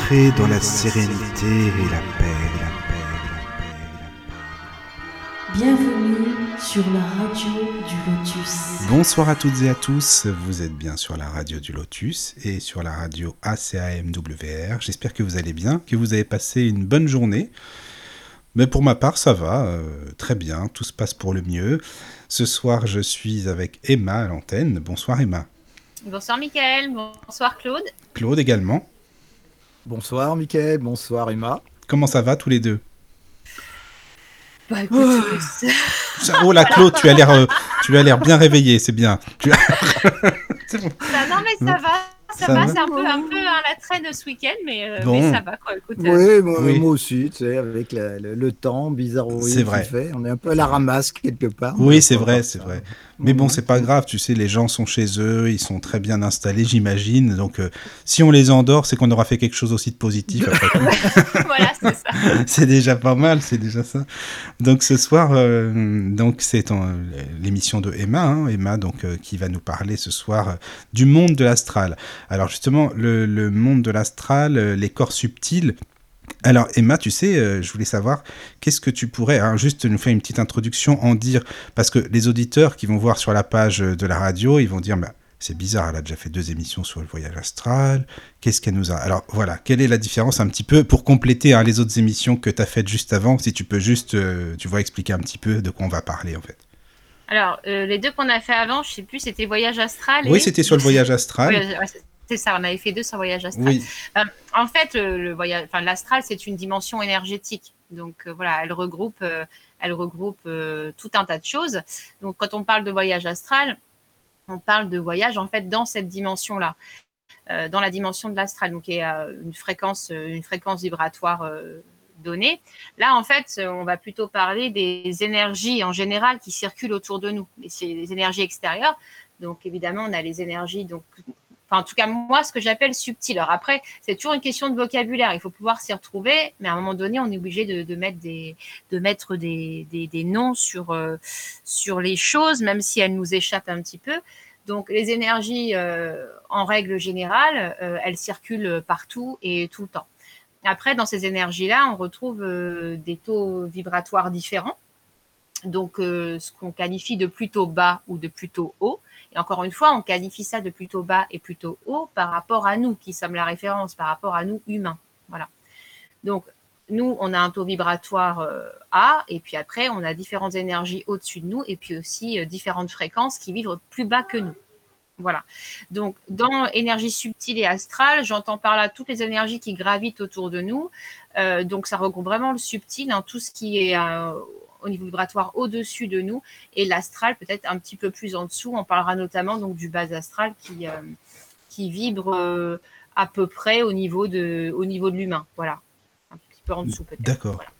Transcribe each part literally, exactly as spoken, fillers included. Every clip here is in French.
Entrez dans la sérénité et la paix, la paix, la paix, la paix. Bienvenue sur la radio du Lotus. Bonsoir à toutes et à tous, vous êtes bien sur la radio du Lotus et sur la radio A C A M W R. J'espère que vous allez bien, que vous avez passé une bonne journée. Mais pour ma part, ça va, euh, très bien, tout se passe pour le mieux. Ce soir, je suis avec Emma à l'antenne. Bonsoir Emma. Bonsoir Mickaël, bonsoir Claude. Claude également. Bonsoir Mickaël, bonsoir Emma. Comment ça va tous les deux? Bah écoute, oh, ça, oh là Claude, tu as l'air, euh, tu as l'air bien réveillé, c'est bien. Tu as... c'est bon. Ça, non mais ça va. Ça, ça va, va, c'est un peu, un peu à la traîne ce week-end, mais, euh, bon. mais ça va quoi. Écoute, oui, euh... moi, oui, moi aussi, tu sais, avec la, le, le temps bizarroïde c'est vrai. Qu'il fait, on est un peu à la ramasse quelque part. Oui, c'est vrai, c'est vrai. Mais bon, c'est pas grave, tu sais, les gens sont chez eux, ils sont très bien installés, j'imagine. Donc, euh, si on les endort, c'est qu'on aura fait quelque chose aussi de positif. Après. Voilà, c'est ça. C'est déjà pas mal, c'est déjà ça. Donc, ce soir, euh, donc c'est en, l'émission de Emma, hein, Emma, donc euh, qui va nous parler ce soir euh, du monde de l'astral. Alors justement, le, le monde de l'astral, euh, les corps subtils. Alors Emma, tu sais, euh, je voulais savoir, qu'est-ce que tu pourrais, hein, juste nous faire une petite introduction, en dire, parce que les auditeurs qui vont voir sur la page de la radio, ils vont dire, bah, c'est bizarre, elle a déjà fait deux émissions sur le voyage astral, qu'est-ce qu'elle nous a... Alors voilà, quelle est la différence un petit peu, pour compléter hein, les autres émissions que tu as faites juste avant, si tu peux juste, euh, tu vois, expliquer un petit peu de quoi on va parler en fait. Alors, euh, les deux qu'on a fait avant, je sais plus, c'était voyage astral. Oui, et... c'était sur le voyage astral. Oui, ouais, c'est ça, on avait fait deux sur voyage astral. Oui. Euh, en fait, le, le voyage, enfin, l'astral, c'est une dimension énergétique. Donc euh, voilà, elle regroupe, euh, elle regroupe euh, tout un tas de choses. Donc quand on parle de voyage astral, on parle de voyage en fait dans cette dimension-là, euh, dans la dimension de l'astral, donc il y a une fréquence, une fréquence vibratoire euh, donnée. Là, en fait, on va plutôt parler des énergies en général qui circulent autour de nous, les, les énergies extérieures. Donc évidemment, on a les énergies donc Enfin, en tout cas, moi, ce que j'appelle subtil. Alors après, c'est toujours une question de vocabulaire. Il faut pouvoir s'y retrouver, mais à un moment donné, on est obligé de, de mettre des, de mettre des, des, des noms sur, euh, sur les choses, même si elles nous échappent un petit peu. Donc, les énergies, euh, en règle générale, euh, elles circulent partout et tout le temps. Après, dans ces énergies-là, on retrouve euh, des taux vibratoires différents. Donc, euh, ce qu'on qualifie de plutôt bas ou de plutôt haut. Et encore une fois, on qualifie ça de plutôt bas et plutôt haut par rapport à nous, qui sommes la référence, par rapport à nous humains. Voilà. Donc, nous, on a un taux vibratoire euh, A, et puis après, on a différentes énergies au-dessus de nous, et puis aussi euh, différentes fréquences qui vibrent plus bas que nous. Voilà. Donc, dans énergie subtile et astrale, j'entends par là toutes les énergies qui gravitent autour de nous. Euh, donc, ça regroupe vraiment le subtil, hein, tout ce qui est... Euh, au niveau vibratoire au-dessus de nous, et l'astral peut-être un petit peu plus en dessous. On parlera notamment donc du bas astral qui, euh, qui vibre euh, à peu près au niveau de, au niveau de l'humain. Voilà. Un petit peu en dessous peut-être. D'accord. Voilà.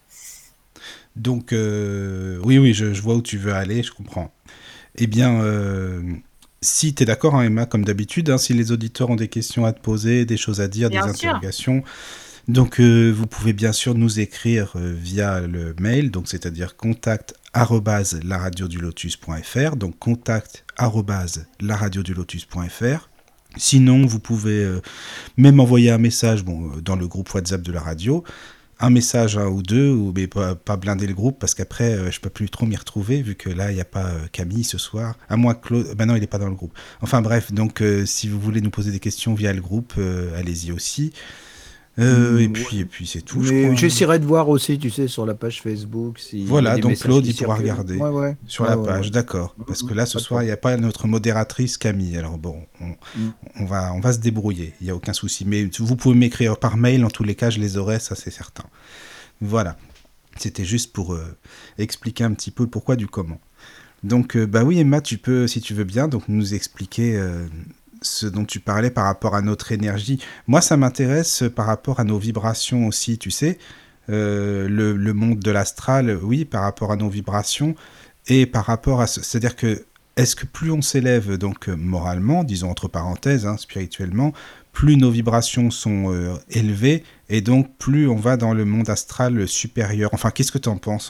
Donc, euh, oui, oui, je, je vois où tu veux aller, je comprends. Eh bien, euh, si tu es d'accord, hein, Emma, comme d'habitude, hein, si les auditeurs ont des questions à te poser, des choses à dire, bien des sûr. Interrogations... Donc, euh, vous pouvez bien sûr nous écrire euh, via le mail, donc c'est-à-dire contact arobase laradiodulotus point fr, donc contact arobase laradiodulotus point fr. Sinon, vous pouvez euh, même envoyer un message bon, dans le groupe WhatsApp de la radio, un message un ou deux, ou, mais pas, pas blinder le groupe, parce qu'après, euh, je ne peux plus trop m'y retrouver, vu que là, il n'y a pas euh, Camille ce soir. À moins Claude... Ben non, il n'est pas dans le groupe. Enfin bref, donc euh, si vous voulez nous poser des questions via le groupe, euh, allez-y aussi. Euh, mmh, et puis ouais. et puis c'est tout. Mais j'essaierai de voir aussi, tu sais, sur la page Facebook. Si voilà, donc Claude, il pourra regarder ouais, ouais. sur ouais, la ouais, page, ouais. d'accord. Parce que là, ce soir, il n'y a pas notre modératrice Camille. Alors bon, on, mmh. on va on va se débrouiller. Il n'y a aucun souci. Mais vous pouvez m'écrire par mail. En tous les cas, je les aurai, ça c'est certain. Voilà. C'était juste pour euh, expliquer un petit peu le pourquoi du comment. Donc, euh, bah oui, Emma, tu peux, si tu veux bien, donc nous expliquer. Euh, ce dont tu parlais par rapport à notre énergie. Moi, ça m'intéresse par rapport à nos vibrations aussi, tu sais. Euh, le, le monde de l'astral, oui, par rapport à nos vibrations. Et par rapport à... Ce, c'est-à-dire que, est-ce que plus on s'élève, donc moralement, disons entre parenthèses, hein, spirituellement, plus nos vibrations sont euh, élevées, et donc plus on va dans le monde astral supérieur. Enfin, qu'est-ce que tu en penses, en fait ?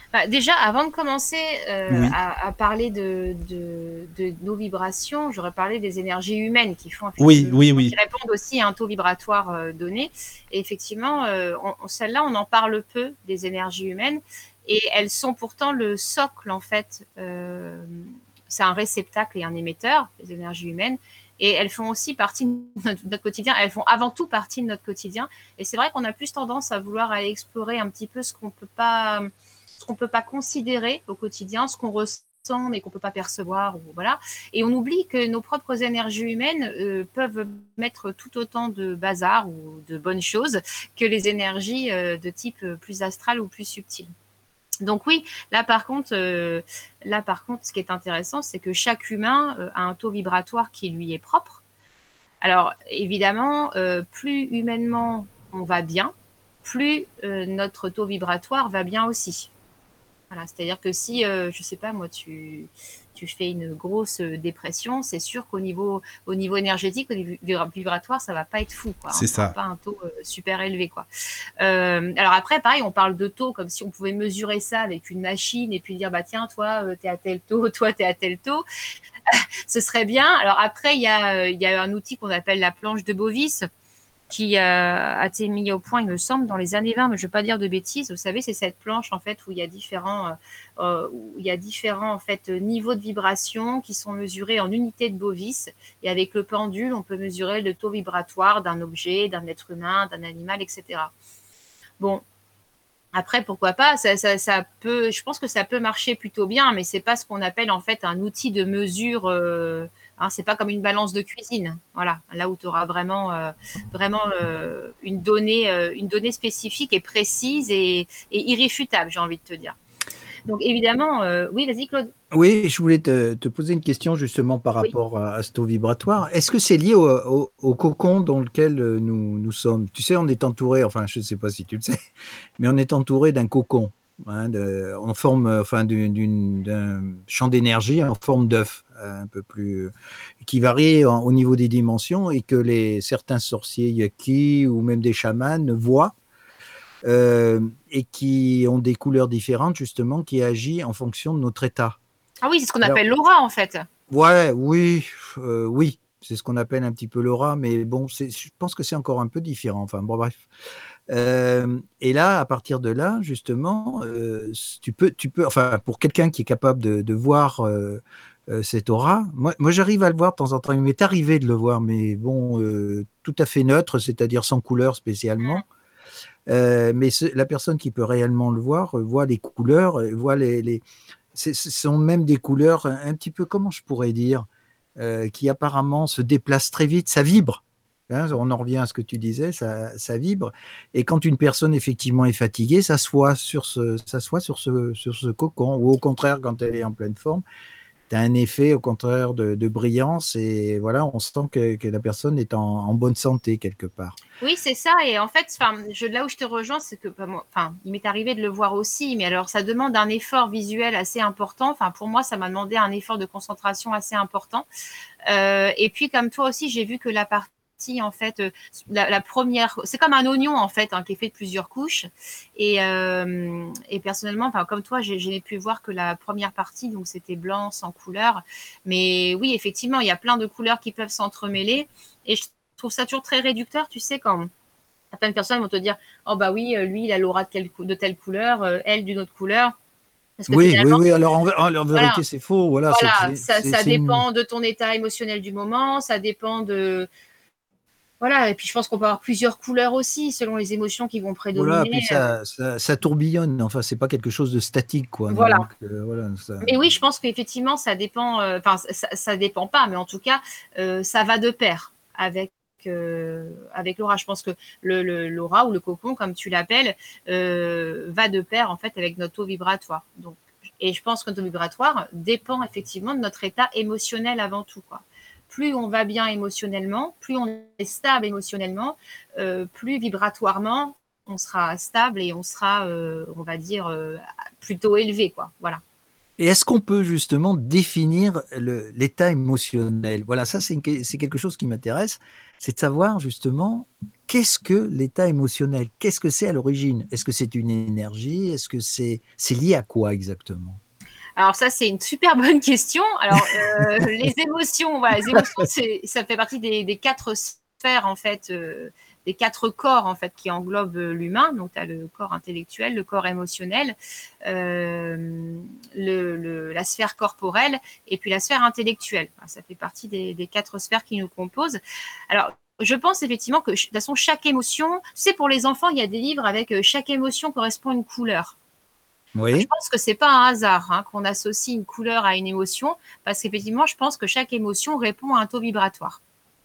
Bah, déjà, avant de commencer euh, Oui. à, à parler de, de, de nos vibrations, j'aurais parlé des énergies humaines qui font Oui, effectivement, oui, qui oui. répondent aussi à un taux vibratoire euh, donné. Et effectivement, euh, on- on- celles-là, on en parle peu des énergies humaines, et elles sont pourtant le socle en fait. Euh, c'est un réceptacle et un émetteur, les énergies humaines. Et elles font aussi partie de notre, notre quotidien. Elles font avant tout partie de notre quotidien. Et c'est vrai qu'on a plus tendance à vouloir aller explorer un petit peu ce qu'on peut pas ce qu'on peut pas considérer au quotidien, ce qu'on ressent mais qu'on peut pas percevoir, ou voilà. Et on oublie que nos propres énergies humaines euh, peuvent mettre tout autant de bazar ou de bonnes choses que les énergies euh, de type plus astral ou plus subtil. Donc oui, là par contre, euh, là par contre, ce qui est intéressant, c'est que chaque humain euh, a un taux vibratoire qui lui est propre. Alors évidemment, euh, plus humainement on va bien, plus euh, notre taux vibratoire va bien aussi. Voilà, c'est-à-dire que si, euh, je sais pas moi, tu, tu fais une grosse dépression, c'est sûr qu'au niveau, au niveau énergétique, au niveau vibratoire, ça va pas être fou, quoi. Hein, C'est ça sera ça. pas un taux euh, super élevé, quoi. Euh, alors après, pareil, on parle de taux comme si on pouvait mesurer ça avec une machine et puis dire, bah tiens, toi, euh, t'es à tel taux, toi, t'es à tel taux. Ce serait bien. Alors après, il y a, euh, il y a un outil qu'on appelle la planche de Bovis qui euh, a été mis au point, il me semble, dans les années vingt, mais je ne veux pas dire de bêtises. Vous savez, c'est cette planche en fait où il y a différents, euh, où il y a différents en fait niveaux de vibration qui sont mesurés en unités de Bovis. Et avec le pendule, on peut mesurer le taux vibratoire d'un objet, d'un être humain, d'un animal, et cetera. Bon. Après, pourquoi pas, ça, ça, ça peut, je pense que ça peut marcher plutôt bien, mais c'est pas ce qu'on appelle en fait un outil de mesure. Euh, hein, c'est pas comme une balance de cuisine, voilà, là où tu auras vraiment, euh, vraiment euh, une donnée, euh, une donnée spécifique et précise et, et irréfutable, j'ai envie de te dire. Donc évidemment, euh, oui, vas-y Claude. Oui, je voulais te, te poser une question justement par Oui. rapport à, à ce taux vibratoire. Est-ce que c'est lié au, au- au cocon dans lequel euh, nous, nous sommes? Tu sais, on est entouré, enfin, je ne sais pas si tu le sais, mais on est entouré d'un cocon, hein, de- en forme, euh, enfin, d'une- d'une- d'un champ d'énergie en forme d'œuf, euh, un peu plus, euh, qui varie en- au niveau des dimensions et que les certains sorciers yaki ou même des chamans voient. euh, et qui ont des couleurs différentes, justement, qui agissent en fonction de notre état. Ah oui, c'est ce qu'on Alors, appelle l'aura en fait. ouais, oui, euh, oui, c'est ce qu'on appelle un petit peu l'aura, mais bon, c'est, je pense que c'est encore un peu différent. Enfin, bon, bref. Euh, et là, à partir de là, justement, euh, tu peux, tu peux, enfin, pour quelqu'un qui est capable de, de voir euh, euh, cette aura, moi, moi j'arrive à le voir de temps en temps. Il m'est arrivé de le voir, mais bon, euh, tout à fait neutre, c'est-à-dire sans couleur spécialement. Euh, mais ce, la personne qui peut réellement le voir euh, voit les couleurs, euh, voit les, les ce sont même des couleurs un, un petit peu, comment je pourrais dire, euh, qui apparemment se déplacent très vite, ça vibre. Hein, on en revient à ce que tu disais, ça, ça vibre. Et quand une personne effectivement est fatiguée, ça s'assoit sur ce, s'assoit sur ce, sur ce cocon. Ou au contraire, quand elle est en pleine forme, tu as un effet au contraire de, de brillance. Et voilà, on sent que, que la personne est en, en bonne santé quelque part. Oui, c'est ça. Et en fait, je, là où je te rejoins, c'est que, enfin, il m'est arrivé de le voir aussi, mais alors ça demande un effort visuel assez important. Enfin, pour moi, ça m'a demandé un effort de concentration assez important. Euh, et puis, comme toi aussi, j'ai vu que la partie en fait, la, la première, c'est comme un oignon en fait, hein, qui est fait de plusieurs couches. Et, euh, et personnellement, enfin, comme toi, j'ai, j'ai pu voir que la première partie, donc c'était blanc sans couleur. Mais oui, effectivement, il y a plein de couleurs qui peuvent s'entremêler. Et je Je trouve ça toujours très réducteur, tu sais, quand certaines personnes vont te dire oh bah oui, lui il a l'aura de, de telle couleur, euh, elle d'une autre couleur. Parce que Oui, oui, finalement, oui. Alors en, en voilà, vérité, c'est faux. Voilà, c'est, voilà, c'est, ça, c'est, ça c'est une... dépend de ton état émotionnel du moment, ça dépend de voilà. Et puis je pense qu'on peut avoir plusieurs couleurs aussi selon les émotions qui vont Voilà, prédominer. puis ça, ça, ça tourbillonne. Enfin, c'est pas quelque chose de statique, quoi. Voilà. Donc euh, voilà. Ça... Mais oui, je pense qu'effectivement, ça dépend. Enfin, euh, ça, ça dépend pas, mais en tout cas, euh, ça va de pair avec. Euh, avec l'aura, je pense que le, le, l'aura ou le cocon, comme tu l'appelles, euh, va de pair en fait avec notre taux vibratoire. Donc, et je pense que notre taux vibratoire dépend effectivement de notre état émotionnel avant tout, quoi. Plus on va bien émotionnellement, plus on est stable émotionnellement, euh, plus vibratoirement on sera stable et on sera, euh, on va dire, euh, plutôt élevé, quoi. Voilà. Et est-ce qu'on peut justement définir le- l'état émotionnel? Voilà, ça c'est une que- c'est quelque chose qui m'intéresse, c'est de savoir justement qu'est-ce que l'état émotionnel? Qu'est-ce que c'est à l'origine? Est-ce que c'est une énergie? Est-ce que c'est c'est lié à quoi exactement? Alors ça, c'est une super bonne question. Alors, euh, les émotions, voilà, les émotions, c'est, ça fait partie des, des quatre sphères, en fait, euh, des quatre corps, en fait, qui englobent l'humain. Donc, tu as le corps intellectuel, le corps émotionnel, euh, le, le, la sphère corporelle et puis la sphère intellectuelle. Enfin, ça fait partie des, des quatre sphères qui nous composent. Alors, je pense effectivement que, de toute façon, chaque émotion, tu sais, pour les enfants, il y a des livres avec euh, chaque émotion correspond à une couleur. Je Oui. pense que c'est pas un hasard hein, qu'on associe une couleur à une émotion, parce qu'effectivement, je pense que chaque émotion répond à un taux vibratoire.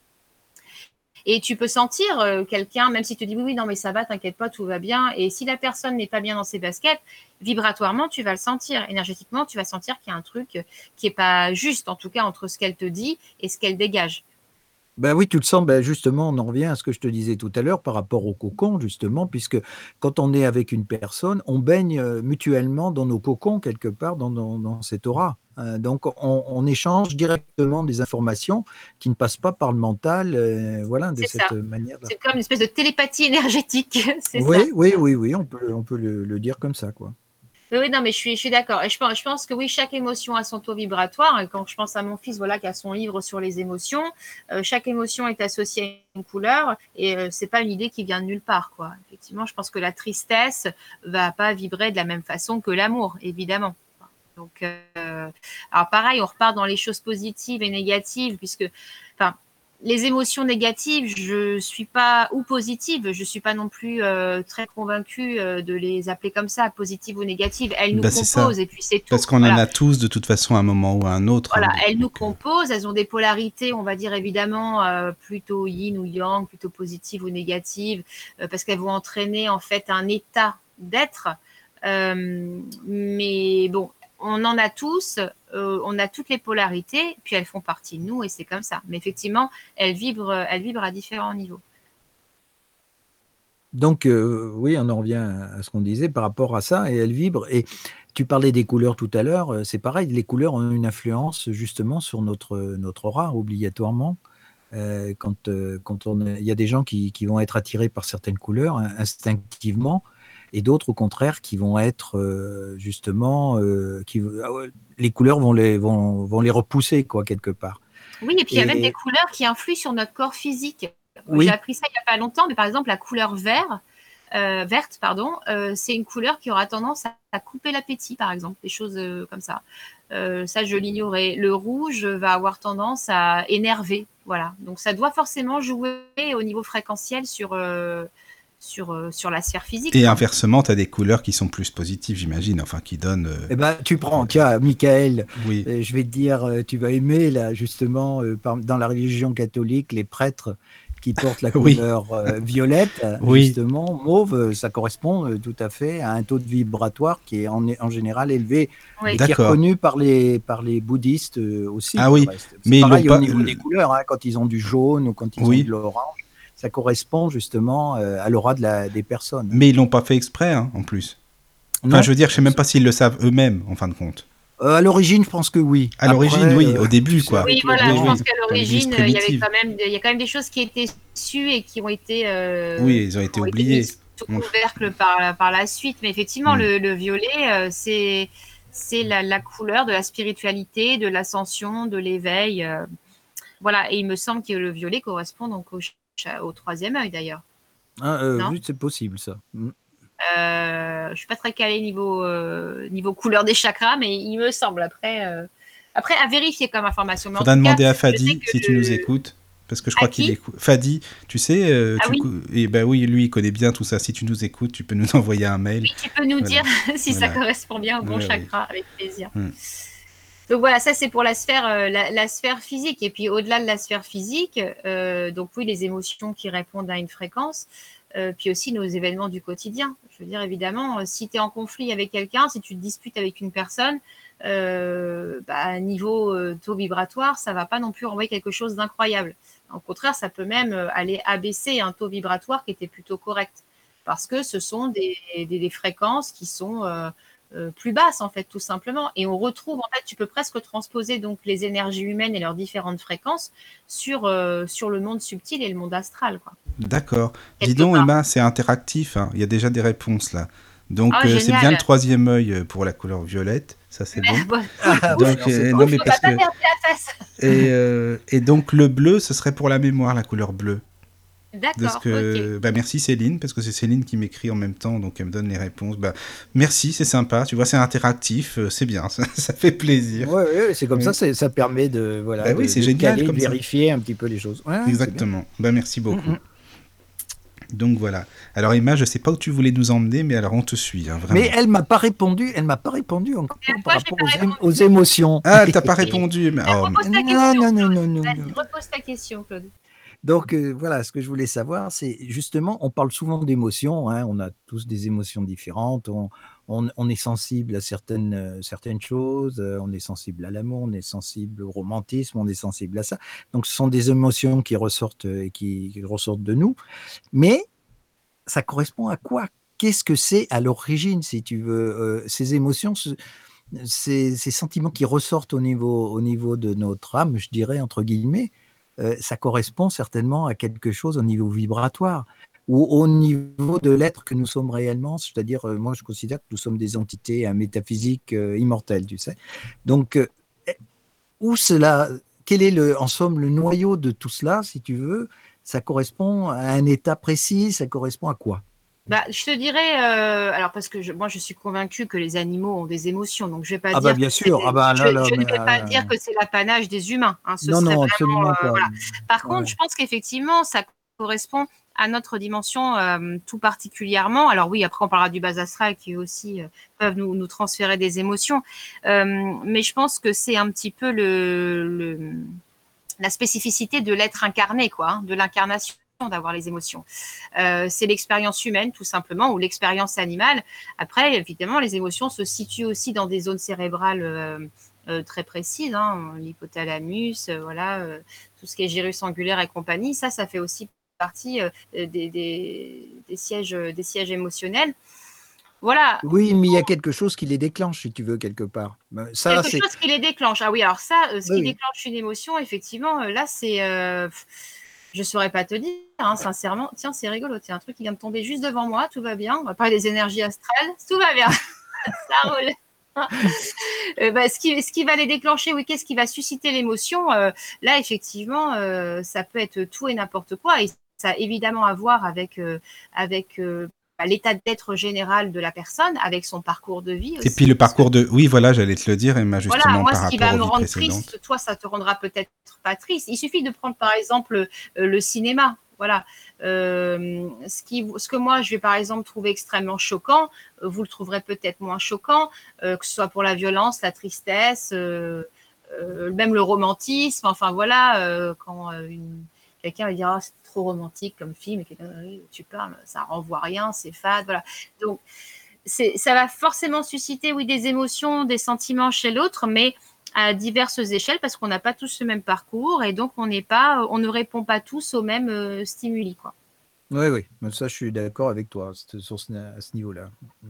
Et tu peux sentir euh, quelqu'un, même si tu dis oui, oui, non, mais ça va, t'inquiète pas, tout va bien. Et si la personne n'est pas bien dans ses baskets, vibratoirement, tu vas le sentir. Énergétiquement, tu vas sentir qu'il y a un truc qui est pas juste, en tout cas, entre ce qu'elle te dit et ce qu'elle dégage. Ben oui, tu le sens, ben justement, on en revient à ce que je te disais tout à l'heure par rapport au cocon, justement, puisque quand on est avec une personne, on baigne euh, mutuellement dans nos cocons, quelque part, dans, dans, dans cette aura. Euh, donc, on, on échange directement des informations qui ne passent pas par le mental, euh, voilà, de C'est cette ça. manière-là. C'est comme une espèce de télépathie énergétique, c'est ça. Oui, oui, oui, oui, on peut, on peut le, le dire comme ça, quoi. Oui, oui, non, mais je suis, je suis d'accord. Et je pense, je pense que oui, chaque émotion a son taux vibratoire. Et quand je pense à mon fils, voilà, qui a son livre sur les émotions, euh, chaque émotion est associée à une couleur et euh, c'est pas une idée qui vient de nulle part, quoi. Effectivement, je pense que la tristesse va pas vibrer de la même façon que l'amour, évidemment. Donc, euh, alors pareil, on repart dans les choses positives et négatives, puisque, enfin, les émotions négatives, je suis pas, ou positives, je suis pas non plus euh, très convaincue euh, de les appeler comme ça, positives ou négatives. Elles nous Bah, c'est ça. composent et puis c'est tout. Parce qu'on en Voilà, a tous de toute façon à un moment ou à un autre. voilà, Hein, elles nous donc, euh, composent. Elles ont des polarités, on va dire évidemment euh, plutôt yin ou yang, plutôt positives ou négatives, euh, parce qu'elles vont entraîner en fait un état d'être. Euh, mais bon, on en a tous, euh, on a toutes les polarités, puis elles font partie de nous et c'est comme ça. Mais effectivement, elles vibrent, elles vibrent à différents niveaux. Donc, euh, oui, on en revient à ce qu'on disait par rapport à ça, et elle vibre. Et tu parlais des couleurs tout à l'heure, euh, c'est pareil, les couleurs ont une influence justement sur notre, notre aura, obligatoirement. Euh, quand euh, quand on, il y a des gens qui, qui vont être attirés par certaines couleurs hein, instinctivement, et d'autres au contraire qui vont être euh, justement, euh, qui, ah ouais, les couleurs vont les, vont, vont les repousser, quoi, quelque part. Oui, et puis il y a même des Et couleurs qui influent sur notre corps physique. J'ai oui, appris ça il n'y a pas longtemps, mais par exemple, la couleur vert, euh, verte, pardon, euh, c'est une couleur qui aura tendance à, à couper l'appétit, par exemple, des choses euh, comme ça. Euh, ça, je l'ignorais. Le rouge va avoir tendance à énerver. Voilà. Donc, ça doit forcément jouer au niveau fréquentiel sur, euh, sur, euh, sur la sphère physique, Et quoi. inversement, tu as des couleurs qui sont plus positives, j'imagine, enfin qui donnent. euh, eh ben, tu prends, tiens, Michael, Oui, euh, je vais te dire, euh, tu vas aimer, là, justement, euh, par- dans la religion catholique, les prêtres qui portent la oui, couleur euh, violette, euh, oui, justement, mauve, euh, ça correspond euh, tout à fait à un taux de vibratoire qui est en, en général élevé et Oui. qui est d'accord. reconnu par les, par les bouddhistes euh, aussi, Ah du oui, reste. C'est mais ils l'ont pareil au pas. niveau des le- couleurs, hein, quand ils ont du jaune ou quand ils ont de Oui, l'orange, ça correspond justement euh, à l'aura de la- des personnes. mais ils l'ont pas fait exprès, hein, en plus. Enfin, je Non? veux dire, je sais même pas s'ils le savent eux-mêmes, en fin de compte. Euh, à l'origine, je pense que oui. À l'origine, Après, oui, euh, au tu début, sais, quoi. Oui, avec le voilà, Oui, je temps. pense oui, qu'à dans l'Église l'origine, euh, il y avait primitive. quand même, il y a quand même des choses qui étaient sues et qui ont été, Oui, euh, ils ont qui été ont été oubliés. mises sous Mm. couvercle par, par la suite. Mais effectivement, Mm. le, le violet, euh, c'est, c'est la, la couleur de la spiritualité, de l'ascension, de l'éveil. euh, voilà, et il me semble que le violet correspond donc au, cha- au troisième œil d'ailleurs, Ah, euh, non? oui, c'est possible ça. Mm. Euh, je suis pas très calée niveau, euh, niveau couleur des chakras, mais il me semble après, euh, après à vérifier comme information. Mais en Faudra tout cas, demander à je sais Fadi que si tu nous le, écoutes, parce que je à crois qu'il qui? écoute. Fadi, tu sais, euh, Ah tu oui, cou- et ben oui, lui, il connaît bien tout ça. Si tu nous écoutes, tu peux nous envoyer un mail. oui, tu peux nous dire Voilà, si ça voilà. correspond bien au bon Ouais, oui. chakra, avec plaisir. Mm. Donc voilà, ça c'est pour la sphère, euh, la, la sphère physique. Et puis au-delà de la sphère physique, euh, donc oui, les émotions qui répondent à une fréquence, euh, puis aussi nos événements du quotidien. Je veux dire, évidemment, euh, si tu es en conflit avec quelqu'un, si tu te disputes avec une personne, euh, bah, niveau euh, taux vibratoire, ça va pas non plus envoyer quelque chose d'incroyable. Au contraire, ça peut même euh, aller abaisser un taux vibratoire qui était plutôt correct. Parce que ce sont des, des, des fréquences qui sont... Euh, euh, plus basse, en fait, tout simplement. Et on retrouve, en fait, tu peux presque transposer donc les énergies humaines et leurs différentes fréquences sur, euh, sur le monde subtil et le monde astral, quoi. D'accord. Dis Quelque donc, part. Emma, c'est interactif, hein. Il y a déjà des réponses là. Donc, Ah, euh, c'est bien le génial. troisième œil euh, pour la couleur violette. Ça, c'est bon. Mais, bon, Ah ouais, Donc, non, c'est euh, pas non, ouf, mais on parce n'a que. pas perdu la face. Et, euh, et donc, le bleu, ce serait pour la mémoire, la couleur bleue. Parce D'accord, ok. que, bah, merci Céline, parce que c'est Céline qui m'écrit en même temps, donc elle me donne les réponses. Bah, merci, c'est sympa. Tu vois, c'est interactif, euh, c'est bien, ça, ça fait plaisir. Ouais, ouais, c'est comme Oui. ça, c'est- ça permet de, voilà, Bah oui, de, c'est de génial caler, de comme ça. vérifier un petit peu les choses. Ouais, ouais, c'est bien. Exactement. Bah, merci beaucoup. Mm, mm. Donc voilà. Alors Emma, je sais pas où tu voulais nous emmener, mais alors on te suit, hein, vraiment. Mais elle m'a pas répondu, elle m'a pas répondu encore Combien de par fois je rapport n'ai aux, pas ém- répondu? aux émotions. Ah, elle t'a pas répondu. Mais... oh, Repose ta Non, question, non, non, Claude. non, non, Vas-y, non. repose ta question, Claude. Donc euh, voilà, ce que je voulais savoir, c'est justement, on parle souvent d'émotions, hein, on a tous des émotions différentes, on, on, on est sensible à certaines, euh, certaines choses, euh, on est sensible à l'amour, on est sensible au romantisme, on est sensible à ça. Donc ce sont des émotions qui ressortent et qui, qui ressortent de nous, mais ça correspond à quoi? Qu'est-ce que c'est à l'origine, si tu veux, euh, ces émotions, ce- ces, ces sentiments qui ressortent au niveau, au niveau de notre âme, je dirais, entre guillemets, euh, ça correspond certainement à quelque chose au niveau vibratoire ou au niveau de l'être que nous sommes réellement, c'est-à-dire, euh, moi je considère que nous sommes des entités euh, métaphysiques euh, immortelles, tu sais. Donc, euh, où cela, quel est le, en somme le noyau de tout cela, si tu veux? Ça correspond à un état précis, ça correspond à quoi? Bah, je te dirais, euh, alors parce que je, moi je suis convaincue que les animaux ont des émotions, donc je vais pas Ah bah dire bien que c'est sûr, des- ah bah je, là, là, je ne mais, vais pas euh, dire que c'est l'apanage des humains, hein, ce non, serait non, vraiment, absolument euh, pas. voilà. Par contre, Ouais. je pense qu'effectivement, ça correspond à notre dimension euh, tout particulièrement. Alors oui, après on parlera du bas astral qui aussi euh, peuvent nous, nous transférer des émotions, Euh, mais je pense que c'est un petit peu le, le la spécificité de l'être incarné, quoi, hein, de l'incarnation d'avoir les émotions. Euh, c'est l'expérience humaine, tout simplement, ou l'expérience animale. Après, évidemment, les émotions se situent aussi dans des zones cérébrales euh, euh, très précises, hein, l'hypothalamus, euh, voilà, euh, tout ce qui est gyrus angulaire et compagnie. Ça, ça fait aussi partie euh, des, des, des, sièges, des sièges émotionnels. Voilà. Oui, mais il y a quelque chose qui les déclenche, si tu veux, quelque part. Ben, Ça, Quelque c'est. chose qui les déclenche. Ah oui, alors ça, euh, ce Oui, qui oui. déclenche une émotion, effectivement, euh, là, c'est. Euh, je ne saurais pas te dire, hein, sincèrement. Tiens, c'est rigolo. Tiens, un truc qui vient de tomber juste devant moi. Tout va bien. On va parler des énergies astrales. Tout va bien. Ça roule. Euh, bah, ce, qui, ce qui va les déclencher, oui, qu'est-ce qui va susciter l'émotion euh, Là, effectivement, euh, ça peut être tout et n'importe quoi. Et ça a évidemment à voir avec, euh, avec euh, l'état d'être général de la personne, avec son parcours de vie aussi. Et puis le parcours de... Oui, voilà, j'allais te le dire, Emma, justement, Voilà, moi, par ce qui rapport va aux me vies rendre précédentes. triste, toi, ça te rendra peut-être pas triste. Il suffit de prendre, par exemple, euh, le cinéma. Voilà. Euh, ce, qui, ce que moi, je vais, par exemple, trouver extrêmement choquant, euh, vous le trouverez peut-être moins choquant, euh, que ce soit pour la violence, la tristesse, euh, euh, même le romantisme. Enfin, voilà, euh, quand euh, une, quelqu'un va dire oh, c'est trop romantique comme film, et quelqu'un oui, tu parles, ça renvoie rien, c'est fade. Voilà. Donc, c'est, ça va forcément susciter, oui, des émotions, des sentiments chez l'autre, mais à diverses échelles parce qu'on n'a pas tous le même parcours et donc on n'est pas, on ne répond pas tous aux mêmes euh, stimuli, quoi. Oui, oui, mais ça, je suis d'accord avec toi sur ce, à ce niveau-là.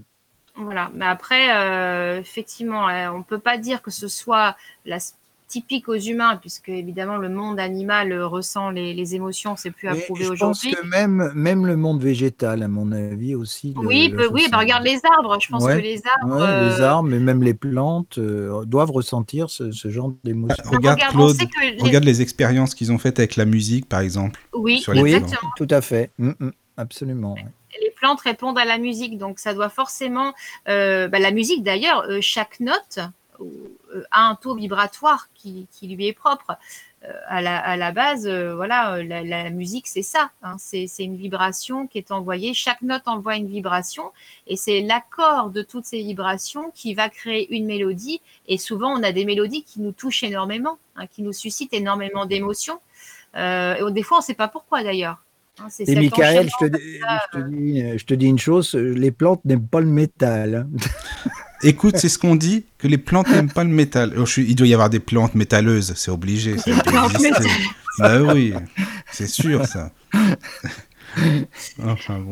Voilà, mais après, euh, effectivement, euh, on ne peut pas dire que ce soit la typique aux humains, puisque évidemment le monde animal euh, ressent les, les émotions, c'est plus à Et prouver je aujourd'hui. pense que même, même le monde végétal, à mon avis, aussi. Le, Oui, le peut, oui, ressent. bah, regarde les arbres. Je pense Ouais, que les arbres. ouais, les euh, arbres et même les plantes euh, doivent ressentir ce, ce genre d'émotion. Regarde, regarde, on Claude, sait que les- regarde les expériences qu'ils ont faites avec la musique, par exemple, Oui, sur les Oui, plantes. exactement. tout à fait. Mm, mm, absolument. ouais. Les plantes répondent à la musique, donc ça doit forcément. Euh, bah, la musique, d'ailleurs, euh, chaque note euh, a un taux vibratoire qui, qui lui est propre. Euh, à, la, à la base, euh, voilà, la, la musique, c'est ça. Hein, c'est, c'est une vibration qui est envoyée. Chaque note envoie une vibration, et c'est l'accord de toutes ces vibrations qui va créer une mélodie. Et souvent, on a des mélodies qui nous touchent énormément, hein, qui nous suscitent énormément d'émotions. Euh, et des fois, on ne sait pas pourquoi, d'ailleurs. Hein, c'est Et cet Michael, je te, enchaînement dis- comme ça, je, te dis, je te dis une chose, les plantes n'aiment pas le métal. hein. Écoute, c'est ce qu'on dit, que les plantes n'aiment pas le métal. Oh, je suis- Il doit y avoir des plantes métalleuses, c'est obligé, ça doit exister. Bah oui, c'est sûr ça. Enfin bon.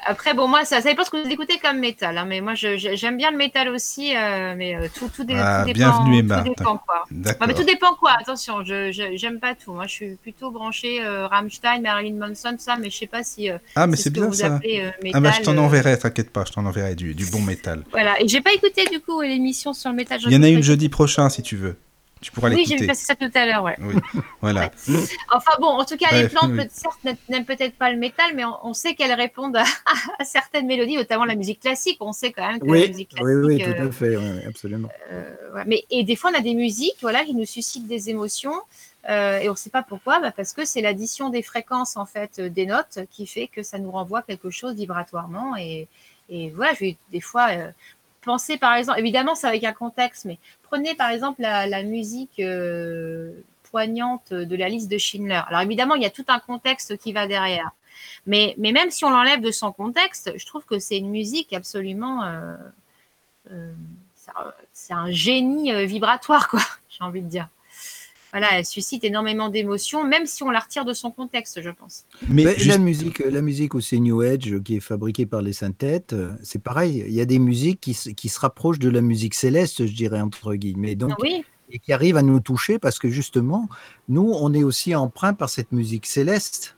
Après, bon, moi, ça, ça dépend ce que vous écoutez comme métal, hein, mais moi, je, je- j'aime bien le métal aussi, euh, mais euh, tout, tout, dé- Ah, tout dépend, bienvenue Emma. tout dépend quoi. Ouais, mais tout D'accord. dépend quoi. Attention, je, je- j'aime pas tout. Moi, je suis plutôt branchée euh, Rammstein, Marilyn Manson, ça, mais je sais pas si euh, Ah, mais c'est c'est ce que bien vous ça. appelez euh, Ah, bah, je métal. t'en euh, enverrai, t'inquiète pas, je t'en enverrai du, du bon métal. Voilà. Et j'ai pas écouté du coup l'émission sur le métal. Il y en a une J'écouterai jeudi peut-être. prochain si tu veux. Tu pourras Oui, j'ai vu l'écouter. passer ça tout à l'heure, ouais. Oui, voilà. Ouais. Enfin bon, en tout cas, les Bref, plantes, oui. peut- certes, n'a- n'aiment peut-être pas le métal, mais on, on sait qu'elles répondent à, à certaines mélodies, notamment la musique classique. On sait quand même que la Oui, musique oui, oui, classique, tout euh, à fait, oui, oui, absolument. euh, ouais. Mais et des fois, on a des musiques, voilà, qui nous suscitent des émotions, euh, et on ne sait pas pourquoi, bah, parce que c'est l'addition des fréquences en fait euh, des notes qui fait que ça nous renvoie quelque chose vibratoirement. Et, et voilà, je vais des fois euh, penser, par exemple, évidemment, c'est avec un contexte, mais prenez par exemple la, la musique euh, poignante de la liste de Schindler. Alors évidemment, il y a tout un contexte qui va derrière. Mais, mais même si on l'enlève de son contexte, je trouve que c'est une musique absolument. Euh, euh, c'est un- c'est un génie euh, vibratoire, quoi, j'ai envie de dire. Voilà, elle suscite énormément d'émotions, même si on la retire de son contexte, je pense. Mais Mais la juste, musique, la musique aussi New Age euh, qui est fabriquée par les synthètes, euh, c'est pareil. Il y a des musiques qui, se- qui se rapprochent de la musique céleste, je dirais entre guillemets, donc Oui, et qui arrivent à nous toucher parce que justement, nous, on est aussi emprunts par cette musique céleste.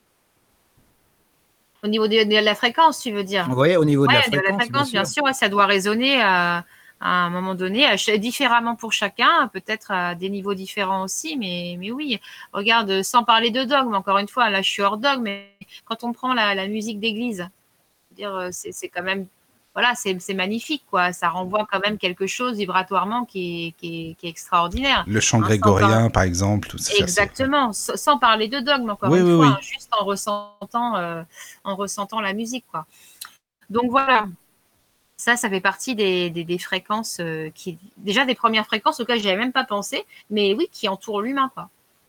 au niveau de, de la fréquence, tu veux dire. Vous voyez, au niveau de Oui, la au niveau de la fréquence, bien fréquence, bien sûr. sûr, ouais, ça doit résonner à, à un moment donné, à ch- différemment pour chacun, peut-être à des niveaux différents aussi, mais, mais oui. Regarde, sans parler de dogme, encore une fois, là je suis hors dogme, mais quand on prend la, la musique d'église, je veux dire, euh, c'est c'est quand même, voilà, c'est c'est magnifique, quoi. Ça renvoie quand même quelque chose vibratoirement qui est, qui est, qui est extraordinaire. le chant Hein, sans par- grégorien, par exemple, tout ça, c'est... ouais. Exactement, s- sans parler de dogme, encore Oui, une oui, fois, hein, oui. juste en ressentant, euh, en ressentant la musique, quoi. Donc voilà, ça, ça fait partie des, des, des fréquences euh, qui, déjà des premières fréquences auxquelles j'avais même pas pensé, mais oui, qui entourent l'humain, quoi.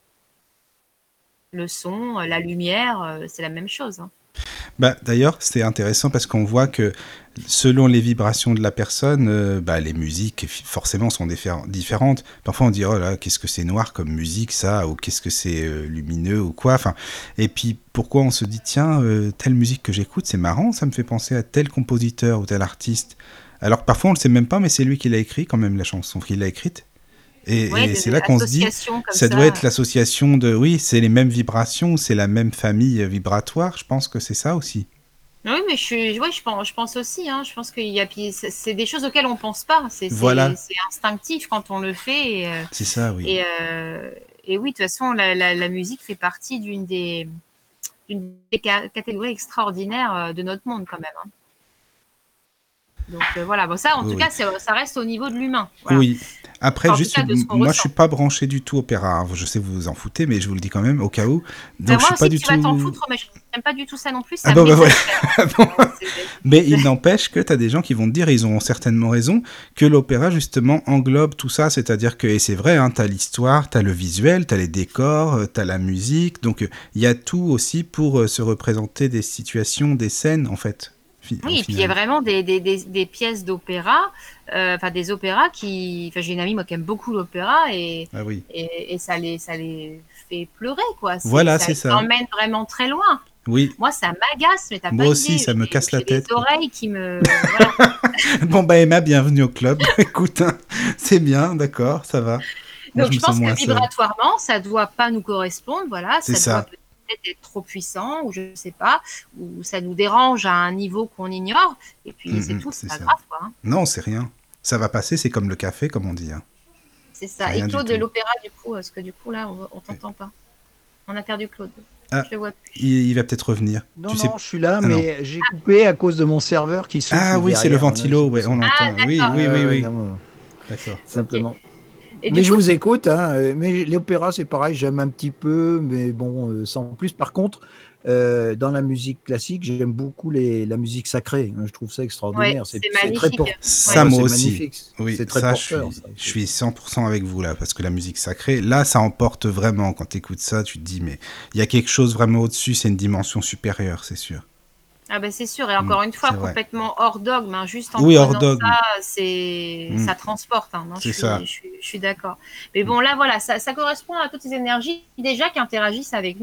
Le son, euh, la lumière, euh, c'est la même chose, hein. Bah, d'ailleurs, c'est intéressant parce qu'on voit que selon les vibrations de la personne, euh, bah, les musiques f- forcément sont diffé- différentes. Parfois on dit oh là, qu'est-ce que c'est noir comme musique ça, ou qu'est-ce que c'est euh, lumineux ou quoi. Enfin, et puis pourquoi on se dit tiens, euh, telle musique que j'écoute, c'est marrant, ça me fait penser à tel compositeur ou tel artiste. Alors que parfois on le sait même pas, mais c'est lui qui l'a écrit quand même la chanson qu'il l'a écrite. Et, Ouais, et c'est des là qu'on se dit, associations comme ça doit ça. être l'association de, oui, c'est les mêmes vibrations, c'est la même famille euh, vibratoire. Je pense que c'est ça aussi. Oui, mais je suis, ouais, je pense, je pense aussi, hein, je pense qu'il y a, puis c'est c'est des choses auxquelles on pense pas. C'est c'est- Voilà, c'est instinctif quand on le fait. Et, euh, c'est ça, oui. et, euh, et oui, de toute façon, la, la, la musique fait partie d'une des, d'une des ca- catégories extraordinaires euh, de notre monde, quand même, hein. Donc euh, voilà, bon, ça, en Oui, tout oui. cas, c'est- ça reste au niveau de l'humain. Voilà. Oui. Après, Enfin, en tout juste, cas, de ce m- qu'on moi, je ressent. suis pas branché du tout opéra, hein. Je sais que vous vous en foutez, mais je vous le dis quand même, au cas où. Ben, Donc, je moi suis pas aussi, du tu vas t'en tout... foutre, mais je n'aime pas du tout ça non plus. Ah Ça bon, bah voilà. m'exaspère. Bon. C'est- Mais il n'empêche que tu as des gens qui vont te dire, ils ont certainement raison, que l'opéra, justement, englobe tout ça. C'est-à-dire que, et c'est vrai, hein, tu as l'histoire, tu as le visuel, tu as les décors, tu as la musique. Donc, euh, il y a tout aussi pour euh, se représenter des situations, des scènes, en fait, fi- au Oui, et puis il y a final. vraiment des, des, des, des pièces d'opéra, euh, enfin des opéras qui. Enfin, j'ai une amie, moi, qui aime beaucoup l'opéra et, Ah oui. et, et ça, les, ça les fait pleurer, quoi. C'est, Voilà, ça c'est les ça. emmène vraiment très loin. Oui. Moi, ça m'agace, mais t'as Moi pas aussi, idée. ça me J'ai, casse la j'ai des tête, quoi. oreilles qui me. Voilà. Bon, bah, Emma, bienvenue au club. Écoute, hein, c'est bien, d'accord, ça va. Moi, Donc, je me je sens pense que moins seul. vibratoirement, ça doit pas nous correspondre, voilà. C'est Ça doit ça. peut-être être trop puissant, ou je sais pas, ou ça nous dérange à un niveau qu'on ignore, et puis Mm, c'est mm, tout, c'est c'est pas ça. grave, quoi, hein. Non, c'est rien. Ça va passer, c'est comme le café, comme on dit, hein. C'est C'est ça. Et rien du Claude, tout. l'opéra, du coup, parce que du coup, là, on, on t'entend pas. On a perdu Claude. Ah, Je le vois plus. il, il va peut-être revenir. Non, Tu sais... non, je suis là, Ah non. mais j'ai coupé à cause de mon serveur qui souffle Ah oui, c'est le derrière. Là, ventilo, c'est pour ouais, ça. on Ah, l'entend. Oui, d'accord. oui, Ouais, oui, ouais, oui. non, D'accord. Ok. simplement. Et Mais du je coup, vous écoute, hein, euh, mais l'opéra, c'est pareil, j'aime un petit peu, mais bon, euh, sans plus. Par contre, euh, dans la musique classique, j'aime beaucoup les, la musique sacrée. Je trouve ça ouais, extraordinaire. C'est c'est c'est très magnifique. por- Ça, Ouais. ouais, moi c'est aussi. magnifique. Oui, C'est très ça, je porteur. suis, Ça. je suis cent pour cent avec vous, là, parce que la musique sacrée, là, ça emporte vraiment. Quand tu écoutes ça, tu te dis, mais il y a quelque chose vraiment au-dessus, c'est une dimension supérieure, c'est sûr. Ah ben c'est sûr. Et Mm, encore une fois, c'est vrai. complètement hors dogme, hein, juste en Oui, hors prenant dogme. ça, c'est, Mm, ça transporte, hein. Non, je c'est suis, ça. je suis, je suis d'accord. Mais bon, là, voilà, ça, ça correspond à toutes ces énergies déjà qui interagissent avec nous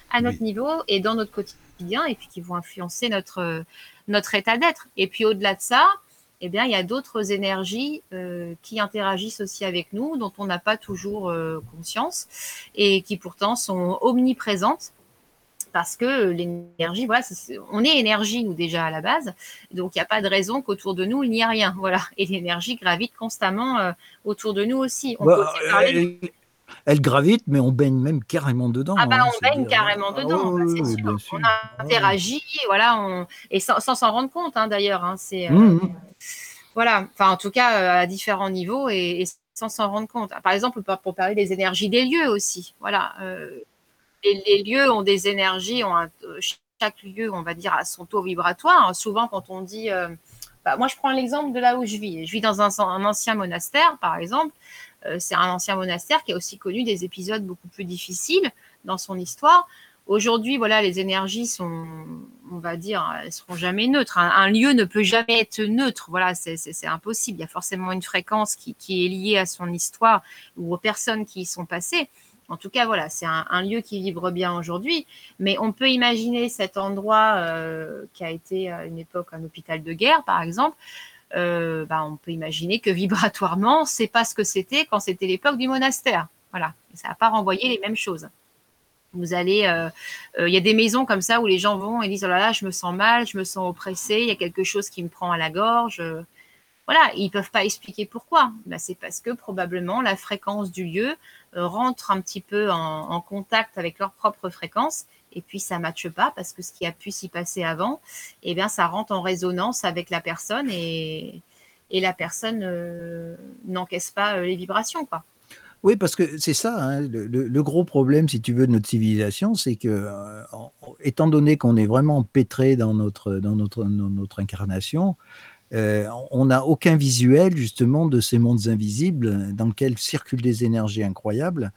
à notre Oui. niveau et dans notre quotidien, et puis qui vont influencer notre, notre état d'être. Et puis au-delà de ça, eh bien, il y a d'autres énergies euh, qui interagissent aussi avec nous, dont on n'a pas toujours euh, conscience et qui pourtant sont omniprésentes. Parce que l'énergie, voilà, c'est, on est énergie, nous, déjà, à la base. Donc, il n'y a pas de raison qu'autour de nous, il n'y ait rien. Voilà. Et l'énergie gravite constamment euh, autour de nous aussi. On peut Bah, aussi parler de... elle, elle gravite, mais on baigne même carrément Ah dedans. bah, Hein, on baigne c'est-à-dire, carrément ah, ouais, dedans, bah, ouais, c'est ouais, sûr. bien On sûr. Ouais, ouais. interagit, voilà, on... et sans, sans s'en rendre compte, hein, d'ailleurs. Hein, c'est, euh, Mhm. voilà. Enfin, en tout cas, euh, à différents niveaux et, et sans s'en rendre compte. Par exemple, pour, pour parler des énergies des lieux aussi. Voilà. Euh, les, les lieux ont des énergies, ont un, chaque lieu, on va dire, a son taux vibratoire. Souvent, quand on dit, euh, bah, moi, je prends l'exemple de là où je vis. Je vis dans un, un ancien monastère, par exemple. Euh, c'est un ancien monastère qui a aussi connu des épisodes beaucoup plus difficiles dans son histoire. Aujourd'hui, voilà, les énergies sont, on va dire, elles seront jamais neutres. Un, un lieu ne peut jamais être neutre. Voilà, c'est, c'est, c'est impossible. Il y a forcément une fréquence qui, qui est liée à son histoire ou aux personnes qui y sont passées. En tout cas, voilà, c'est un, un lieu qui vibre bien aujourd'hui. Mais on peut imaginer cet endroit euh, qui a été à une époque un hôpital de guerre, par exemple. Euh, bah, on peut imaginer que vibratoirement, c'est pas ce que c'était quand c'était l'époque du monastère. Voilà, et ça n'a pas renvoyé les mêmes choses. Vous allez, il euh, euh, y a des maisons comme ça où les gens vont et disent oh là là, je me sens mal, je me sens oppressé, il y a quelque chose qui me prend à la gorge. Voilà, ils ne peuvent pas expliquer pourquoi. Ben, c'est parce que probablement la fréquence du lieu euh, rentre un petit peu en, en contact avec leur propre fréquence et puis ça ne matche pas parce que ce qui a pu s'y passer avant, eh bien, ça rentre en résonance avec la personne et, et la personne euh, n'encaisse pas euh, les vibrations, quoi. Oui, parce que c'est ça, hein, le, le- le gros problème, si tu veux, de notre civilisation, c'est que, euh, en- étant donné qu'on est vraiment pétré dans notre, dans notre, dans notre incarnation, euh, on n'a aucun visuel, justement, de ces mondes invisibles dans lesquels circulent des énergies incroyables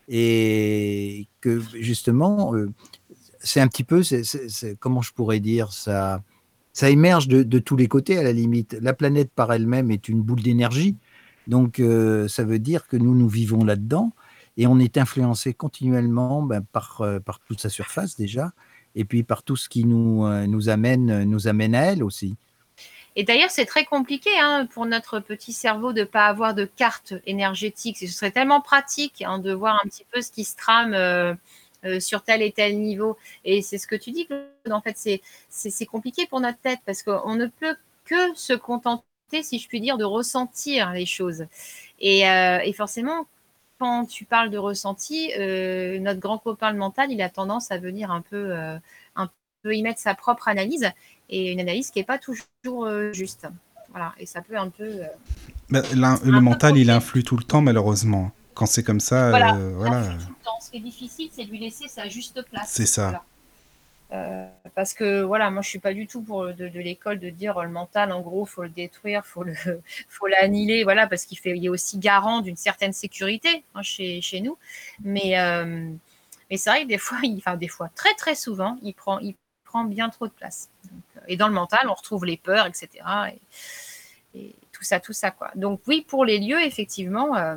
et que, justement, euh, c'est un petit peu, c'est, c'est- c'est- comment je pourrais dire, ça, ça émerge de, de tous les côtés, à la limite. La planète par elle-même est une boule d'énergie. Donc, euh, ça veut dire que nous, nous vivons là-dedans et on est influencé continuellement ben, par, euh, par toute sa surface déjà, et puis par tout ce qui nous, euh, nous, amène, nous amène à elle aussi. Et d'ailleurs, c'est très compliqué hein, pour notre petit cerveau de ne pas avoir de carte énergétique. Ce serait tellement pratique hein, de voir un petit peu ce qui se trame euh, euh, sur tel et tel niveau. Et c'est ce que tu dis, Claude. En fait, c'est, c'est, c'est compliqué pour notre tête parce qu'on ne peut que se contenter, si je puis dire, de ressentir les choses. Et, euh, et forcément, quand tu parles de ressenti, euh, notre grand copain le mental, il a tendance à venir un peu, euh, un peu y mettre sa propre analyse et une analyse qui n'est pas toujours euh, juste. Voilà, et ça peut un peu, euh, Bah, le un peu mental, il faucher. influe tout le temps, malheureusement. Quand c'est comme ça, Voilà, euh, il voilà, influe tout le temps. Ce qui est difficile, c'est de lui laisser sa juste c'est place. ça. Voilà. Euh, parce que voilà, moi je suis pas du tout pour de, de l'école de dire euh, le mental, en gros, faut le détruire, faut le, faut l'annihiler, voilà, parce qu'il fait, il est aussi garant d'une certaine sécurité hein, chez, chez nous. Mais, euh, mais c'est vrai que des fois, il, enfin des fois, très très souvent, il prend, il prend bien trop de place. Donc, et dans le mental, on retrouve les peurs, et cetera. Et, et tout ça, tout ça quoi. Donc oui, pour les lieux, effectivement. Euh,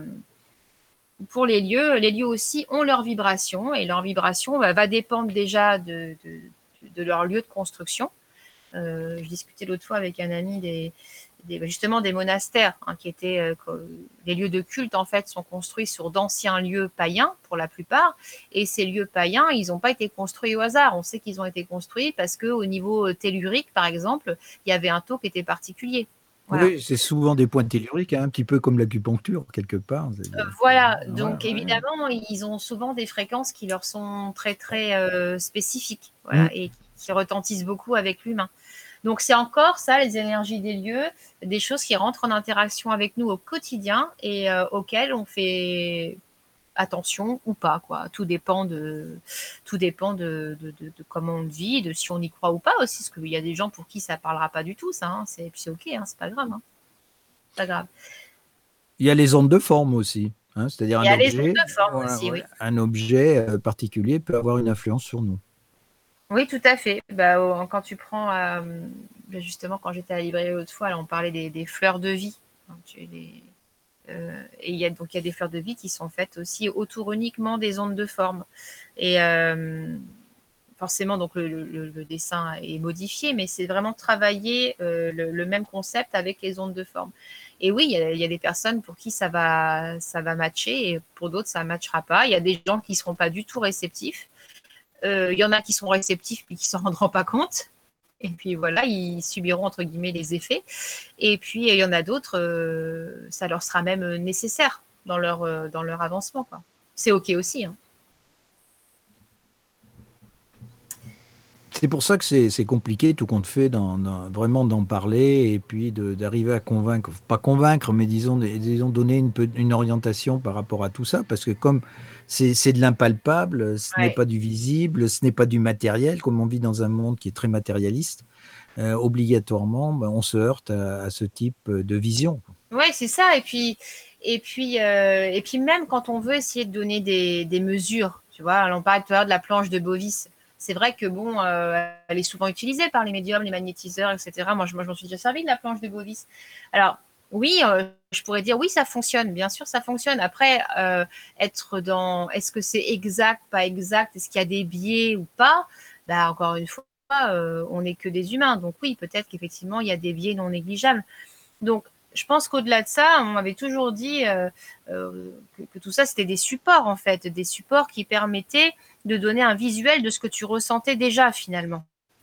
pour les lieux, les lieux aussi ont leur vibration et leur vibration bah, va dépendre déjà de, de, de leur lieu de construction. Euh, je discutais l'autre fois avec un ami des, des justement des monastères hein, qui étaient euh, les lieux de culte en fait sont construits sur d'anciens lieux païens pour la plupart et ces lieux païens ils n'ont pas été construits au hasard. On sait qu'ils ont été construits parce que au niveau tellurique par exemple il y avait un taux qui était particulier. Voilà. Oui, c'est souvent des points telluriques, hein, un petit peu comme l'acupuncture, quelque part. Euh, C'est-à-dire que- voilà, ouais, donc ouais. évidemment, ils ont souvent des fréquences qui leur sont très très euh, spécifiques, Mm. voilà, et qui retentissent beaucoup avec l'humain. Donc c'est encore ça, les énergies des lieux, des choses qui rentrent en interaction avec nous au quotidien et euh, auxquelles on fait attention ou pas, quoi. Tout dépend de, tout dépend de, de, de, de comment on vit, de si on y croit ou pas aussi, parce qu'il y a des gens pour qui ça parlera pas du tout, ça. Hein, c'est, c'est ok, hein, c'est pas grave, hein, c'est pas grave. Il y a les ondes de forme aussi, hein, c'est-à-dire Il y un a les ondes objet, de forme voilà, aussi, ouais, oui. un objet euh, particulier peut avoir une influence sur nous. Oui, tout à fait. Bah, oh, quand tu prends, euh, justement, quand j'étais à la librairie l'autre fois, là, on parlait des, des fleurs de vie. Hein, tu- les- euh, et il y a donc il y a des fleurs de vie qui sont faites aussi autour uniquement des ondes de forme. Et, euh, forcément, donc le, le, le dessin est modifié, mais c'est vraiment travailler euh, le, le même concept avec les ondes de forme. Et oui, il y, a, il y a des personnes pour qui ça va, ça va matcher et pour d'autres, ça ne matchera pas. Il y a des gens qui ne seront pas du tout réceptifs. Euh, il y en a qui sont réceptifs et qui ne s'en rendront pas compte. Et puis voilà, ils subiront entre guillemets les effets. Et puis il y en a d'autres, euh, ça leur sera même nécessaire dans leur, euh, dans leur avancement, quoi. C'est OK aussi, hein. C'est pour ça que c'est c'est compliqué, tout compte fait, d'en- d'en- vraiment d'en parler et puis de- d'arriver à convaincre, pas convaincre, mais disons, des- disons donner une, peu- une orientation par rapport à tout ça, parce que comme c'est c'est de l'impalpable, ce n'est Ouais. pas du visible, ce n'est pas du matériel, comme on vit dans un monde qui est très matérialiste, euh, obligatoirement, ben, on se heurte à, à ce type de vision. Ouais, c'est ça. Et puis, et puis, euh, et puis même quand on veut essayer de donner des, des mesures, tu vois, alors on parlait tout à l'heure de la planche de Bovis. C'est vrai que bon, euh, elle est souvent utilisée par les médiums, les magnétiseurs, et cetera. Moi, je, moi, je m'en suis déjà servi de la planche de Bovis. Alors, oui, euh, je pourrais dire oui, ça fonctionne. Bien sûr, ça fonctionne. Après, euh, être dans, est-ce que c'est exact, pas exact, est-ce qu'il y a des biais ou pas? Bah, encore une fois, euh, on n'est que des humains. Donc oui, peut-être qu'effectivement, il y a des biais non négligeables. Donc, je pense qu'au-delà de ça, on m'avait toujours dit euh, euh, que, que tout ça, c'était des supports, en fait, des supports qui permettaient de donner un visuel de ce que tu ressentais déjà, finalement.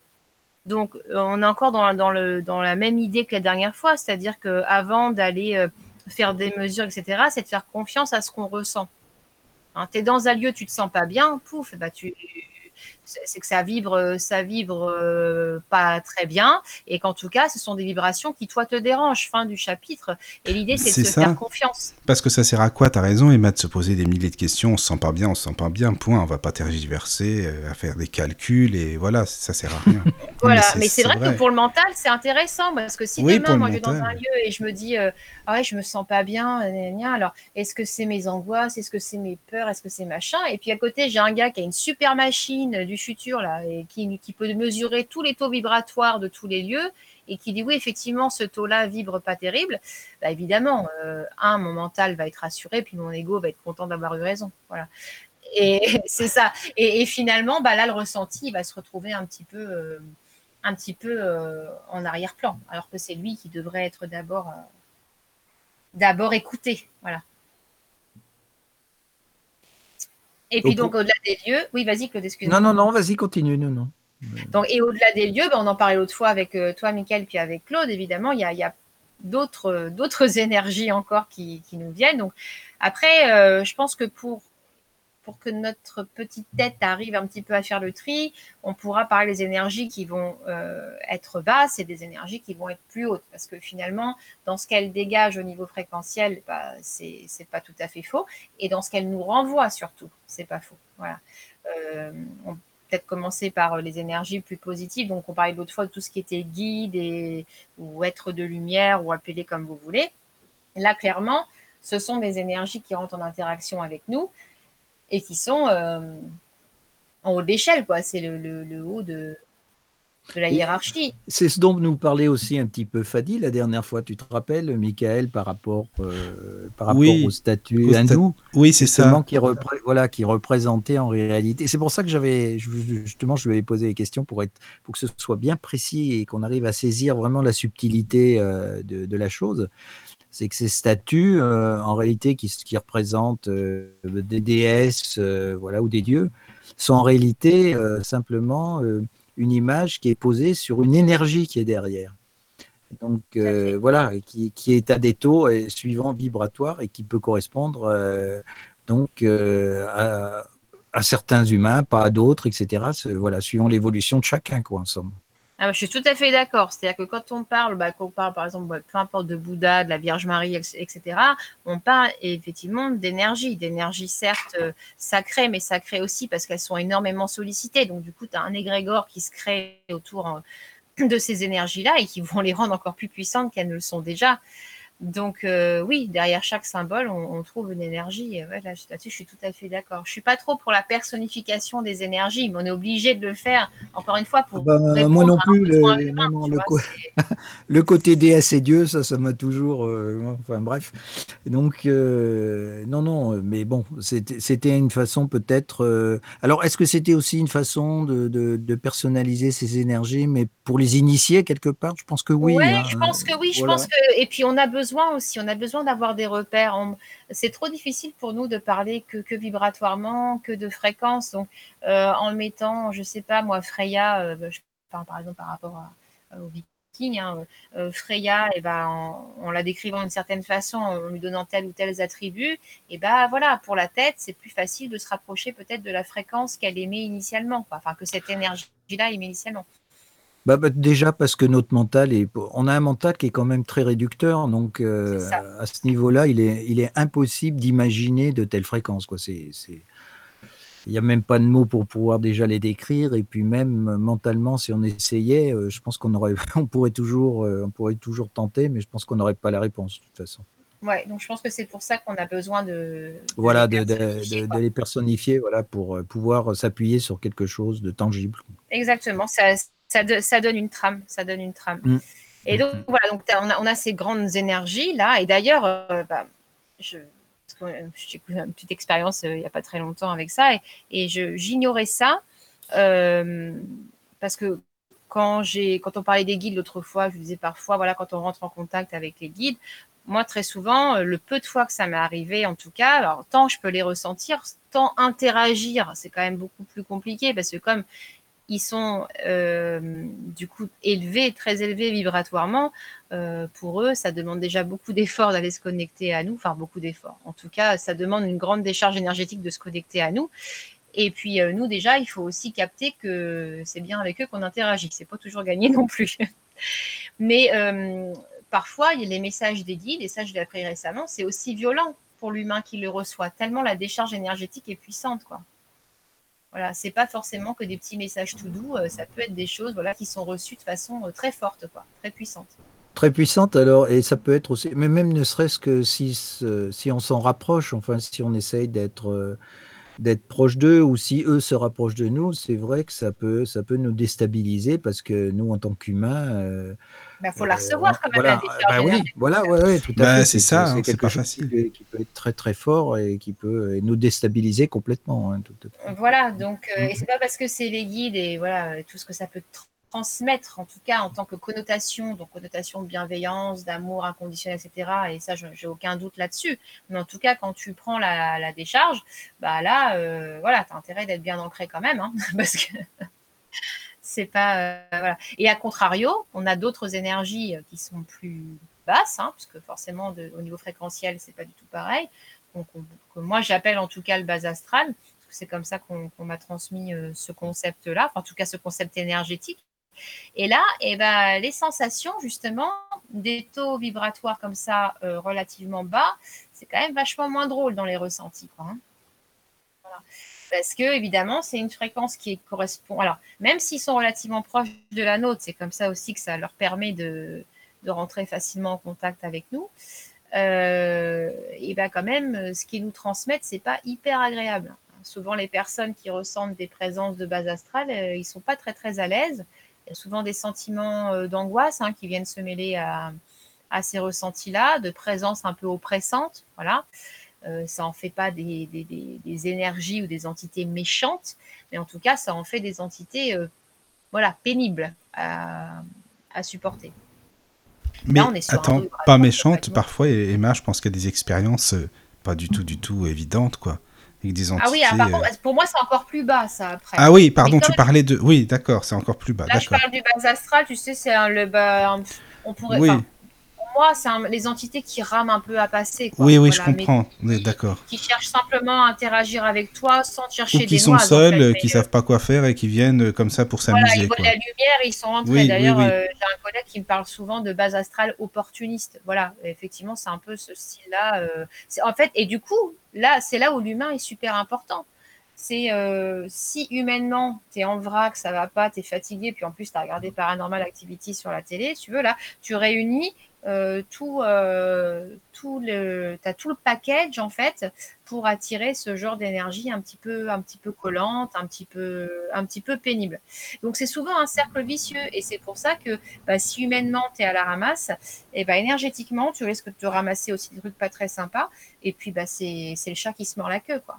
Donc, euh, on est encore dans, dans, le, dans la même idée que la dernière fois, c'est-à-dire qu'avant d'aller euh, faire des mesures, et cetera, c'est de faire confiance à ce qu'on ressent. Hein, tu es dans un lieu, tu te sens pas bien, pouf, bah tu, c'est que ça vibre, ça vibre euh, pas très bien, et qu'en tout cas, ce sont des vibrations qui, toi, te dérangent. Fin du chapitre. Et l'idée, c'est de C'est se faire ça. confiance. Parce que ça sert à quoi? T'as raison, Emma, de se poser des milliers de questions. On se sent pas bien, on se sent pas bien. Point. On va pas tergiverser, euh, à faire des calculs et voilà, ça sert à rien. Non, mais Voilà, c'est mais c'est c'est vrai que vrai. pour le mental, c'est intéressant parce que si Oui, pour demain, le moi, je vais dans un mental. lieu et je me dis, euh, ah ouais, je me sens pas bien, gna, gna, gna, alors est-ce que c'est mes angoisses, est-ce que c'est mes peurs, est-ce que c'est machin? Et puis à côté, j'ai un gars qui a une super machine du futur là et qui, qui peut mesurer tous les taux vibratoires de tous les lieux et qui dit oui, effectivement, ce taux-là vibre pas terrible. Bah, évidemment, euh, un, mon mental va être rassuré, puis mon ego va être content d'avoir eu raison. Voilà. Et c'est ça. Et, et finalement, bah là, le ressenti, il va se retrouver un petit peu. Euh, un petit peu euh, en arrière-plan, alors que c'est lui qui devrait être d'abord euh, d'abord écouté. Voilà. Et puis donc, au-delà des lieux, oui, vas-y, Claude, excuse-moi. Non, non, non, vas-y, continue. Non, non. Donc, et au-delà des lieux, ben, on en parlait l'autre fois avec euh, toi, Mickaël, puis avec Claude, évidemment, il y a, il y a d'autres, d'autres énergies encore qui, qui nous viennent. Donc, après, euh, je pense que pour pour que notre petite tête arrive un petit peu à faire le tri, on pourra parler des énergies qui vont euh, être basses et des énergies qui vont être plus hautes. Parce que finalement, dans ce qu'elles dégagent au niveau fréquentiel, bah, c'est, c'est pas tout à fait faux. Et dans ce qu'elles nous renvoient surtout, c'est pas faux. Voilà. Euh, on peut peut-être commencer par les énergies plus positives. Donc, on parlait l'autre fois de tout ce qui était guide et, ou être de lumière ou appelé comme vous voulez. Là, clairement, ce sont des énergies qui rentrent en interaction avec nous et qui sont euh, en haut de l'échelle, quoi. C'est le, le, le haut de, de la hiérarchie. C'est ce dont nous parlait aussi un petit peu Fadi la dernière fois. Tu te rappelles, Michael, par rapport, euh, par rapport Oui, au statut au sta- hindou, oui, c'est justement, ça. qui, repré- voilà, qui représentait en réalité. C'est pour ça que j'avais, justement, je lui avais posé les questions pour, être, pour que ce soit bien précis et qu'on arrive à saisir vraiment la subtilité euh, de, de la chose. C'est que ces statues, euh, en réalité, qui, qui représentent euh, des déesses, euh, voilà, ou des dieux, sont en réalité euh, simplement euh, une image qui est posée sur une énergie qui est derrière. Donc euh, voilà, qui, qui est à des taux euh, suivants vibratoires et qui peut correspondre euh, donc euh, à, à certains humains, pas à d'autres, et cetera. Voilà, suivant l'évolution de chacun, quoi, en somme. Ah, je suis tout à fait d'accord. C'est-à-dire que quand on parle, bah, quand on parle par exemple, bah, peu importe de Bouddha, de la Vierge Marie, et cetera, on parle effectivement d'énergie, d'énergie certes euh, sacrée, mais sacrée aussi parce qu'elles sont énormément sollicitées. Donc du coup, tu as un égrégore qui se crée autour euh, de ces énergies-là et qui vont les rendre encore plus puissantes qu'elles ne le sont déjà. Donc, euh, oui, derrière chaque symbole, on, on trouve une énergie. Et ouais, là, là-dessus, je suis tout à fait d'accord. Je suis pas trop pour la personnification des énergies, mais on est obligé de le faire, encore une fois, Ah pour ben, moi répondre non à un plus, besoin le, non, humain. non, Tu le, vois, co- c'est... le côté déesse et Dieu, ça, ça m'a toujours. euh, enfin, bref. Donc, euh, non, non, mais bon, c'était c'était une façon peut-être. euh, Alors, est-ce que c'était aussi une façon de, de, de personnaliser ces énergies, mais pour les initier quelque part? Je pense que oui. Ouais, je Hein, pense que oui, je pense voilà. que et puis on a besoin aussi, on a besoin d'avoir des repères. On- C'est trop difficile pour nous de parler que, que vibratoirement, que de fréquence. Donc, euh, en mettant, je sais pas moi, Freya, euh, je parle par exemple par rapport à, aux Vikings, hein, euh, Freya, et ben en, en la décrivant d'une certaine façon, en lui donnant tel ou tel attribut, et ben voilà, pour la tête, c'est plus facile de se rapprocher peut-être de la fréquence qu'elle émet initialement, quoi. Enfin que cette énergie-là émet initialement. Bah, bah, déjà parce que notre mental est, on a un mental qui est quand même très réducteur, donc C'est ça. euh, à ce niveau-là, il est, il est impossible d'imaginer de telles fréquences, quoi. C'est, c'est, il n'y a même pas de mots pour pouvoir déjà les décrire, et puis même euh, mentalement, si on essayait, euh, je pense qu'on aurait, on pourrait toujours, euh, on pourrait toujours tenter, mais je pense qu'on n'aurait pas la réponse de toute façon. Ouais, donc je pense que c'est pour ça qu'on a besoin de, de les Voilà, de, de, personnifier, de, de quoi. les personnifier, voilà, pour euh, pouvoir s'appuyer sur quelque chose de tangible. Exactement, ça, ça, de- ça donne une trame, ça donne une trame. Mm. Et donc Mm. voilà, donc t'as- on a, on a ces grandes énergies là, et d'ailleurs, euh, bah, je, parce que, euh, j'ai eu une petite expérience euh, il n'y a pas très longtemps avec ça, et, et je, j'ignorais ça, euh, parce que quand, j'ai, quand on parlait des guides l'autre fois, je disais parfois, voilà, quand on rentre en contact avec les guides, moi très souvent, euh, le peu de fois que ça m'est arrivé en tout cas, alors tant je peux les ressentir, tant interagir, c'est quand même beaucoup plus compliqué, parce que comme ils sont euh, du coup élevés, très élevés vibratoirement. Euh, pour eux, ça demande déjà beaucoup d'efforts d'aller se connecter à nous, enfin beaucoup d'efforts. En tout cas, ça demande une grande décharge énergétique de se connecter à nous. Et puis euh, nous déjà, il faut aussi capter que c'est bien avec eux qu'on interagit. C'est pas toujours gagné non plus. Mais euh, parfois, il y a les messages des guides, et ça je l'ai appris récemment, c'est aussi violent pour l'humain qui le reçoit, tellement la décharge énergétique est puissante, quoi. Voilà, c'est pas forcément que des petits messages tout doux, euh, ça peut être des choses voilà, qui sont reçues de façon euh, très forte, quoi, très puissante. Très puissante alors, et ça peut être aussi, mais même ne serait-ce que si, ce- si on s'en rapproche, enfin si on essaye d'être euh, d'être proche d'eux ou si eux se rapprochent de nous, c'est vrai que ça peut, ça peut nous déstabiliser parce que nous, en tant qu'humains, euh, Il faut la euh, recevoir on- quand même, la voilà, euh, décharge bah oui, énergétique. voilà, ouais, ouais, tout à Bah, fait. c'est C'est ça, que- hein, c'est c'est quelque pas chose qui facile. peut, qui peut être très très fort et qui peut nous déstabiliser complètement. Hein, tout à fait. Voilà, donc, euh, Mm. et c'est pas parce que c'est les guides et voilà, tout ce que ça peut tr- transmettre, en tout cas en tant que connotation, donc connotation de bienveillance, d'amour inconditionnel, et cetera. Et ça, je- j'ai aucun doute là-dessus. Mais en tout cas, quand tu prends la, la décharge, bah là, euh, voilà, tu as intérêt d'être bien ancré quand même, hein, parce que c'est pas. Euh, voilà. Et à contrario, on a d'autres énergies qui sont plus basses, hein, parce que forcément, de, au niveau fréquentiel, c'est pas du tout pareil. Donc, on, que moi, j'appelle en tout cas le bas astral, parce que c'est comme ça qu'on qu'on m'a transmis euh, ce concept-là, enfin, en tout cas ce concept énergétique. Et là, eh ben, les sensations, justement, des taux vibratoires comme ça, euh, relativement bas, c'est quand même vachement moins drôle dans les ressentis, quoi, hein. Voilà. Parce que, évidemment, c'est une fréquence qui correspond. Alors, même s'ils sont relativement proches de la nôtre, c'est comme ça aussi que ça leur permet de, de rentrer facilement en contact avec nous. Euh, et bien, quand même, ce qu'ils nous transmettent, c'est pas hyper agréable. Souvent, les personnes qui ressentent des présences de base astrale, euh, ils sont pas très très à l'aise. Il y a souvent des sentiments euh, d'angoisse hein, qui viennent se mêler à, à ces ressentis-là, de présence un peu oppressante. Voilà. Euh, ça en fait pas des, des, des, des énergies ou des entités méchantes, mais en tout cas, ça en fait des entités euh, voilà, pénibles à, à supporter. Là, on Mais est sur un attends, taux pas vibratoire méchante, complètement. parfois, et Emma, je pense qu'il y a des expériences euh, pas du tout, du tout évidentes, quoi. Avec des Ah oui, alors, entités. par euh, contre, pour moi, c'est encore plus bas, ça, après. Ah oui, Mais pardon, quand tu même, parlais de. Oui, d'accord, c'est encore plus bas, là, je d'accord. parle du bas astral, tu sais, c'est un, le bas. un- on pourrait. Enfin, Oui, pour moi, c'est un- les entités qui rament un peu à passer, quoi. oui, oui, je Voilà, mais comprends. Oui, qui, d'accord. qui cherchent simplement à interagir avec toi sans te Ou chercher qui des sont noises, en seuls, fait. euh, Mais qui savent pas quoi faire et qui viennent euh, comme ça pour voilà, ils s'amuser, voient la quoi. lumière et ils sont rentrés. Oui, oui, D'ailleurs, oui. euh, j'ai un collègue qui me parle souvent de base astrale opportuniste. Voilà, effectivement, c'est un peu ce style-là. euh, c'est- en fait, et du coup, là, c'est là où l'humain est super important. C'est euh, si humainement, tu es en vrac, ça va pas, tu es fatigué, puis en plus, tu as regardé Paranormal Activity sur la télé, si tu veux, là, tu réunis euh, tout, euh, tout le, t'as tout le package en fait pour attirer ce genre d'énergie un petit peu, un petit peu collante, un petit peu, un petit peu pénible. Donc c'est souvent un cercle vicieux et c'est pour ça que bah, si humainement tu es à la ramasse, et bah, énergétiquement tu risques de te ramasser aussi des trucs pas très sympas et puis bah, c'est, c'est le chat qui se mord la queue quoi.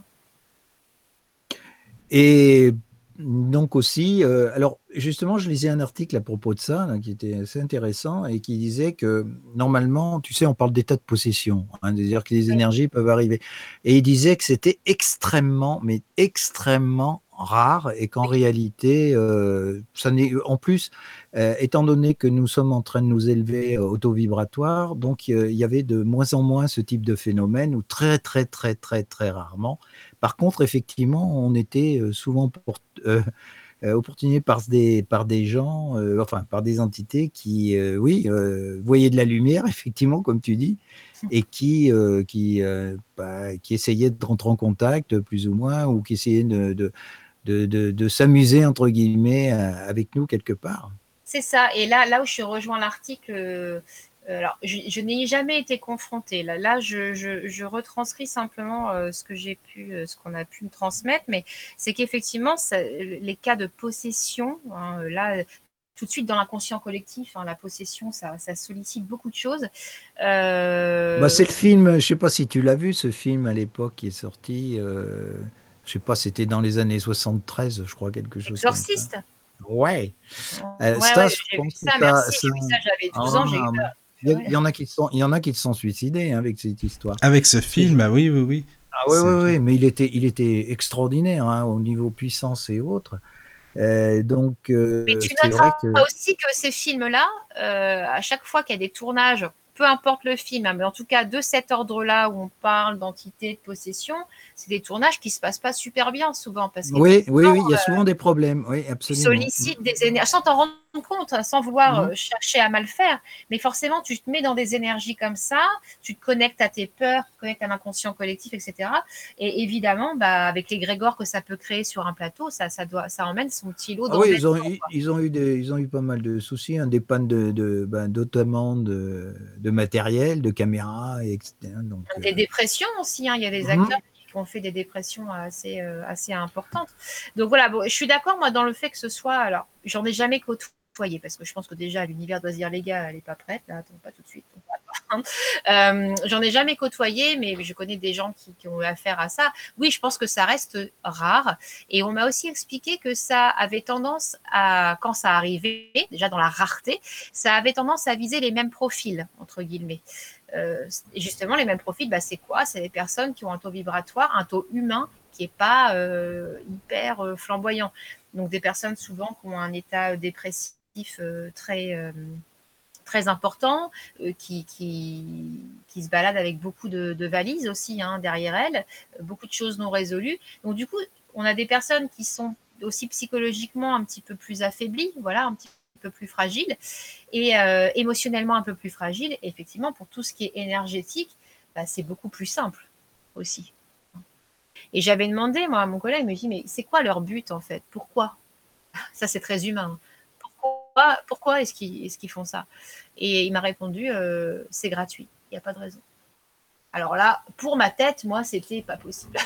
Et donc aussi, euh, alors justement, je lisais un article à propos de ça, là, qui était assez intéressant et qui disait que normalement, tu sais, on parle d'état de possession, hein, c'est-à-dire que les énergies peuvent arriver. Et il disait que c'était extrêmement, mais extrêmement rare et qu'en réalité, euh, ça n'est, en plus, euh, étant donné que nous sommes en train de nous élever euh, auto-vibratoire, donc euh, il y avait de moins en moins ce type de phénomène ou très, très, très, très, très rarement. Par contre, effectivement, on était euh, souvent pour, euh, euh, opportuné par des, par des gens, euh, enfin par des entités qui, euh, oui, euh, voyaient de la lumière, effectivement, comme tu dis, et qui, euh, qui, euh, bah, qui essayaient de rentrer en contact, plus ou moins, ou qui essayaient de, de, de, de, de s'amuser, entre guillemets, euh, avec nous quelque part. C'est ça. Et là, là où je rejoins l'article, euh, alors je, je n'ai jamais été confrontée. Là, là je, je, je retranscris simplement euh, ce que j'ai pu, euh, ce qu'on a pu me transmettre, mais c'est qu'effectivement, ça, les cas de possession, hein, là, tout de suite dans l'inconscient collectif, hein, la possession, ça, ça sollicite beaucoup de choses. Bah, Euh, c'est le film, je sais pas si tu l'as vu, ce film à l'époque qui est sorti, euh, je sais pas, c'était dans les années soixante-treize, je crois, quelque chose comme ça. Exorciste. Ouais. Euh, Ouais, ça, ouais, je j'ai vu pense que ça, ça, merci. ça- J'ai vu ça, j'avais douze ans, j'ai eu ah, peur. il y, a- il y en a qui sont, il y en a qui se sont suicidés, hein, avec cette histoire. Avec ce C'est- film, ah oui, oui, oui. Ah oui, C'est oui, vrai. oui, mais il était, il était extraordinaire, hein, au niveau puissance et autres. Euh, donc, Mais euh, tu c'est vrai noteras que aussi que ces films-là, euh, à chaque fois qu'il y a des tournages, peu importe le film, hein, mais en tout cas de cet ordre-là où on parle d'entité, de possession, c'est des tournages qui se passent pas super bien souvent parce oui, oui, qu'effectivement, oui, il y a souvent des problèmes, oui, tu absolument. sollicites des énergies sans t'en rendre compte, hein, sans vouloir Mhm. euh, chercher à mal faire, mais forcément tu te mets dans des énergies comme ça, tu te connectes à tes peurs, tu te connectes à l'inconscient collectif, et cetera. Et évidemment, bah, avec les grégores que ça peut créer sur un plateau, ça, ça, doit, ça emmène son petit lot Ah oui, d'embêtements. ils ont, eu- ils ont eu des, ils ont eu pas mal de soucis, hein, des pannes de, de, ben, notamment de, de matériel, de caméras, et cetera. Donc, Des euh, dépressions aussi, hein. Il y a des acteurs mhm. qui ont fait des dépressions assez, euh, assez importantes. Donc voilà, bon, je suis d'accord, moi, dans le fait que ce soit. Alors, j'en ai jamais côtoyé, parce que je pense que déjà, l'univers d'Oisir les gars, elle n'est pas prête, là, attends, pas tout de suite. Euh, j'en ai jamais côtoyé, mais je connais des gens qui, qui ont eu affaire à ça. Oui, je pense que ça reste rare. Et on m'a aussi expliqué que ça avait tendance à, quand ça arrivait, déjà dans la rareté, ça avait tendance à viser les mêmes profils, entre guillemets. Euh, et justement, les mêmes profils, bah, c'est quoi? C'est des personnes qui ont un taux vibratoire, un taux humain qui n'est pas euh, hyper euh, flamboyant. Donc des personnes souvent qui ont un état dépressif euh, très, euh, très important, euh, qui, qui, qui se baladent avec beaucoup de, de valises aussi hein, derrière elles, beaucoup de choses non résolues. Donc du coup, on a des personnes qui sont aussi psychologiquement un petit peu plus affaiblies, voilà, un petit peu plus fragiles, et euh, émotionnellement un peu plus fragiles. Et effectivement, pour tout ce qui est énergétique, bah, c'est beaucoup plus simple aussi. Et j'avais demandé, moi, à mon collègue, il me dit, mais c'est quoi leur but en fait? Pourquoi? Ça, c'est très humain. Pourquoi, pourquoi est-ce qu'ils, est-ce qu'ils font ça? Et il m'a répondu, euh, c'est gratuit, il n'y a pas de raison. Alors là, pour ma tête, moi, c'était pas possible.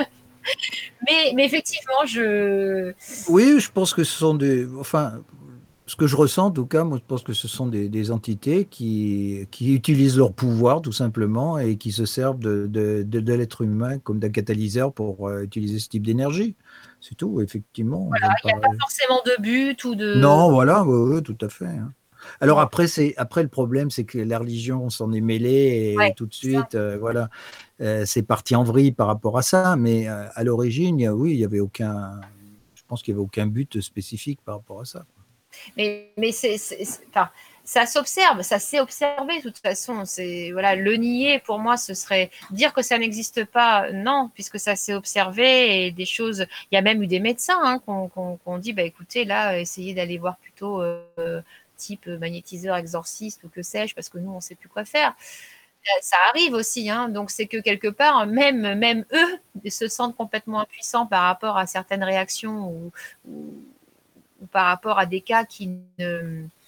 mais, mais effectivement, je. Oui, je pense que ce sont des, enfin, ce que je ressens, en tout cas, moi, je pense que ce sont des, des entités qui, qui utilisent leur pouvoir, tout simplement, et qui se servent de, de, de, de l'être humain comme d'un catalyseur pour euh, utiliser ce type d'énergie. C'est tout, effectivement, Voilà, ça me il n'y a pas paraît. forcément de but ou de. Non, voilà, oui, oui, tout à fait, hein. Alors Bon, après, c'est après le problème, c'est que la religion s'en est mêlée et ouais, tout de ça. suite, euh, voilà, euh, c'est parti en vrille par rapport à ça. Mais euh, à l'origine, il y a- oui, il y avait aucun, je pense qu'il y avait aucun but spécifique par rapport à ça. Mais, mais c'est, c'est, c'est- enfin, ça s'observe, ça s'est observé de toute façon. C'est, voilà, le nier, pour moi, ce serait dire que ça n'existe pas. Non, puisque ça s'est observé et des choses. Il y a même eu des médecins hein, qu'on, qu'on, qu'on dit, bah, écoutez, là, essayez d'aller voir plutôt euh, type magnétiseur, exorciste ou que sais-je, parce que nous, on ne sait plus quoi faire. Ça arrive aussi, hein. Donc c'est que quelque part, même, même eux se sentent complètement impuissants par rapport à certaines réactions ou, ou, ou par rapport à des cas qui ne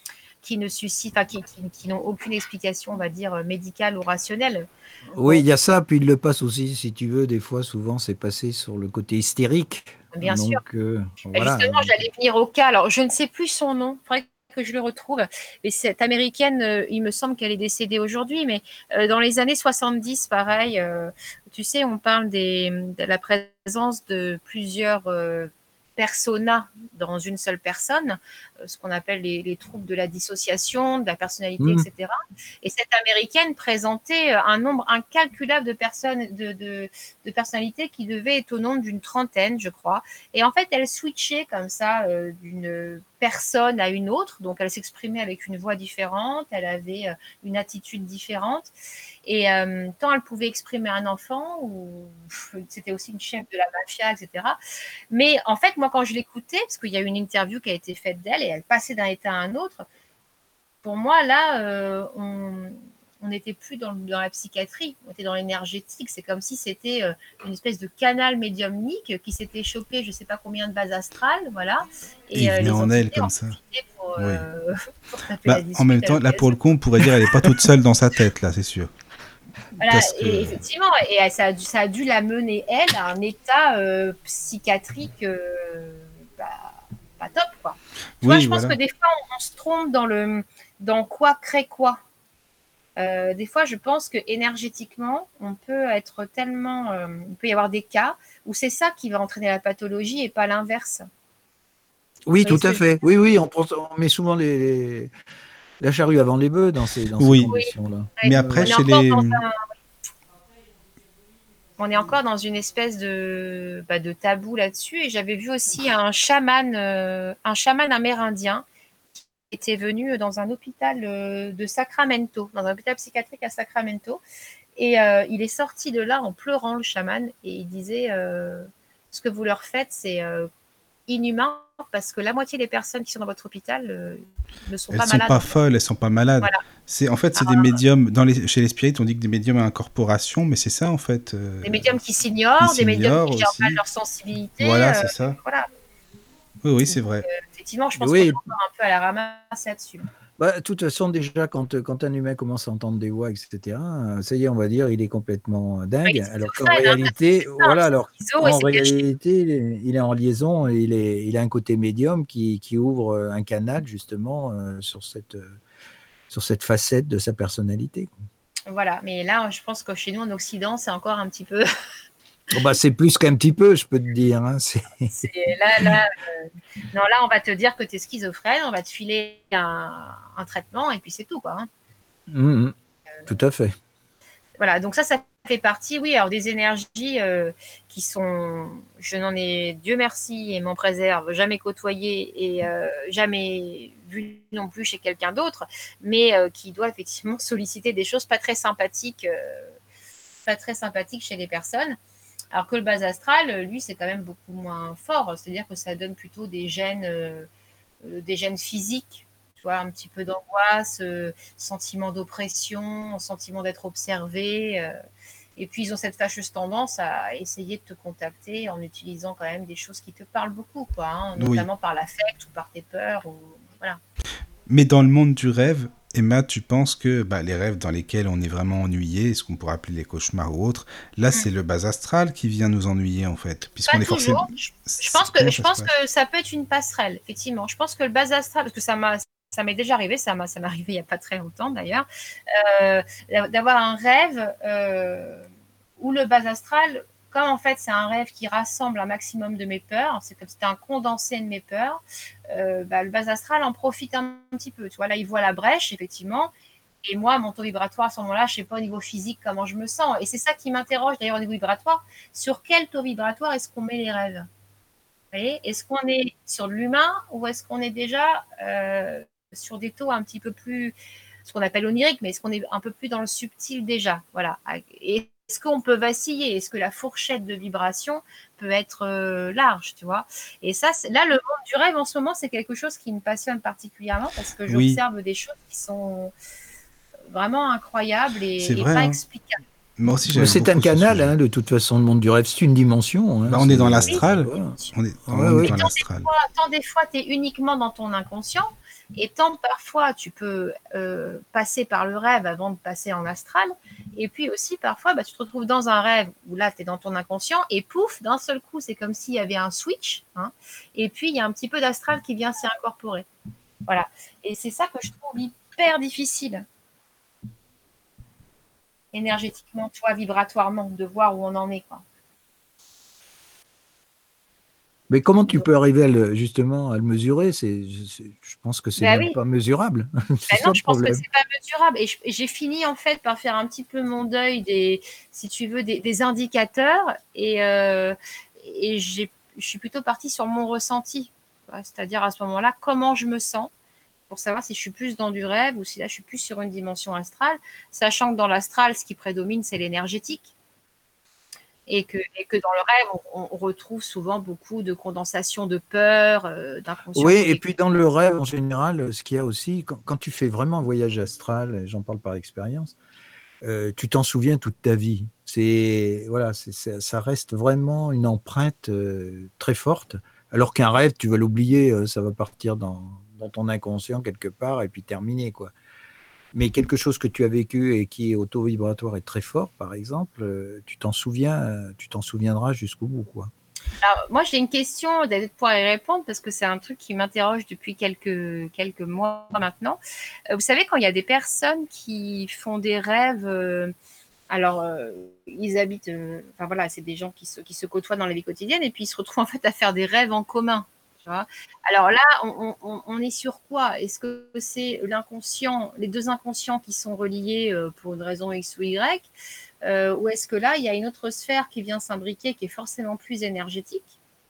qui ne suscitent, enfin, qui, qui, qui n'ont aucune explication, on va dire, médicale ou rationnelle. Oui, Bon, il y a ça, puis il le passe aussi, si tu veux, des fois, souvent, c'est passé sur le côté hystérique. bien sûr. Donc, euh, Ben, voilà. justement, j'allais venir au cas. Alors, je ne sais plus son nom. Il faudrait que je le retrouve. Mais cette américaine, euh, il me semble qu'elle est décédée aujourd'hui. Mais euh, dans les années soixante-dix, pareil, euh, tu sais, on parle des, de la présence de plusieurs euh, personas dans une seule personne, euh, ce qu'on appelle les, les troubles de la dissociation, de la personnalité, Hmm. et cetera. Et cette américaine présentait un nombre incalculable de personnes, de, de, de personnalités qui devaient être au nombre d'une trentaine, je crois. Et en fait, elle switchait comme ça euh, d'une personne à une autre. Donc, elle s'exprimait avec une voix différente, elle avait euh, une attitude différente. Et euh, tant elle pouvait exprimer un enfant, ou c'était aussi une chef de la mafia, et cetera. Mais en fait, moi, quand je l'écoutais, parce qu'il y a eu une interview qui a été faite d'elle et elle passait d'un état à un autre, pour moi, là, euh, on on n'était plus dans, dans la psychiatrie, on était dans l'énergétique. C'est comme si c'était euh, une espèce de canal médiumnique qui s'était chopé, je ne sais pas combien de bases astrales, voilà. Et Et il euh, venait les en elle entités en comme ça. profitaient pour, Oui. euh, pour taper la Bah, en discute même à temps, là pour l'occasion. le coup, on pourrait dire elle n'est pas toute seule dans sa tête, là, c'est sûr. Voilà, Parce que et effectivement, et ça a dû, ça a dû la mener, elle, à un état euh, psychiatrique euh, bah, pas top, quoi. Tu vois, oui, je pense voilà. que des fois, on, on se trompe dans le dans quoi crée quoi. Euh, des fois, je pense que énergétiquement, on peut être tellement, euh, il peut y avoir des cas où c'est ça qui va entraîner la pathologie et pas l'inverse. Vous Oui, voyez tout ce que à je veux dire? fait. Oui, oui, on, pense- on met souvent les, les- la charrue avant les bœufs dans ces, dans ces Oui. Oui, conditions-là. ouais. Mais Ouais, après, On est ouais. chez encore les... dans un, on est encore dans une espèce de, bah, de tabou là-dessus. Et j'avais vu aussi un chaman, euh, un chaman amérindien qui était venu dans un hôpital euh, de Sacramento, dans un hôpital psychiatrique à Sacramento. Et euh, il est sorti de là en pleurant, le chaman, et il disait euh, ce que vous leur faites, c'est euh, inhumain, parce que la moitié des personnes qui sont dans votre hôpital euh, ne sont Elles pas sont malades. pas En fait. folles, elles sont pas malades. Voilà. C'est en fait c'est Alors, des médiums dans les chez les spirites on dit que des médiums à incorporation, mais c'est ça en fait. euh, des médiums qui Ils s'ignorent, des médiums s'ignorent qui gèrent mal aussi. leur sensibilité. Voilà, euh, c'est ça. voilà. Oui, oui, c'est Donc, vrai. euh, effectivement, je pense qu'on est Oui, encore un peu à la ramasse là-dessus. bah, de toute façon, déjà, quand, quand un humain commence à entendre des voix, et cetera, ça y est, on va dire, il est complètement Enfin, dingue. il est Alors qu'en schizophrène, hein, parce que réalité, c'est ça, voilà, hein, alors c'est schizo et en c'est caché. réalité, il est, il est en liaison, et il, est, il a un côté médium qui, qui ouvre un canal justement euh, sur, cette, euh, sur cette facette de sa personnalité. Voilà, mais là, je pense que chez nous, en Occident, c'est encore un petit peu. Bon, bah, c'est plus qu'un petit peu, je peux te dire. Hein, c'est... C'est là, là, euh, non, là, on va te dire que tu es schizophrène, on va te filer un, un traitement et puis c'est tout, quoi. Hein. Mmh, tout à fait. Voilà, donc ça, ça fait partie, oui, alors des énergies euh, qui sont, je n'en ai, Dieu merci et m'en préserve, jamais côtoyé et euh, jamais vu non plus chez quelqu'un d'autre, mais euh, qui doit effectivement solliciter des choses pas très sympathiques, euh, pas très sympathiques chez les personnes. Alors que le bas astral, lui, c'est quand même beaucoup moins fort. C'est-à-dire que ça donne plutôt des gènes, euh, des gènes physiques, tu vois, un petit peu d'angoisse, euh, sentiment d'oppression, sentiment d'être observé. Euh, et puis, ils ont cette fâcheuse tendance à essayer de te contacter en utilisant quand même des choses qui te parlent beaucoup, quoi, hein, notamment Oui. par l'affect ou par tes peurs. Ou, voilà. Mais dans le monde du rêve, Emma, tu penses que bah, les rêves dans lesquels on est vraiment ennuyé, ce qu'on pourrait appeler les cauchemars ou autres, là, c'est le bas astral qui vient nous ennuyer, en fait. Puisqu'on Pas est forcément... toujours. Je, je pense, que, Comment je ça pense se passe que ça peut être une passerelle, effectivement. Je pense que le bas astral, parce que ça m'a, ça m'est déjà arrivé, ça m'a, ça m'est arrivé il n'y a pas très longtemps d'ailleurs, euh, d'avoir un rêve euh, où le bas astral, comme en fait c'est un rêve qui rassemble un maximum de mes peurs, c'est comme si c'était un condensé de mes peurs, euh, bah, le bas astral en profite un, un petit peu. Tu vois, là, il voit la brèche, effectivement. Et moi, mon taux vibratoire à ce moment-là, je ne sais pas au niveau physique comment je me sens. Et c'est ça qui m'interroge d'ailleurs au niveau vibratoire. Sur quel taux vibratoire est-ce qu'on met les rêves ? Vous voyez ? Est-ce qu'on est sur de l'humain ou est-ce qu'on est déjà euh, sur des taux un petit peu plus, ce qu'on appelle onirique, mais est-ce qu'on est un peu plus dans le subtil déjà ? Voilà. Et est-ce qu'on peut vaciller ? Est-ce que la fourchette de vibration peut être euh, large, tu vois ? Et ça, c'est, là, le monde du rêve en ce moment, c'est quelque chose qui me passionne particulièrement parce que Oui. j'observe des choses qui sont vraiment incroyable et, C'est et vrai, pas hein. explicable. Moi aussi, Mais j'aime c'est un beaucoup ce canal, sujet. hein, de toute façon, le monde du rêve, c'est une dimension. Hein, Bah, on est c'est, dans Oui, l'astral. voilà. On est, Ouais, on est ouais. dans et tant des l'astral. fois, tant des fois, tu es uniquement dans ton inconscient, et tant parfois tu peux euh, passer par le rêve avant de passer en astral, et puis aussi parfois bah, tu te retrouves dans un rêve où là tu es dans ton inconscient, et pouf, d'un seul coup, c'est comme s'il y avait un switch, hein, et puis il y a un petit peu d'astral qui vient s'y incorporer. Voilà. Et c'est ça que je trouve hyper difficile, énergétiquement, tu vois, vibratoirement, de voir où on en est, quoi. Mais comment tu Donc, peux arriver à le, justement à le mesurer? C'est, c'est- je pense que c'est bah même oui, pas mesurable. C'est ben ça non, le je pense que problème. c'est pas mesurable. Et je- et j'ai fini en fait par faire un petit peu mon deuil des, si tu veux, des, des indicateurs. Et, euh, et j'ai, je suis plutôt partie sur mon ressenti. Ouais, c'est-à-dire à ce moment-là, comment je me sens pour savoir si je suis plus dans du rêve ou si là je suis plus sur une dimension astrale, sachant que dans l'astral, ce qui prédomine, c'est l'énergétique. Et que, et que dans le rêve, on, on retrouve souvent beaucoup de condensation de peur, euh, d'inconscient Oui, et collectif. puis dans le rêve, en général, ce qu'il y a aussi, quand, quand tu fais vraiment un voyage astral, et j'en parle par expérience, euh, tu t'en souviens toute ta vie. C'est, voilà, c'est, c'est- ça reste vraiment une empreinte euh, très forte. Alors qu'un rêve, tu vas l'oublier, euh, ça va partir dans, dans ton inconscient quelque part et puis terminer, quoi. Mais quelque chose que tu as vécu et qui est auto-vibratoire et très fort, par exemple, euh, tu t'en souviens, euh, tu t'en souviendras jusqu'au bout, quoi. Alors, moi, j'ai une question, vous allez pouvoir y répondre parce que c'est un truc qui m'interroge depuis quelques, quelques mois maintenant. Euh, vous savez, quand il y a des personnes qui font des rêves, euh, alors euh, ils habitent, euh, enfin voilà, c'est des gens qui se, qui se côtoient dans la vie quotidienne et puis ils se retrouvent en fait à faire des rêves en commun. Tu vois. Alors là, on, on, on est sur quoi? Est-ce que c'est l'inconscient, les deux inconscients qui sont reliés euh, pour une raison X ou Y? Euh, ou est-ce que là, il y a une autre sphère qui vient s'imbriquer qui est forcément plus énergétique?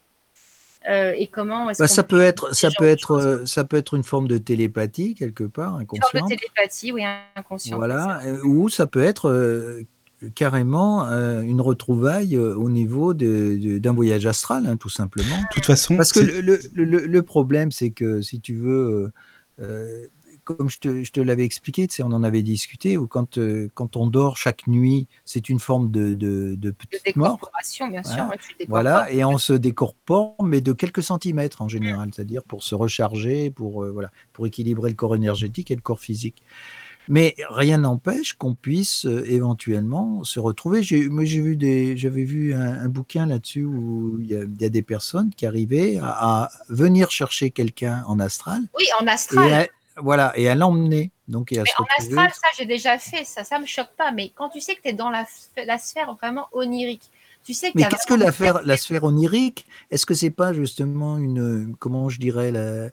Euh, et comment est-ce Bah, qu'on ça peut peut être, ce ça genre peut de être, choses? euh, ça peut être une forme de télépathie quelque part, Une forme de inconsciente. télépathie, oui, inconsciente, oui, c'est Voilà, vrai. euh, ou ça peut être euh, carrément euh, une retrouvaille euh, au niveau de- de- d'un voyage astral, hein, tout simplement. De toute façon, Parce que c'est le, le- le- le problème, c'est que si tu veux, euh, euh, comme je te, je te l'avais expliqué, tu sais, on en avait discuté, ou quand, euh, quand on dort chaque nuit, c'est une forme de, de, de De petite mort. décorporation, bien sûr, Hein, ouais, tu te décorpores. voilà, et on se décorpore, mais de quelques centimètres en général, c'est-à-dire pour se recharger, pour, euh, voilà, pour équilibrer le corps énergétique et le corps physique. Mais rien n'empêche qu'on puisse euh, éventuellement se retrouver. J'ai, moi, j'ai vu des, j'avais vu un, un bouquin là-dessus où il y, a, il y a des personnes qui arrivaient à, à venir chercher quelqu'un en astral Oui, en et astral. à, voilà, et à l'emmener, donc et à Mais se en astral, retrouver. ça, j'ai déjà fait. Ça, ça me choque pas. Mais quand tu sais que tu es dans la, la sphère vraiment onirique, tu sais qu'il y Mais a qu'est-ce que vraiment la, des faire- la sphère onirique? Est-ce que c'est pas justement une, comment je dirais, la-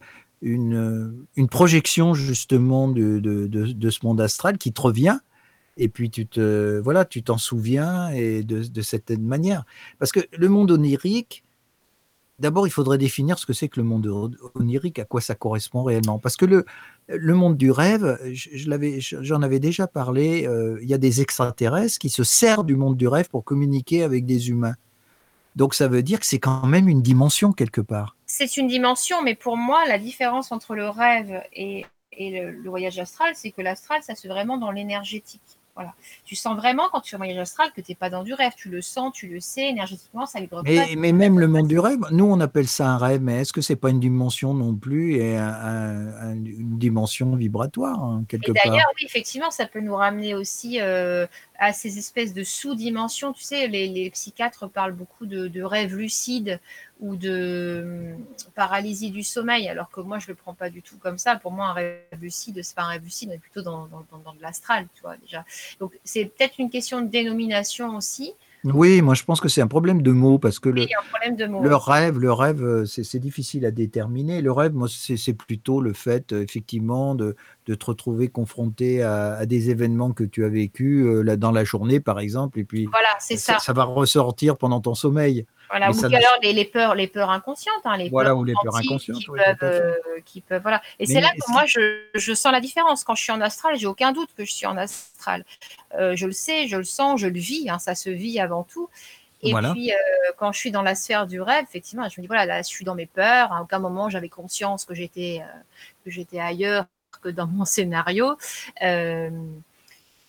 une, une projection justement de, de, de, de ce monde astral qui te revient? Et puis tu te, voilà, tu t'en souviens et de, de cette manière. Parce que le monde onirique, d'abord, il faudrait définir ce que c'est que le monde onirique, à quoi ça correspond réellement. Parce que le, le monde du rêve, je, je l'avais, j'en avais déjà parlé, euh, il y a des extraterrestres qui se servent du monde du rêve pour communiquer avec des humains. Donc ça veut dire que c'est quand même une dimension quelque part. C'est une dimension, mais pour moi, la différence entre le rêve et, et le, le voyage astral, c'est que l'astral, ça se fait vraiment dans l'énergétique. Voilà. Tu sens vraiment quand tu fais un voyage astral que tu n'es pas dans du rêve. Tu le sens, tu le sais, énergétiquement, ça vibre pas. Mais, mais même le monde du rêve, nous on appelle ça un rêve, mais est-ce que c'est pas une dimension non plus et un- un- un- une dimension vibratoire hein, Et quelque part? d'ailleurs, oui, effectivement, ça peut nous ramener aussi euh, à ces espèces de sous-dimensions. Tu sais, les, les psychiatres parlent beaucoup de, de rêves lucides ou de hum, paralysie du sommeil, alors que moi, je ne le prends pas du tout comme ça. Pour moi, un rêve lucide, c'est pas un rêve lucide, mais plutôt dans, dans, dans, dans de l'astral, tu vois, déjà. Donc, c'est peut-être une question de dénomination aussi. Oui, moi je pense que c'est un problème de mots parce que Oui, le, il y a un problème de mots, le oui. rêve, le rêve, euh, c'est c'est difficile à déterminer. Le rêve, moi, c'est c'est plutôt le fait, euh, effectivement, de, de te retrouver confronté à, à des événements que tu as vécus euh, là, dans la journée, par exemple, et puis Voilà, c'est euh, ça, ça. ça va ressortir pendant ton sommeil. Voilà, Mais ou ça, puis ne- alors les, les peurs, les peurs inconscientes, hein, les peurs voilà, ou les peurs ressenties inconscientes, qui oui, peuvent, tout à fait. euh, qui peuvent, voilà. Et c'est là Mais que ce moi qui, je, je sens la différence. Quand je suis en astral, j'ai aucun doute que je suis en astral. Euh, je le sais, je le sens, je le vis. Hein, ça se vit avant tout. Et voilà. puis euh, quand je suis dans la sphère du rêve, effectivement, je me dis voilà, là, je suis dans mes peurs. À aucun moment j'avais conscience que j'étais euh, que j'étais ailleurs que dans mon scénario. Euh,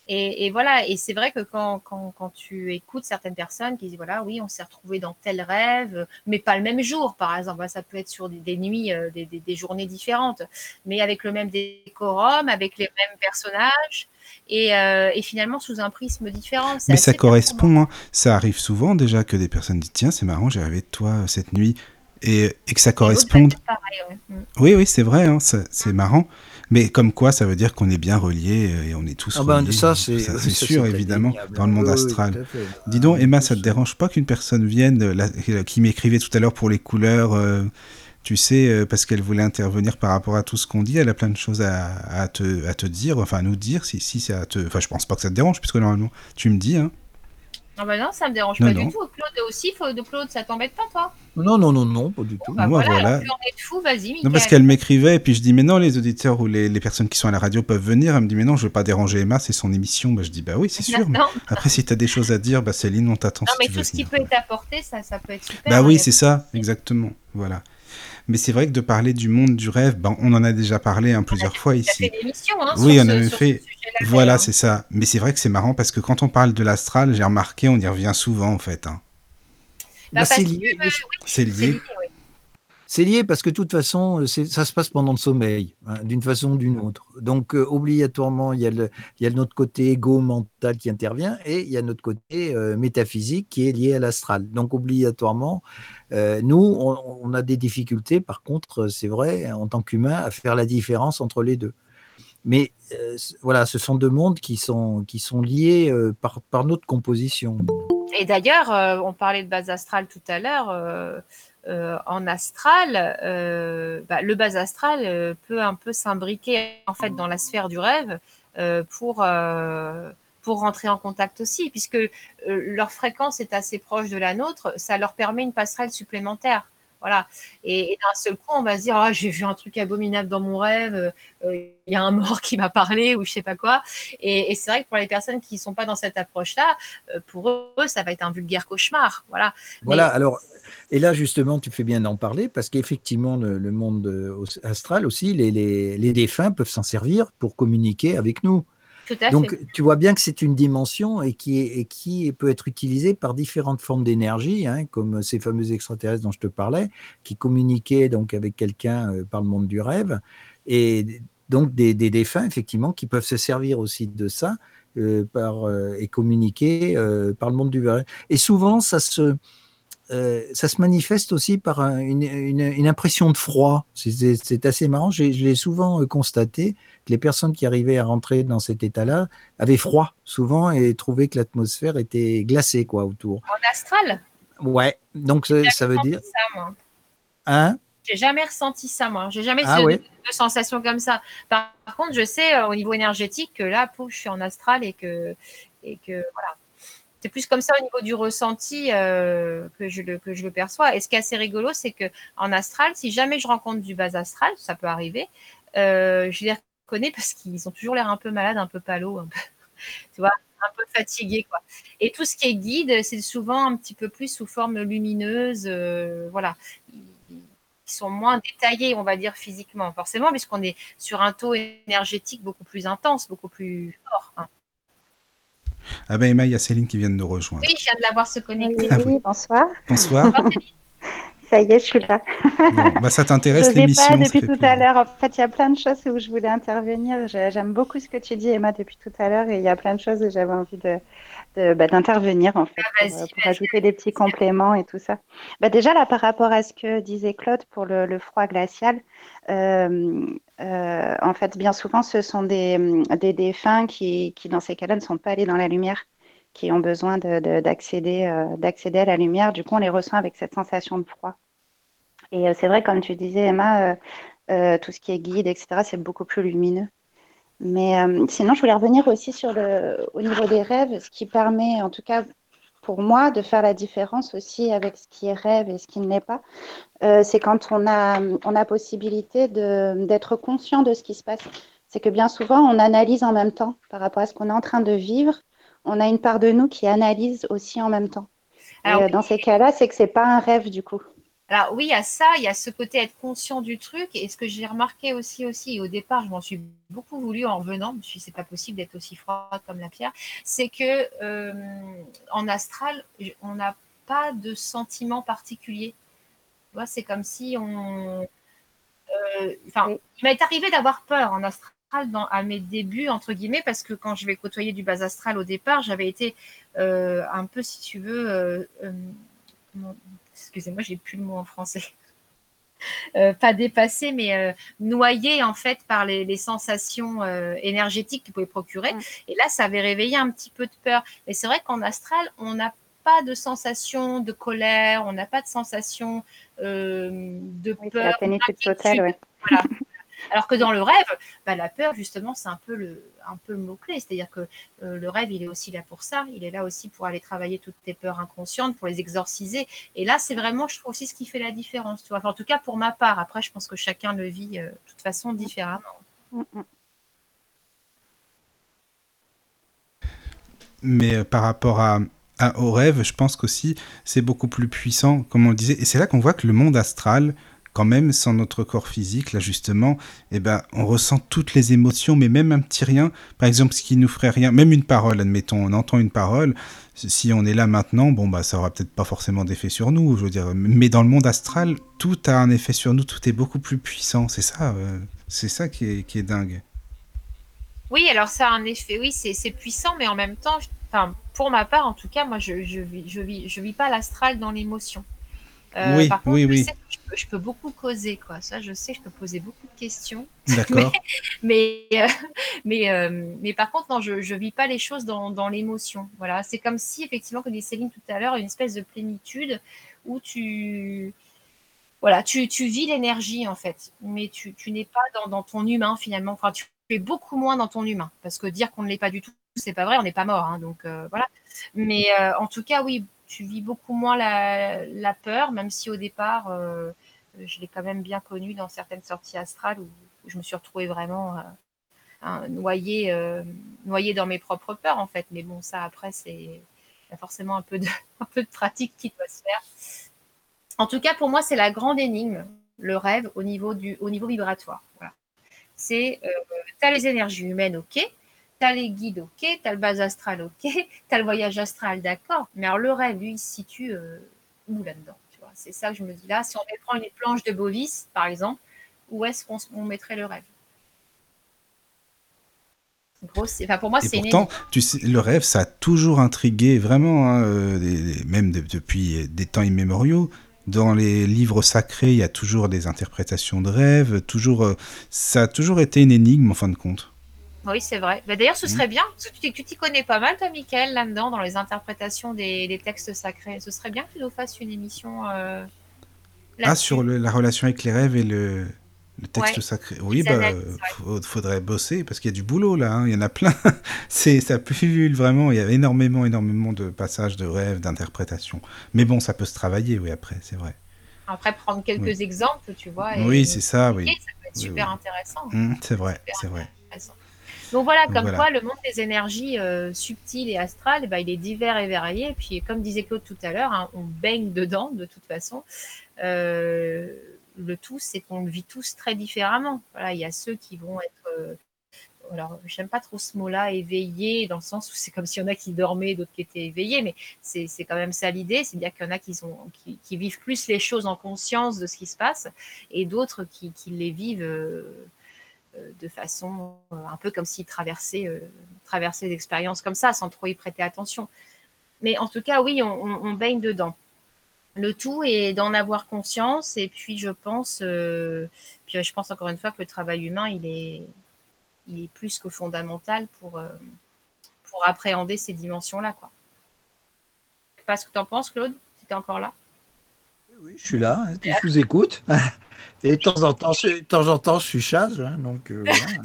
Et, et voilà, et c'est vrai que quand, quand, quand tu écoutes certaines personnes qui disent, voilà, oui, on s'est retrouvé dans tel rêve, mais pas le même jour, par exemple. Ça peut être sur des, des nuits, euh, des, des, des journées différentes, mais avec le même décorum, avec les mêmes personnages, et, euh, et finalement sous un prisme différent. C'est Mais ça assez perturbant. correspond, hein. Ça arrive souvent déjà que des personnes disent tiens, c'est marrant, j'ai rêvé de toi euh, cette nuit, et, et que ça Et l'autre va corresponde. dire pareil, ouais. Mm. Oui, oui, c'est vrai, hein, ça- c'est marrant. Mais comme quoi, ça veut dire qu'on est bien reliés euh, et on est tous Ah ben reliés. ça, euh, c'est Ça, oui, c'est ça, sûr, c'est évidemment, indéniable. dans le monde Oui, oui, astral. tout à fait. Dis Ah, donc, on est Emma, ça tous. te dérange pas qu'une personne vienne, euh, là, euh, qui m'écrivait tout à l'heure pour les couleurs, euh, tu sais, euh, parce qu'elle voulait intervenir par rapport à tout ce qu'on dit, elle a plein de choses à, à te, à te dire, enfin à nous dire, si, si ça te... Enfin, je pense pas que ça te dérange, puisque normalement, tu me dis, hein. Ah bah non, ça me dérange Non, pas du non. tout. Claude aussi, faut- de Claude, ça t'embête pas, toi? Non, non, non, non, pas du Bon, tout. bah Bon, bah voilà, alors voilà. plus on est de fous, vas-y, Non, parce Mickaël. qu'elle m'écrivait, et puis je dis, mais non, les auditeurs ou les, les personnes qui sont à la radio peuvent venir. Elle me dit, mais non, je veux pas déranger Emma, c'est son émission. Bah, je dis, bah oui, c'est sûr. Mais Non, après, si tu as des choses à dire, bah Céline, on t'attend non, si mais tu veux tout ce qui venir. peut être apporté, ça, ça peut être super. Bah hein, oui, y a c'est pas de ça, souci. exactement. Voilà. Mais c'est vrai que de parler du monde du rêve, bah, on en a déjà parlé hein, On a plusieurs fois déjà fait ici. des émissions hein, Oui, sur on a ce, même sur ce fait. sujet-là, Voilà, d'ailleurs. c'est ça. Mais c'est vrai que c'est marrant parce que quand on parle de l'astral, j'ai remarqué, on y revient souvent en fait, hein. Bah, Bah, c'est parce que, lié, euh, oui, C'est c'est lié. lié, oui. c'est lié parce que de toute façon, euh, c'est- ça se passe pendant le sommeil, hein, d'une façon ou d'une autre. Donc, euh, obligatoirement, il y a le, il y a notre côté égo mental qui intervient et il y a notre côté euh, métaphysique qui est lié à l'astral. Donc, obligatoirement, euh, nous, on, on a des difficultés, par contre, c'est vrai, en tant qu'humain, à faire la différence entre les deux. Mais euh, c- voilà, ce sont deux mondes qui sont, qui sont liés euh, par, par notre composition. Et d'ailleurs, euh, on parlait de base astrale tout à l'heure. euh, euh, en astral, euh, bah, le base astral euh, peut un peu s'imbriquer en fait dans la sphère du rêve euh, pour euh, pour rentrer en contact aussi, puisque euh, leur fréquence est assez proche de la nôtre, ça leur permet une passerelle supplémentaire. Voilà. Et, et d'un seul coup, on va se dire, ah, j'ai vu un truc abominable dans mon rêve, il euh, y a un mort qui m'a parlé ou je sais pas quoi. Et, et c'est vrai que pour les personnes qui ne sont pas dans cette approche-là, euh, pour eux, ça va être un vulgaire cauchemar. Voilà. Voilà, Mais alors, et là justement, tu fais bien d'en parler parce qu'effectivement, le, le monde euh, astral aussi, les, les, les défunts peuvent s'en servir pour communiquer avec nous. tout à fait. Donc, tu vois bien que c'est une dimension et qui, est, et qui peut être utilisée par différentes formes d'énergie, hein, comme ces fameux extraterrestres dont je te parlais, qui communiquaient donc avec quelqu'un euh, par le monde du rêve, et donc des, des défunts, effectivement, qui peuvent se servir aussi de ça euh, par, euh, et communiquer euh, par le monde du rêve. Et souvent, ça se euh, ça se manifeste aussi par un, une, une, une, impression de froid. C'est assez marrant. Je l'ai souvent euh, constaté que les personnes qui arrivaient à rentrer dans cet état-là avaient froid souvent et trouvaient que l'atmosphère était glacée quoi autour. En astral? Ouais. Donc ça, ça veut dire. Ça, moi. Hein? J'ai jamais ressenti ça, moi. J'ai jamais ah, de, ouais. de, de sensation comme ça. Par, par contre, je sais euh, au niveau énergétique que là, pouf, je suis en astral et que, et que voilà. C'est plus comme ça au niveau du ressenti euh, que, je le, que je le perçois. Et ce qui est assez rigolo, c'est qu'en astral, si jamais je rencontre du bas astral, ça peut arriver, euh, je les reconnais parce qu'ils ont toujours l'air un peu malades, un peu palos, un peu, tu vois, un peu fatigués, quoi. Et tout ce qui est guide, c'est souvent un petit peu plus sous forme lumineuse. Euh, voilà. Ils sont moins détaillés, on va dire, physiquement, forcément, puisqu'on est sur un taux énergétique beaucoup plus intense, beaucoup plus fort. Hein. Ah ben Emma, il y a Céline qui vient de nous rejoindre. Oui, je viens de la voir se connecter. Oui, oui, bonsoir. Bonsoir. Ça y est, je suis là. Bon, bah ça t'intéresse l'émission? Je n'osais pas depuis tout à l'heure. En fait, il y a plein de choses où je voulais intervenir. J'aime beaucoup ce que tu dis, Emma, depuis tout à l'heure. Et il y a plein de choses où j'avais envie de, de, bah, d'intervenir, en fait, ah, pour, pour ajouter des petits compléments et tout ça. Bah, déjà, là, par rapport à ce que disait Claude pour le, le froid glacial, euh, euh, en fait, bien souvent, ce sont des, des défunts qui, qui, dans ces cas-là, ne sont pas allés dans la lumière, qui ont besoin de, de, d'accéder, euh, d'accéder à la lumière. Du coup, on les ressent avec cette sensation de froid. Et euh, c'est vrai, comme tu disais, Emma, euh, euh, tout ce qui est guide, et cetera, c'est beaucoup plus lumineux. Mais euh, sinon, je voulais revenir aussi sur le, au niveau des rêves, ce qui permet, en tout cas pour moi, de faire la différence aussi avec ce qui est rêve et ce qui ne l'est pas. Euh, c'est quand on a, on a possibilité de, d'être conscient de ce qui se passe. C'est que bien souvent, on analyse en même temps par rapport à ce qu'on est en train de vivre. On a une part de nous qui analyse aussi en même temps. Alors, et euh, dans ces cas-là, c'est que ce n'est pas un rêve du coup. Alors oui, il y a ça, il y a ce côté être conscient du truc. Et ce que j'ai remarqué aussi, aussi, et au départ, je m'en suis beaucoup voulu en revenant, je me suis dit, c'est pas possible d'être aussi froide comme la pierre, c'est que euh, en astral, on n'a pas de sentiment particulier. Tu vois, c'est comme si on... Enfin, Oui. il m'est arrivé d'avoir peur en astral dans, à mes débuts, entre guillemets, parce que quand je vais côtoyer du bas astral au départ, j'avais été euh, un peu, si tu veux... euh, euh, comment- excusez-moi, j'ai plus le mot en français. Euh, pas dépassé, mais euh, noyé en fait par les, les sensations euh, énergétiques qu'il pouvait procurer. Mm. Et là, ça avait réveillé un petit peu de peur. Mais c'est vrai qu'en astral, on n'a pas de sensation de colère, on n'a pas de sensation euh, de Oui, c'est la peur, plénitude d'inquiétude. totale, ouais. Voilà. Alors que dans le rêve, bah, la peur, justement, c'est un peu le, un peu le mot-clé. C'est-à-dire que euh, le rêve, il est aussi là pour ça. Il est là aussi pour aller travailler toutes tes peurs inconscientes, pour les exorciser. Et là, c'est vraiment, je trouve aussi, ce qui fait la différence. Tu vois. Enfin, en tout cas, pour ma part. Après, je pense que chacun le vit euh, de toute façon différemment. Mm, mm. Mais euh, par rapport à, à- au rêve, je pense qu'aussi c'est beaucoup plus puissant, comme on le disait. Et c'est là qu'on voit que le monde astral, quand même, sans notre corps physique, là justement, eh ben, on ressent toutes les émotions, mais même un petit rien. Par exemple, ce qui nous ferait rien, même une parole, admettons, on entend une parole. Si on est là maintenant, bon bah ça aura peut-être pas forcément d'effet sur nous, je veux dire. Mais dans le monde astral, tout a un effet sur nous, tout est beaucoup plus puissant. C'est ça, euh, c'est ça qui est, qui est dingue. Oui, alors ça a un effet, oui, c'est c'est puissant, mais en même temps, je- enfin, pour ma part, en tout cas, moi, je je vis, je vis, je vis pas l'astral dans l'émotion. Euh, Oui, par contre, oui, je oui, sais que je peux, je peux beaucoup causer, quoi. Ça, je sais, je peux poser beaucoup de questions. Mais, d'accord. mais, euh, mais, euh, mais par contre, non, je ne vis pas les choses dans, dans l'émotion. Voilà. C'est comme si, effectivement, comme disait Céline tout à l'heure, une espèce de plénitude où tu, voilà, tu, tu vis l'énergie, en fait. Mais tu, tu n'es pas dans, dans ton humain, finalement. Enfin, tu es beaucoup moins dans ton humain. Parce que dire qu'on ne l'est pas du tout, c'est pas vrai, on n'est pas mort. Hein, donc, euh, voilà. Mais euh, en tout cas, oui, tu vis beaucoup moins la, la peur, même si au départ, euh, je l'ai quand même bien connu dans certaines sorties astrales où, où je me suis retrouvée vraiment euh, hein, noyée, euh, noyée dans mes propres peurs, en fait. Mais bon, ça, après, c'est il y a forcément un peu, de, un peu de pratique qui doit se faire. En tout cas, pour moi, c'est la grande énigme, le rêve au niveau, du, au niveau vibratoire. Voilà. C'est, euh, tu as les énergies humaines, ok. Tu as les guides, ok. Tu as le bas astral, ok. Tu as le voyage astral, d'accord. Mais alors, le rêve, lui, il se situe euh, où là-dedans, tu vois. C'est ça que je me dis là. Si on prend une planche de Bovis, par exemple, où est-ce qu'on on mettrait le rêve? Gros, c'est- enfin, pour moi, Et c'est une pourtant, énigme. tu sais, le rêve, ça a toujours intrigué vraiment, hein, euh, des- même de- depuis des temps immémoriaux. Dans les livres sacrés, il y a toujours des interprétations de rêves, toujours, euh, ça a toujours été une énigme en fin de compte. Oui, c'est vrai. Bah, d'ailleurs, ce Hmm. serait bien, parce que tu t'y- tu t'y connais pas mal, toi, Mickaël, là-dedans, dans les interprétations des, des textes sacrés. Ce serait bien que tu nous fasses une émission euh, Ah, sur là-dessus. le- la relation avec les rêves et le, le texte Ouais, sacré. Oui, les bah, analyses, ouais. faut- faudrait bosser parce qu'il y a du boulot là, hein, il y en a plein. C'est, ça pullule vraiment, il y a énormément, énormément de passages de rêves, d'interprétations. Mais bon, ça peut se travailler, oui, après, c'est vrai. Après, prendre Oui, quelques exemples, tu vois, et oui nous c'est ça, expliquer, oui. ça peut être Oui, super oui. intéressant. Hmm, c'est vrai, Super c'est vrai. intéressant. Donc voilà, Donc comme voilà. quoi le monde des énergies euh, subtiles et astrales, eh ben, il est divers et varié. Et puis, comme disait Claude tout à l'heure, hein, on baigne dedans de toute façon. Euh, le tout, c'est qu'on le vit tous très différemment. Voilà, il y a ceux qui vont être, euh, alors j'aime pas trop ce mot-là, éveillés, dans le sens où c'est comme s'il y en a qui dormaient, d'autres qui étaient éveillés, mais c'est c'est quand même ça l'idée, c'est-à-dire qu'il y en a qui, sont, qui, qui vivent plus les choses en conscience de ce qui se passe, et d'autres qui, qui les vivent euh, euh, de façon euh, un peu comme s'ils traversaient, euh, traversaient des expériences comme ça, sans trop y prêter attention. Mais en tout cas, oui, on, on, on baigne dedans. Le tout est d'en avoir conscience, et puis je pense, euh, puis je pense encore une fois que le travail humain, il est, il est plus que fondamental pour, euh, pour appréhender ces dimensions-là, quoi. Je sais pas ce que tu en penses, Claude, si tu es encore là. Oui, je suis là, hein, je vous écoute. Et de temps en temps, je, de temps en temps, je suis chasse, hein, donc euh, voilà.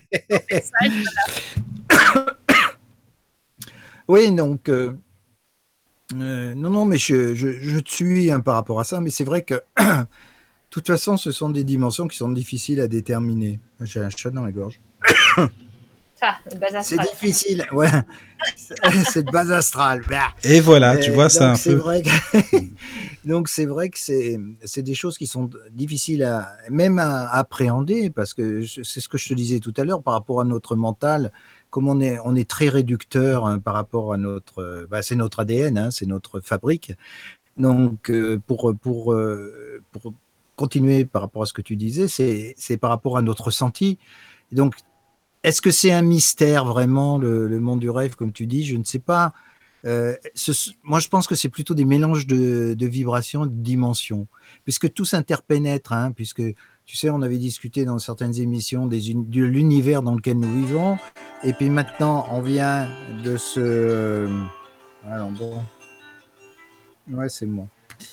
Oui, donc euh, euh, non, non, mais je, je, je te suis hein, par rapport à ça, mais c'est vrai que de toute façon, ce sont des dimensions qui sont difficiles à déterminer. J'ai un chat dans la gorge. Ça, le bas C'est astral. difficile, ouais. C'est de base astrale. Bah. Et voilà, tu Euh, vois ça donc un c'est peu. vrai que Donc c'est vrai que c'est c'est des choses qui sont difficiles à même à appréhender parce que je c'est ce que je te disais tout à l'heure par rapport à notre mental, comme on est on est très réducteur, hein, par rapport à notre, heu, bah, c'est notre A D N, hein, c'est notre fabrique. Donc heu, pour, pour, heu, pour continuer par rapport à ce que tu disais, c'est c'est par rapport à notre ressenti. Donc est-ce que c'est un mystère vraiment le le monde du rêve comme tu dis? Je ne sais pas. Heu, ce moi, je pense que c'est plutôt des mélanges de de vibrations, de dimensions, puisque tout s'interpénètre, hein, puisque tu sais, on avait discuté dans certaines émissions des uni de l'univers dans lequel nous vivons et puis maintenant on vient de se, hem, alors bon, ouais, c'est moi,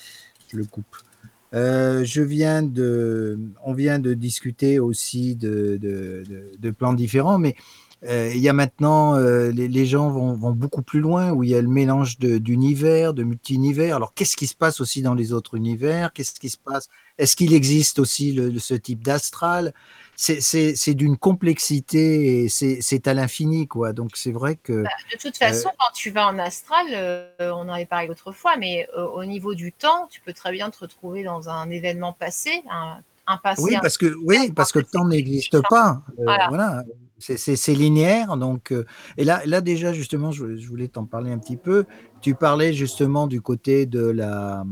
je le coupe. Heu, je viens de on vient de discuter aussi de de de de plans différents, mais heu, il y a maintenant, heu, les les gens vont vont beaucoup plus loin, où il y a le mélange de d'univers, de multi-univers. Alors qu'est-ce qui se passe aussi dans les autres univers? Qu'est-ce qui se passe? Est-ce qu'il existe aussi le ce type d'astral? C'est c'est c'est d'une complexité et c'est c'est à l'infini, quoi. Donc c'est vrai que, Bah, de toute heu façon, quand tu vas en astral, heu, on en avait parlé l'autre fois, mais au au niveau du temps, tu peux très bien te retrouver dans un événement passé, un un passé Oui, un parce que immédiat oui, ou un parce que le passé temps collectif, n'existe hein. pas, heu, Voilà. voilà, c'est c'est c'est linéaire donc heu et là là déjà justement je je voulais t'en parler un petit peu. Tu parlais justement du côté de la,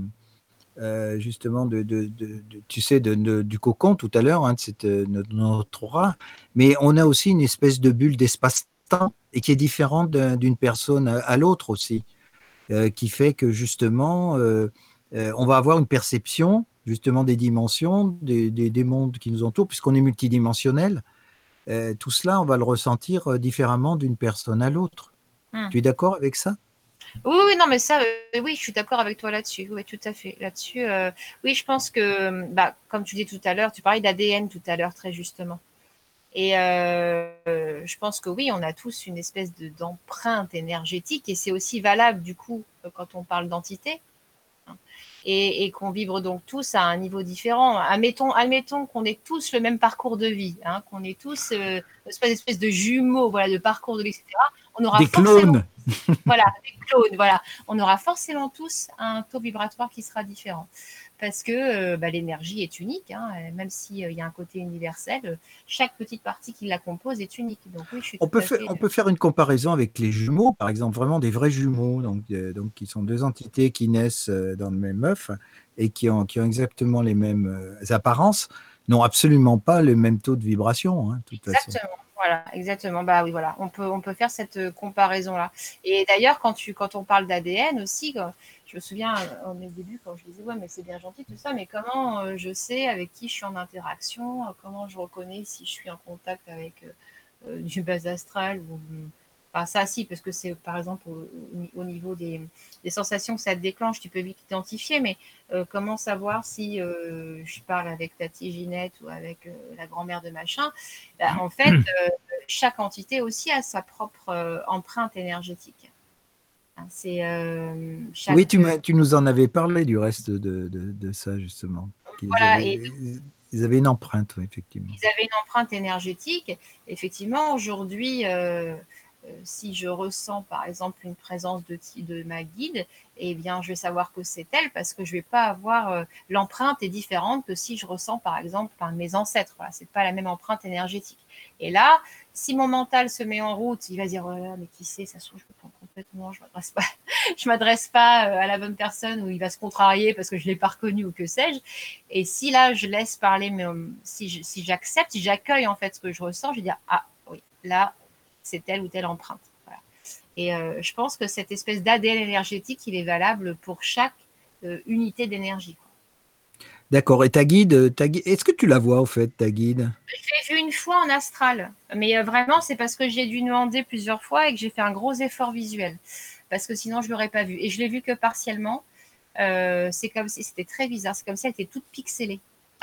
heu, justement de de de de tu sais de de du cocon tout à l'heure, hein, de cette, heu, no notre aura, mais on a aussi une espèce de bulle d'espace-temps et qui est différente d'un d'une personne à à l'autre aussi, heu, qui fait que justement, heu heu, on va avoir une perception justement des dimensions, des des des mondes qui nous entourent puisqu'on est multidimensionnel. Heu, tout cela, on va le ressentir, heu, différemment d'une personne à l'autre. Mmh. Tu es d'accord avec ça? Oui, oui, non, mais ça, heu, oui, je suis d'accord avec toi là-dessus. Oui, tout à fait. Là-dessus, heu, oui, je pense que, mmh, bah, comme tu dis tout à l'heure, tu parlais d'A D N tout à l'heure, très justement. Et heu, je pense que oui, on a tous une espèce de d'empreinte énergétique et c'est aussi valable du coup, heu, quand on parle d'entité, hein, et et qu'on vibre donc tous à un niveau différent. Admettons admettons qu'on ait tous le même parcours de vie, hein, qu'on ait tous, heu, espèce espèce de jumeaux, voilà, de parcours de vie et cetera. On aura Des forcément clones! voilà, des clones, voilà. On aura forcément tous un taux vibratoire qui sera différent. Parce que euh, bah, l'énergie est unique, hein, même s'il y a un côté universel, euh, chaque petite partie qui la compose est unique. Donc oui, je suis On tout peut à faire fait. on peut faire une comparaison avec les jumeaux, par exemple, vraiment des vrais jumeaux, donc heu, donc qui sont deux entités qui naissent, heu, dans le même œuf et qui ont qui ont exactement les mêmes, heu, apparences, n'ont absolument pas le même taux de vibration, hein, de toute façon. Exactement, voilà, exactement. Bah oui, voilà, on peut, on peut faire cette euh, comparaison-là. Et d'ailleurs, quand tu, quand on parle d'A D N aussi, quand- je me souviens euh, au début quand je disais ouais, mais c'est bien gentil tout ça, mais comment euh, je sais avec qui je suis en interaction, euh, comment je reconnais si je suis en contact avec euh, euh, du bas astral ou enfin ça si parce que c'est par exemple au, au niveau des, des sensations que ça te déclenche, tu peux vite identifier, mais euh, comment savoir si euh, je parle avec Tati Ginette ou avec euh, la grand-mère de machin. Bah, en fait, euh, chaque entité aussi a sa propre euh, empreinte énergétique. Hein, c'est euh, Oui, chaque tu euh, m'as tu nous en avais parlé du reste de de de ça justement, qu'ils voilà avaient et ils avaient une empreinte, oui, effectivement. ils avaient une empreinte énergétique. Effectivement, aujourd'hui, euh, euh, si je ressens par exemple une présence de, de ma guide, eh bien, je vais savoir que c'est elle parce que je ne vais pas avoir euh, l'empreinte est différente que si je ressens par exemple par mes ancêtres. Voilà, c'est pas la même empreinte énergétique. Et là, si mon mental se met en route, il va dire oh là, mais qui sait, ça se trouve, je me prends complètement, je m'adresse pas, je m'adresse pas euh, à la bonne personne ou il va se contrarier parce que je l'ai pas reconnu ou que sais-je. Et si là, je laisse parler, mais euh, si, je, si j'accepte, si j'accueille en fait ce que je ressens, je vais dire ah oui, là, c'est telle ou telle empreinte. Voilà. Et euh, je pense que cette espèce d'A D N énergétique, il est valable pour chaque euh, unité d'énergie. Quoi. D'accord et ta guide, ta gui est-ce que tu la vois au fait, ta guide? Je l'ai vu une fois en astral, mais euh, vraiment, c'est parce que j'ai dû demander plusieurs fois et que j'ai fait un gros effort visuel, parce que sinon, je l'aurais pas vu. Et je l'ai vu que partiellement. Euh, c'est comme si c'était très bizarre. C'est comme si elle était toute pixelée.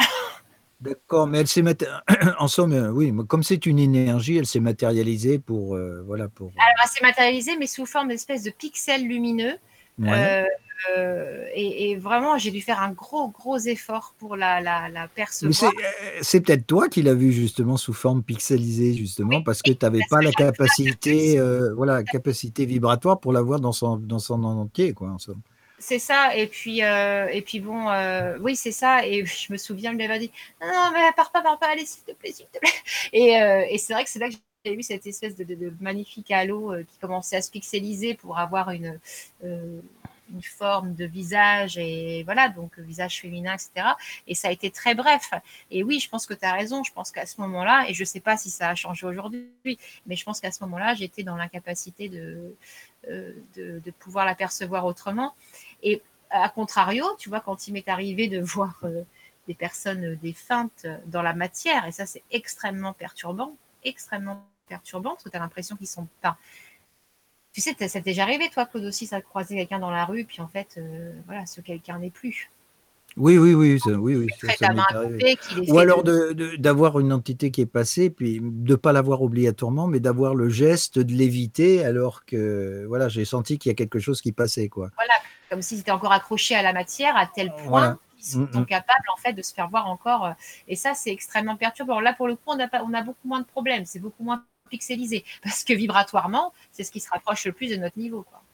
D'accord, mais elle s'est maté en somme, heu, oui, mais comme c'est une énergie, elle s'est matérialisée pour, heu, voilà, pour, heu Alors, elle s'est matérialisée, mais sous forme d'espèce de pixels lumineux. ouais. Euh, euh, et, et, vraiment, j'ai dû faire un gros, gros effort pour la, la, la Mais percevoir. c'est, heu, c'est peut-être toi qui l'as vue justement sous forme pixelisée justement Oui, parce que oui, tu avais parce pas que la j'avais pas de capacité, perception. heu, voilà, capacité vibratoire pour la voir dans son dans son entier quoi, en somme. C'est ça, et puis, euh, et puis bon, euh, oui, c'est ça, et je me souviens, il m'avait dit, non, non, mais pars pas, pars pas, allez, s'il te plaît, s'il te plaît. Et, euh, et c'est vrai que c'est là que j'ai vu cette espèce de, de, de magnifique halo euh, qui commençait à se pixeliser pour avoir une, euh, une forme de visage, et voilà, donc visage féminin, et cetera. Et ça a été très bref. Et oui, je pense que tu as raison, je pense qu'à ce moment-là, et je ne sais pas si ça a changé aujourd'hui, mais je pense qu'à ce moment-là, j'étais dans l'incapacité de, euh, de, de pouvoir l'apercevoir autrement. Et à contrario, tu vois, quand il m'est arrivé de voir euh, des personnes défuntes dans la matière, et ça, c'est extrêmement perturbant, extrêmement perturbant, parce que tu as l'impression qu'ils sont pas... Tu sais, ça t'est déjà arrivé, toi, Claude, aussi, ça, de croiser quelqu'un dans la rue, puis en fait, euh, voilà, ce quelqu'un n'est plus. Oui, oui, oui, ça, oui, oui, ça, Très ça ta m'est main arrivé. coupée, qu'il est Ou fait alors de... de, de- d'avoir une entité qui est passée, puis de ne pas l'avoir obligatoirement, mais d'avoir le geste de l'éviter, alors que voilà, j'ai senti qu'il y a quelque chose qui passait, quoi. Voilà, comme s'ils étaient encore accrochés à la matière, à tel point Voilà. qu'ils Mm, sont mm. capables, en fait, de se faire voir encore. euh, Et ça, c'est extrêmement perturbant. Là, pour le coup, on a, pas, on a beaucoup moins de problèmes, c'est beaucoup moins pixelisé, parce que vibratoirement, c'est ce qui se rapproche le plus de notre niveau, quoi.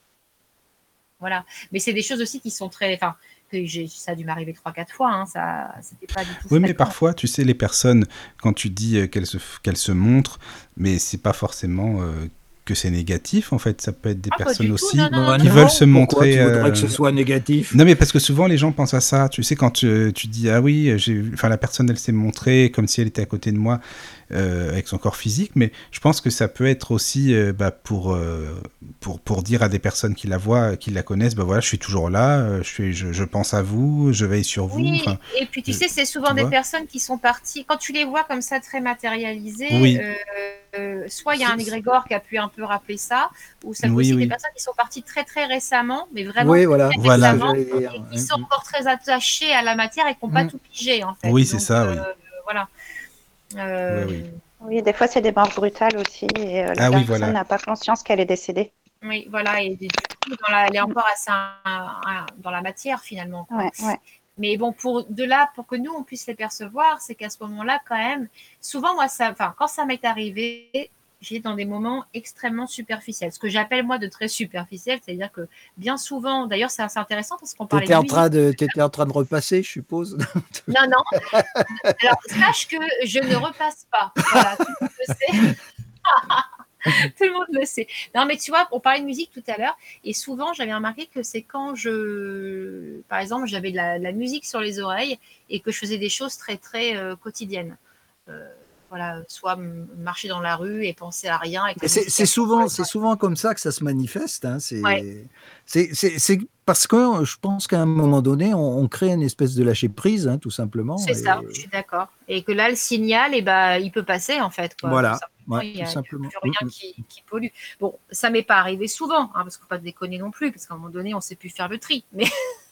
Voilà. Mais c'est des choses aussi qui sont très... Enfin, que j'ai, ça a dû m'arriver trois, quatre fois. Hein, ça, c'était pas du tout Oui, mais fréquent. parfois, tu sais, les personnes, quand tu dis euh, qu'elles se, qu'elles se montrent, mais c'est pas forcément euh, que c'est négatif, en fait. Ça peut être des Ah, pas personnes du tout, aussi non, non, Bah qui non. veulent se Pourquoi montrer. tu voudrais que ce euh, soit négatif? Non, mais parce que souvent les gens pensent à ça. Tu sais, quand tu, tu dis ah oui, j'ai, enfin la personne elle s'est montrée comme si elle était à côté de moi euh, avec son corps physique, mais je pense que ça peut être aussi euh, bah, pour, euh, pour pour dire à des personnes qui la voient, qui la connaissent, bah voilà, je suis toujours là, euh, je suis, je, je pense à vous, je veille sur vous. Oui, Enfin, et puis tu je- sais, c'est souvent tu des vois. personnes qui sont parties. Quand tu les vois comme ça très matérialisées, Oui, euh, euh, soit il y a un C'est- c'est- égrégore qui a pu un peu rappeler ça, ou ça peut oui, aussi être des oui. personnes qui sont parties très très récemment, mais vraiment Oui, très voilà, c'est ce que Voilà. récemment, j'allais dire. et qui Mm, sont mm. encore très attachées à la matière et qui n'ont pas Mm. tout pigé en fait. Oui, c'est Donc ça, euh, oui. voilà. Oui, Euh, oui. Oui, des fois, c'est des morts brutales aussi et euh, la Ah oui, personne voilà. n'a pas conscience qu'elle est décédée. oui, voilà, et du coup, dans la, elle est Mm. encore assez un- un- dans la matière finalement, quoi. Ouais, ouais. Mais bon, pour de là, pour que nous on puisse les percevoir, c'est qu'à ce moment-là, quand même, souvent moi, ça, enfin, quand ça m'est arrivé, j'ai dans des moments extrêmement superficiels. Ce que j'appelle moi de très superficiel, c'est-à-dire que bien souvent, d'ailleurs, c'est assez intéressant parce qu'on parlait T'étais de en musique. train de, t'étais en train de repasser, je suppose. Non, non. Alors sache que je ne repasse pas. Voilà, tout le monde le sait. Tout le monde le sait. Non, mais tu vois, on parlait de musique tout à l'heure, et souvent, j'avais remarqué que c'est quand je, par exemple, j'avais de la, de la musique sur les oreilles et que je faisais des choses très, très euh, quotidiennes. Euh, voilà, soit m- marcher dans la rue et penser à rien et que Mais la c'est musique c'est elle passe dans souvent, les c'est oreilles. souvent comme ça que ça se manifeste. Hein. Ouais, C'est, c'est, c'est, c'est parce que je pense qu'à un moment donné, on, on crée une espèce de lâcher prise, hein, tout simplement. c'est ça, je Et suis d'accord. Et que là, le signal, eh ben, il peut passer, en fait, quoi. Tout voilà, simplement, ouais, il n'y tout a, il y a simplement. plus Mm, rien mm. qui, qui pollue. Bon, ça m'est pas arrivé souvent, hein, parce qu'il ne faut pas déconner non plus, parce qu'à un moment donné, on ne sait plus faire le tri. Mais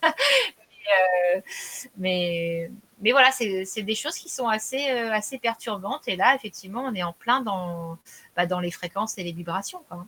Euh, mais, mais voilà, c'est c'est des choses qui sont assez, euh, assez perturbantes. Et là, effectivement, on est en plein dans, bah, dans les fréquences et les vibrations, quoi.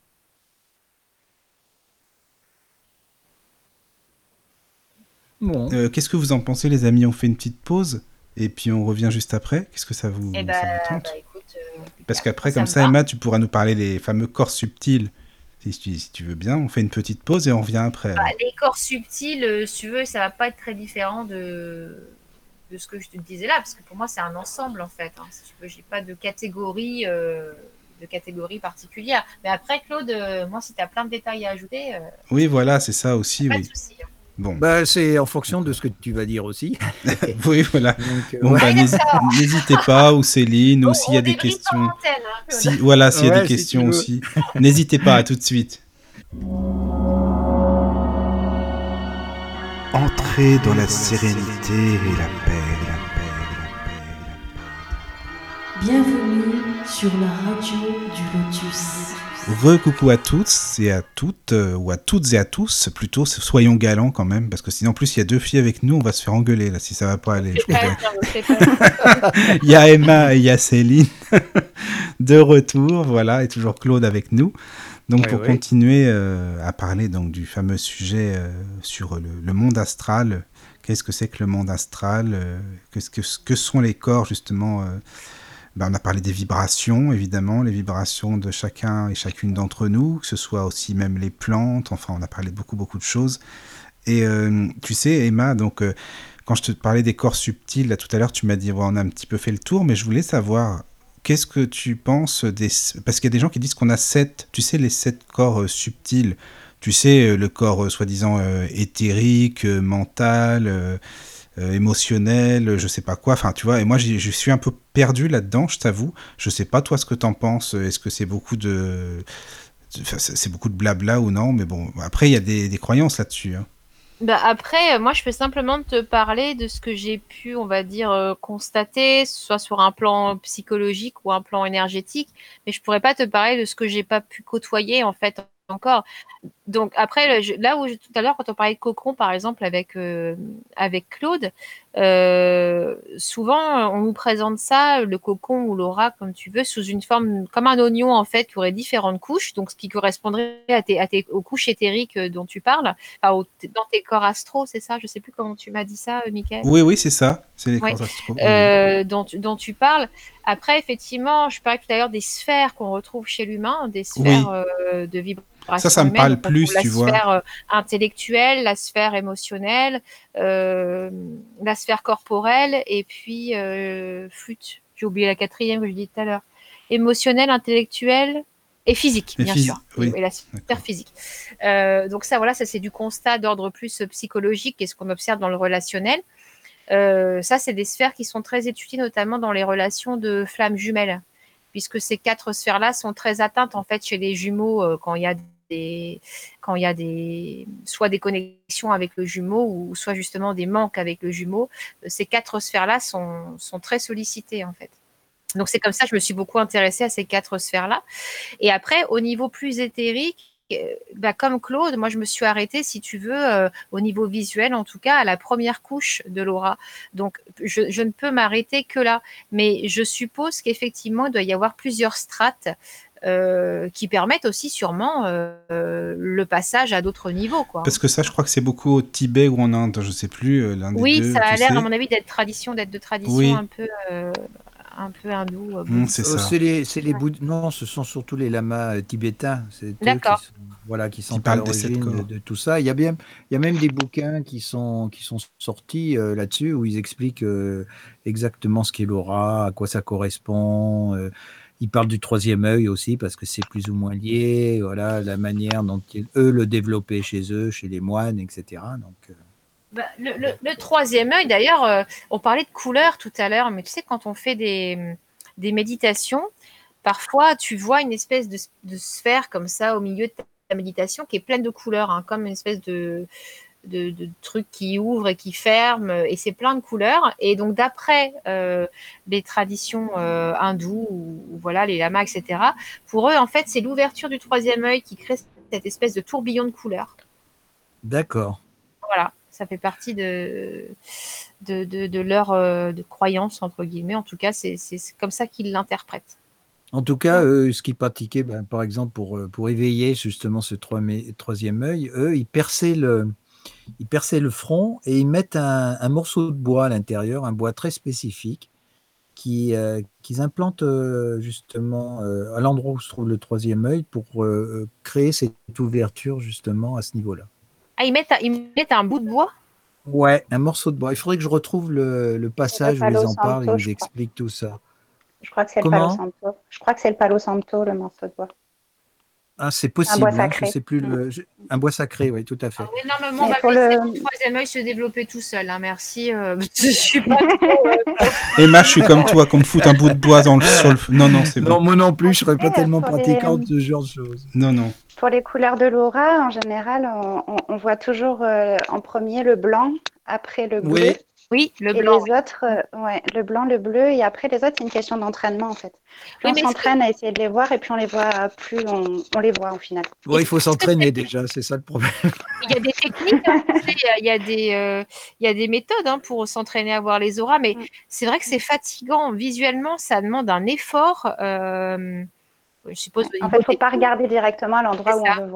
Bon. Euh, qu'est-ce que vous en pensez, les amis? On fait une petite pause et puis on revient juste après. Qu'est-ce que ça vous, Et bah, ça vous bah, tente? écoute, euh, Parce qu'après, ça comme me ça, va. Emma, tu pourras nous parler des fameux corps subtils. Si tu, si tu veux bien, on fait une petite pause et on revient après. Bah, Alors. les corps subtils, euh, si tu veux, ça va pas être très différent de, de ce que je te disais là, parce que pour moi, c'est un ensemble, en fait. Hein. Si tu veux, j'ai pas de catégorie, euh, de catégorie particulière. Mais après, Claude, euh, moi, si tu as plein de détails à ajouter, euh, Oui, voilà, c'est ça aussi, pas de oui. souci. Hein. Bon. Bah, c'est en fonction de ce que tu vas dire aussi. Oui, voilà. Donc, euh, Bon, ouais. bah, Ouais, n'hési- d'accord. n'hésitez pas, ou Céline, ou On, s'il y a on des débriefe en questions. antenne, hein, Claude. Si, voilà, s'il y a Ouais, des si questions tu veux. aussi, n'hésitez pas, à tout de suite. Entrez dans la sérénité et la paix, la paix, la paix, la paix. Bienvenue sur la radio du Lotus. Re-coucou à tous et à toutes, euh, ou à toutes et à tous, plutôt, soyons galants quand même, parce que sinon en plus il y a deux filles avec nous, on va se faire engueuler là si ça va pas aller. Je C'est pas comprends. dire, c'est pas dire. Il y a Emma et il y a Céline de retour, voilà, et toujours Claude avec nous. Donc Ouais, pour ouais. continuer euh, à parler donc du fameux sujet euh, sur le, le monde astral, qu'est-ce que c'est que le monde astral, euh, qu'est-ce que, que sont les corps justement euh, Ben, on a parlé des vibrations, évidemment, les vibrations de chacun et chacune d'entre nous, que ce soit aussi même les plantes, enfin, on a parlé beaucoup, beaucoup de choses. Et euh, tu sais, Emma, donc, euh, quand je te parlais des corps subtils, là, tout à l'heure, tu m'as dit, ouais, on a un petit peu fait le tour, mais je voulais savoir, qu'est-ce que tu penses des... Parce qu'il y a des gens qui disent qu'on a sept, tu sais, les sept corps euh, subtils. Tu sais, euh, le corps euh, soi-disant euh, éthérique, euh, mental... euh, euh, émotionnel, je sais pas quoi. Enfin, tu vois, et moi, j'y- je suis un peu perdu là-dedans, je t'avoue. Je sais pas, toi, ce que t'en penses. Est-ce que c'est beaucoup de... Enfin, c'est c'est beaucoup de blabla ou non? Mais bon, après, il y a des, des croyances là-dessus, hein. Bah après, euh, moi, je peux simplement te parler de ce que j'ai pu, on va dire, euh, constater, soit sur un plan psychologique ou un plan énergétique, mais je pourrais pas te parler de ce que j'ai pas pu côtoyer en fait encore. Donc après, le- je- là où je- tout à l'heure, quand on parlait de cocon, par exemple, avec, euh, avec Claude, euh, souvent on nous présente ça, le cocon ou l'aura, comme tu veux, sous une forme, comme un oignon en fait, qui aurait différentes couches, donc ce qui correspondrait à tes, à tes- aux couches éthériques euh, dont tu parles, enfin, au- dans tes corps astraux, c'est ça? Je sais plus comment tu m'as dit ça, euh, Mickaël. Oui, oui, c'est ça. C'est les Oui, corps astraux. Oui, oui. euh, dont, tu- dont tu parles. Après, effectivement, je parlais tout à l'heure des sphères qu'on retrouve chez l'humain, des sphères Oui. euh, de Ça, ça vibration me humaine. parle Donc, on trouve plus, la tu vois. sphère euh, intellectuelle, la sphère émotionnelle, euh, la sphère corporelle, et puis euh, flûte. J'ai oublié la quatrième que je disais tout à l'heure. Émotionnelle, intellectuelle et physique, Et bien phys- sûr. Et, Oui, et la sphère d'accord. physique. Euh, donc ça, voilà, ça c'est du constat d'ordre plus psychologique et ce qu'on observe dans le relationnel. Euh, ça, c'est des sphères qui sont très étudiées, notamment dans les relations de flammes jumelles, puisque ces quatre sphères-là sont très atteintes en fait chez les jumeaux euh, quand il y a des, quand il y a des, soit des connexions avec le jumeau ou soit justement des manques avec le jumeau. Ces quatre sphères-là sont, sont très sollicitées en fait. Donc c'est comme ça que je me suis beaucoup intéressée à ces quatre sphères-là. Et après, au niveau plus éthérique, euh, bah, comme Claude, moi je me suis arrêtée, si tu veux, euh, au niveau visuel, en tout cas, à la première couche de l'aura. Donc je, je ne peux m'arrêter que là. Mais je suppose qu'effectivement, il doit y avoir plusieurs strates euh, qui permettent aussi sûrement euh, le passage à d'autres niveaux, quoi. Parce que ça, je crois que c'est beaucoup au Tibet ou en Inde, je sais plus, euh, l'un des Oui, ça deux, tu a l'air, à sais. mon avis, d'être tradition, d'être de tradition un Oui, peu, euh, un peu hindoue, euh, hum, c'est bouddhiste. Euh, ça. c'est les, c'est les Boudd- Non, ce sont surtout les lamas euh, tibétains. C'est eux qui D'accord. sont, voilà, qui Qui sont à parle des sept l'origine de, corps. de tout ça. Il y a bien, il y a même des bouquins qui sont, qui sont sortis euh, là-dessus où ils expliquent euh, exactement ce qu'est l'aura, à quoi ça correspond. euh, ils parlent du troisième œil aussi parce que c'est plus ou moins lié. Voilà, la manière dont ils, eux le développaient chez eux, chez les moines, et cetera. Donc, euh, Bah, le, le- le troisième œil, d'ailleurs, euh, on parlait de couleurs tout à l'heure, mais tu sais, quand on fait des, des méditations, parfois tu vois une espèce de, de sphère comme ça au milieu de ta méditation qui est pleine de couleurs, hein, comme une espèce de, de, de truc qui ouvre et qui ferme, et c'est plein de couleurs. Et donc, d'après euh, les traditions euh, hindoues, ou, ou voilà, les lamas, et cetera, pour eux, en fait, c'est l'ouverture du troisième œil qui crée cette espèce de tourbillon de couleurs. d'accord. Voilà, ça fait partie de, de, de, de leur euh, de croyance, entre guillemets. En tout cas, c'est c'est- c'est comme ça qu'ils l'interprètent. En tout cas, eux, ce qu'ils pratiquaient, ben, par exemple, pour, euh, pour éveiller justement ce troi- troisième œil, eux, ils perçaient le, ils perçaient le front et ils mettent un, un morceau de bois à l'intérieur, un bois très spécifique, qui, euh, qu'ils implantent euh, justement euh, à l'endroit où se trouve le troisième œil pour euh, créer cette ouverture justement à ce niveau-là. Ah, ils mettent, ils mettent un bout de bois? Ouais, un morceau de bois. Il faudrait que je retrouve le, le C'est le passage où ils Palo en parlent, ils Santo, je vous crois. expliquent tout ça. Je crois que c'est le Palo Comment? Santo. Je crois que c'est le Palo Santo, le morceau de bois. Ah, c'est C'est un bois possible, hein, je sacré. sais plus Mm. le. je- Un bois sacré, oui, tout à Ah fait. oui, normalement, on Mais va pour laisser le, mon troisième œil se développer tout seul, hein, merci. euh, je suis pas trop, euh, Emma, je suis comme toi, qu'on me foute un bout de bois dans le, sur le... Non, non, c'est bon. Non, moi non plus, je serais pas après, tellement pour les, pratiquant de ce genre de choses. Non, non. pour les couleurs de l'aura, en général, on, on- on voit toujours euh, en premier le blanc, après le bleu, Oui, Oui, le et blanc. les autres, euh, ouais, le blanc, le bleu, et après les autres, c'est une question d'entraînement en fait. Plus Oui, on mais est-ce que, s'entraîne à essayer de les voir, et plus on les voit, plus on, on les voit au final. bon, il est-ce, faut est-ce que s'entraîner c'est- déjà, c'est ça le problème. il y a des techniques, hein, tu sais, il y a des, euh, il y a des méthodes hein, pour s'entraîner à voir les auras, mais Mm. c'est vrai que c'est fatigant. Visuellement, ça demande un effort. euh, je suppose au En niveau fait, il faut des pas regarder directement à c'est l'endroit où on ça. veut voir.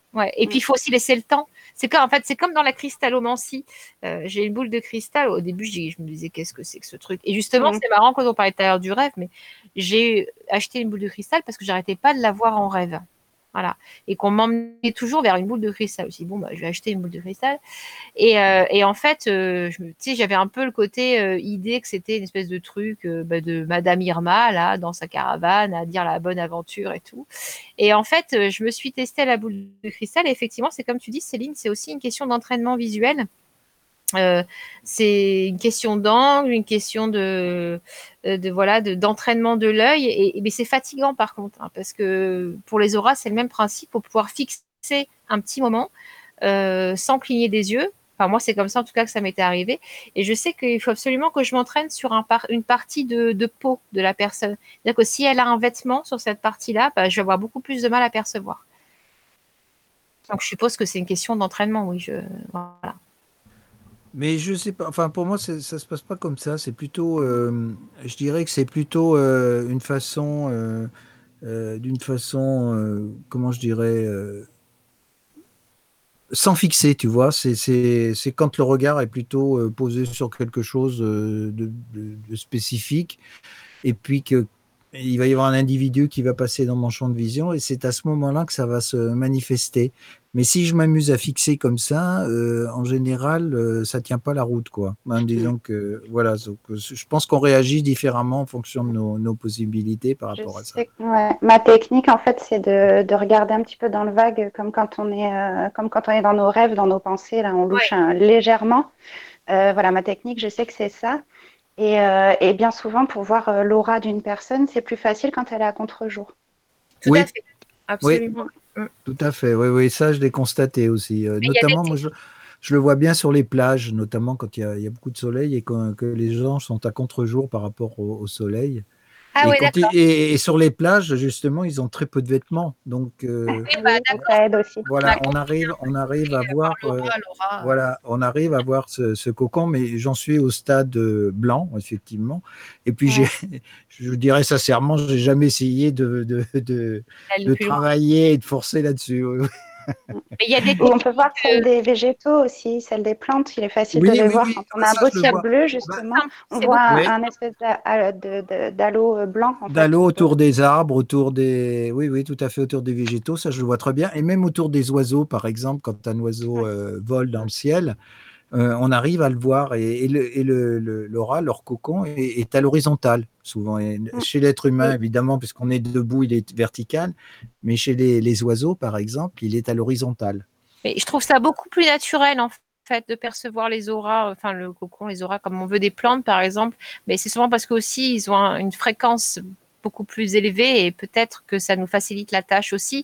Ouais. Et puis il faut aussi laisser le temps. C'est comme, en fait, c'est comme dans la cristallomancie. Euh, j'ai une boule de cristal. Au début, je, je me disais qu'est-ce que c'est que ce truc. Et justement, Mm. c'est marrant quand on parlait tout à l'heure du rêve, mais j'ai acheté une boule de cristal parce que j'arrêtais pas de la voir en rêve. Voilà. Et qu'on m'emmenait toujours vers une boule de cristal aussi. Bon, bah, je vais acheter une boule de cristal. Et, euh, et en fait, euh, je, tu sais, j'avais un peu le côté euh, idée que c'était une espèce de truc euh, bah, de Madame Irma, là, dans sa caravane, à dire la bonne aventure et tout. Et en fait, euh, je me suis testée à la boule de cristal. Et effectivement, c'est comme tu dis, Céline, c'est aussi une question d'entraînement visuel. Euh, c'est une question d'angle, une question de, de voilà, de, d'entraînement de l'œil. Et, et mais c'est fatigant par contre, hein, parce que pour les auras, c'est le même principe. Pour pouvoir fixer un petit moment euh, sans cligner des yeux. Enfin, moi, c'est comme ça en tout cas que ça m'était arrivé. Et je sais qu'il faut absolument que je m'entraîne sur un par, une partie de, de peau de la personne. C'est-à-dire que si elle a un vêtement sur cette partie-là, bah, je vais avoir beaucoup plus de mal à percevoir. Donc, je suppose que c'est une question d'entraînement, oui. Je, voilà. Mais je sais pas, enfin pour moi c'est- ça se passe pas comme ça, c'est plutôt, euh, je dirais que c'est plutôt euh, une façon, euh, euh, d'une façon, euh, comment je dirais, euh, sans fixer, tu vois, c'est c'est- c'est quand le regard est plutôt euh, posé sur quelque chose euh, de, de- de spécifique et puis que il va y avoir un individu qui va passer dans mon champ de vision et c'est à ce moment-là que ça va se manifester. Mais si je m'amuse à fixer comme ça, euh, en général, euh, ça tient pas la route, quoi. Ben, disons que voilà, donc, euh, je pense qu'on réagit différemment en fonction de nos, nos possibilités par Je rapport à ça. sais que ouais, ma technique, en fait, c'est de, de regarder un petit peu dans le vague, comme quand on est, euh, comme quand on est dans nos rêves, dans nos pensées, là, on louche Ouais. un- légèrement. Euh, voilà, ma technique, je sais que c'est ça. Et, euh, et bien souvent, pour voir euh, l'aura d'une personne, c'est plus facile quand elle est à contre-jour. Tout à Oui, fait. oui, Absolument. Mm. tout à fait. Oui, oui, ça, je l'ai constaté aussi. Euh, Mais il y a des notamment, moi, je, je le vois bien sur les plages, notamment quand il y a, il y a beaucoup de soleil et que, que les gens sont à contre-jour par rapport au, au soleil. Ah Et, ouais, quand ils- d'accord. et, et sur les plages, justement, ils ont très peu de vêtements. Donc, euh, Oui, bah, Oui, d'accord. ça aide aussi. On a voilà, on compris, arrive, hein. on arrive à Et voir voir, euh, Laura, Laura. voilà, on arrive à voir ce, ce cocon, mais j'en suis au stade euh, blanc, effectivement. Et puis, j'ai, Ouais. je dirais sincèrement, j'ai jamais essayé de, de, de, Aller de plus loin. travailler et de forcer là-dessus. Oui, Mais il y a des Ou on peut voir techniques celle euh, des végétaux aussi, celle des plantes. Il est facile de oui, les oui, voir oui. quand on Ah, a un ça, beau je le ciel vois. bleu, Bah, justement. simples. On C'est voit beaucoup un, oui, un espèce d'a- de- de- d'halo euh, blanc, en fait, d'halo autour. autour des arbres, autour des, oui, oui, tout à fait, autour des végétaux, ça, je le vois très bien. Et même autour des oiseaux, par exemple, quand un oiseau Ouais. euh, vole dans le ciel. Euh, on arrive à le voir et, et le, et le, le- l'aura, leur cocon, est, est à l'horizontale, souvent. Et Mm. chez l'être humain, Oui, évidemment, puisqu'on est debout, il est vertical, mais chez les, les oiseaux, par exemple, il est à l'horizontale. Mais je trouve ça beaucoup plus naturel, en fait, de percevoir les auras, enfin le cocon, les auras, comme on veut des plantes, par exemple. Mais c'est souvent parce qu'aussi, ils ont un- une fréquence beaucoup plus élevée et peut-être que ça nous facilite la tâche aussi.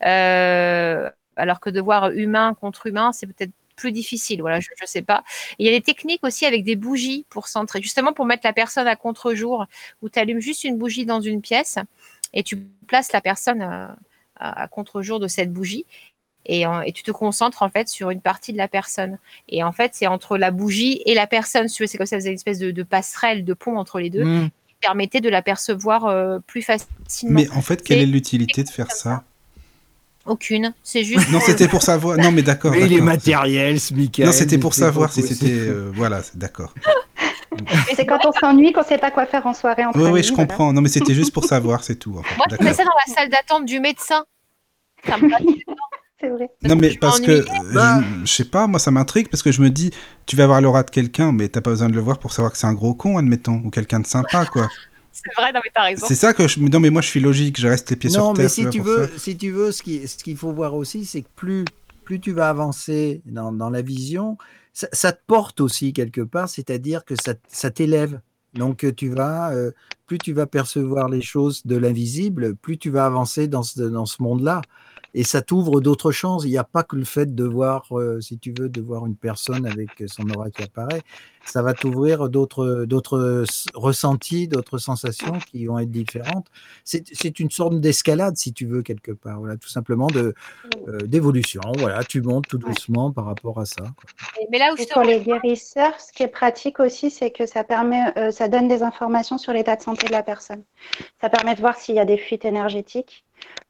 Euh, alors que de voir humain contre humain, c'est peut-être plus difficile. Voilà, je ne sais pas. Et il y a des techniques aussi avec des bougies pour centrer, justement pour mettre la personne à contre-jour, où tu allumes juste une bougie dans une pièce et tu places la personne à, à, à contre-jour de cette bougie. Et, euh, et tu te concentres en fait sur une partie de la personne. Et en fait, c'est entre la bougie et la personne. Si tu veux, c'est comme ça, c'est une espèce de, de passerelle, de pont entre les deux, Mmh. qui permettait de l'apercevoir euh, plus facilement. Mais en fait, quelle C'est est l'utilité de faire comme ça? ça. Aucune. C'est juste Non, pour le c'était pour savoir. Non, mais d'accord, Mais il est d'accord. matériel, ce Non, Michael, c'était mais pour c'est pas savoir si c'était. possible. euh, Voilà, c'est d'accord. Mais c'est c'est quand vrai on s'ennuie, qu'on ne sait pas quoi faire en soirée entre Oui, oui, amis. je Voilà. comprends. Non, mais c'était juste pour savoir, c'est tout, en fait. moi, je faisais D'accord. ça dans la salle d'attente du médecin. Ça me passe C'est vrai. Non, parce que mais je parce que, m'ennuyais. euh, Bah, je, je sais pas, moi ça m'intrigue parce que je me dis, tu vas avoir l'aura de quelqu'un, mais t'as pas besoin de le voir pour savoir que c'est un gros con, admettons, ou quelqu'un de sympa, quoi. C'est vrai, non, mais t'as raison. C'est ça que je. Non, mais moi je suis logique, je reste les pieds sur non, mais terre, tu si vois, tu pour ça. veux, si tu veux, ce qui, ce qu'il faut voir aussi, c'est que plus, plus tu vas avancer dans, dans la vision, ça, ça te porte aussi quelque part, c'est-à-dire que ça, ça t'élève. Donc tu vas, euh, plus tu vas percevoir les choses de l'invisible, plus tu vas avancer dans ce, dans ce monde-là. Et ça t'ouvre d'autres chances. Il n'y a pas que le fait de voir, euh, si tu veux, de voir une personne avec son aura qui apparaît. Ça va t'ouvrir d'autres, d'autres ressentis, d'autres sensations qui vont être différentes. C'est, c'est une sorte d'escalade, si tu veux, quelque part. Voilà, tout simplement de, euh, d'évolution. Voilà, tu montes tout Ouais. doucement par rapport à ça. Et- Mais là où Et justement, pour les guérisseurs, ce qui est pratique aussi, c'est que ça permet, euh, ça donne des informations sur l'état de santé de la personne. Ça permet de voir s'il y a des fuites énergétiques.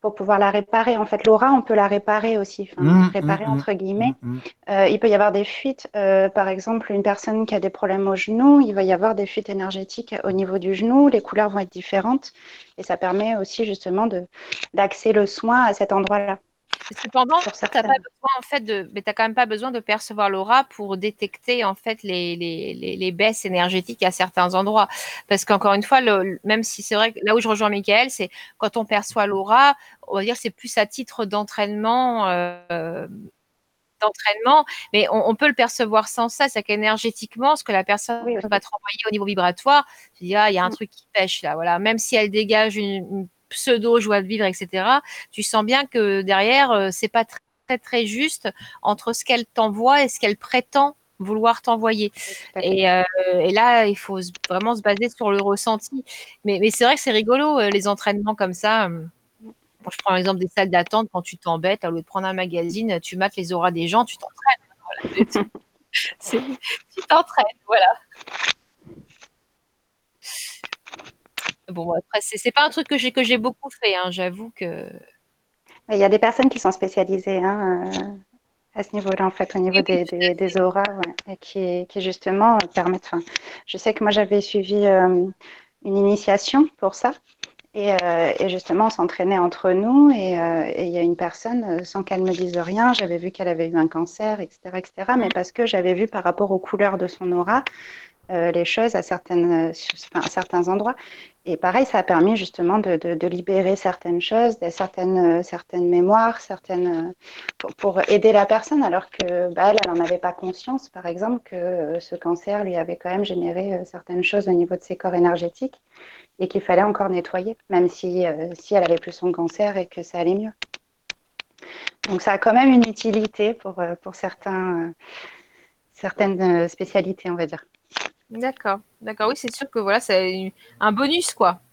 pour pouvoir la réparer. En fait, l'aura, on peut la réparer aussi, enfin, Mmh, réparer mmh, entre guillemets. mmh, mmh. Euh, il peut y avoir des fuites. Euh, par exemple, une personne qui a des problèmes au genou, il va y avoir des fuites énergétiques au niveau du genou. Les couleurs vont être différentes et ça permet aussi justement de d'axer le soin à cet endroit-là. Cependant, Pour t'as pas certaines. besoin en fait de, mais t'as quand même pas besoin de percevoir l'aura pour détecter en fait les, les, les, les baisses énergétiques à certains endroits. Parce qu'encore une fois, le, même si c'est vrai que là où je rejoins Michael, c'est quand on perçoit l'aura, on va dire c'est plus à titre d'entraînement. Euh, d'entraînement, mais on, on peut le percevoir sans ça, c'est qu'énergétiquement, ce que la personne Oui, va aussi. te renvoyer au niveau vibratoire, tu dis, ah, il y a un Mm. truc qui pêche là, voilà. Même si elle dégage une, une pseudo joie de vivre, et cetera, tu sens bien que derrière, euh, c'est pas très, très, très juste entre ce qu'elle t'envoie et ce qu'elle prétend vouloir t'envoyer. Oui, tout à fait. Et, euh, et là, il faut s- vraiment se baser sur le ressenti. Mais, mais c'est vrai que c'est rigolo, euh, les entraînements comme ça. euh, Bon, je prends l'exemple des salles d'attente quand tu t'embêtes, au lieu de prendre un magazine, tu mates les auras des gens, tu t'entraînes. Voilà. Tu c'est- tu t'entraînes, voilà. Bon, après, c'est c'est pas un truc que j'ai que j'ai beaucoup fait, hein, j'avoue que. Il y a des personnes qui sont spécialisées hein, euh, à ce niveau-là, en fait, au niveau Oui, oui, des, tout à des, des fait. auras, ouais, et qui, qui justement euh, permettent. Enfin, je sais que moi, j'avais suivi euh, une initiation pour ça. Et, euh, et justement, on s'entraînait entre nous. Et euh, et il y a une personne, euh, sans qu'elle me dise rien, j'avais vu qu'elle avait eu un cancer, et cetera, et cetera. Mais parce que j'avais vu par rapport aux couleurs de son aura, euh, les choses à, certaines, enfin, à certains endroits. Et pareil, ça a permis justement de, de, de libérer certaines choses, de certaines, certaines mémoires, certaines, pour, pour aider la personne, alors que bah, elle, elle n'en avait pas conscience, par exemple, que euh, ce cancer lui avait quand même généré euh, certaines choses au niveau de ses corps énergétiques et qu'il fallait encore nettoyer, même si, euh, si elle avait plus son cancer et que ça allait mieux. Donc ça a quand même une utilité pour, euh, pour certains, euh, certaines euh, spécialités, on va dire. D'accord, d'accord. Oui, c'est sûr que voilà, c'est un bonus, quoi.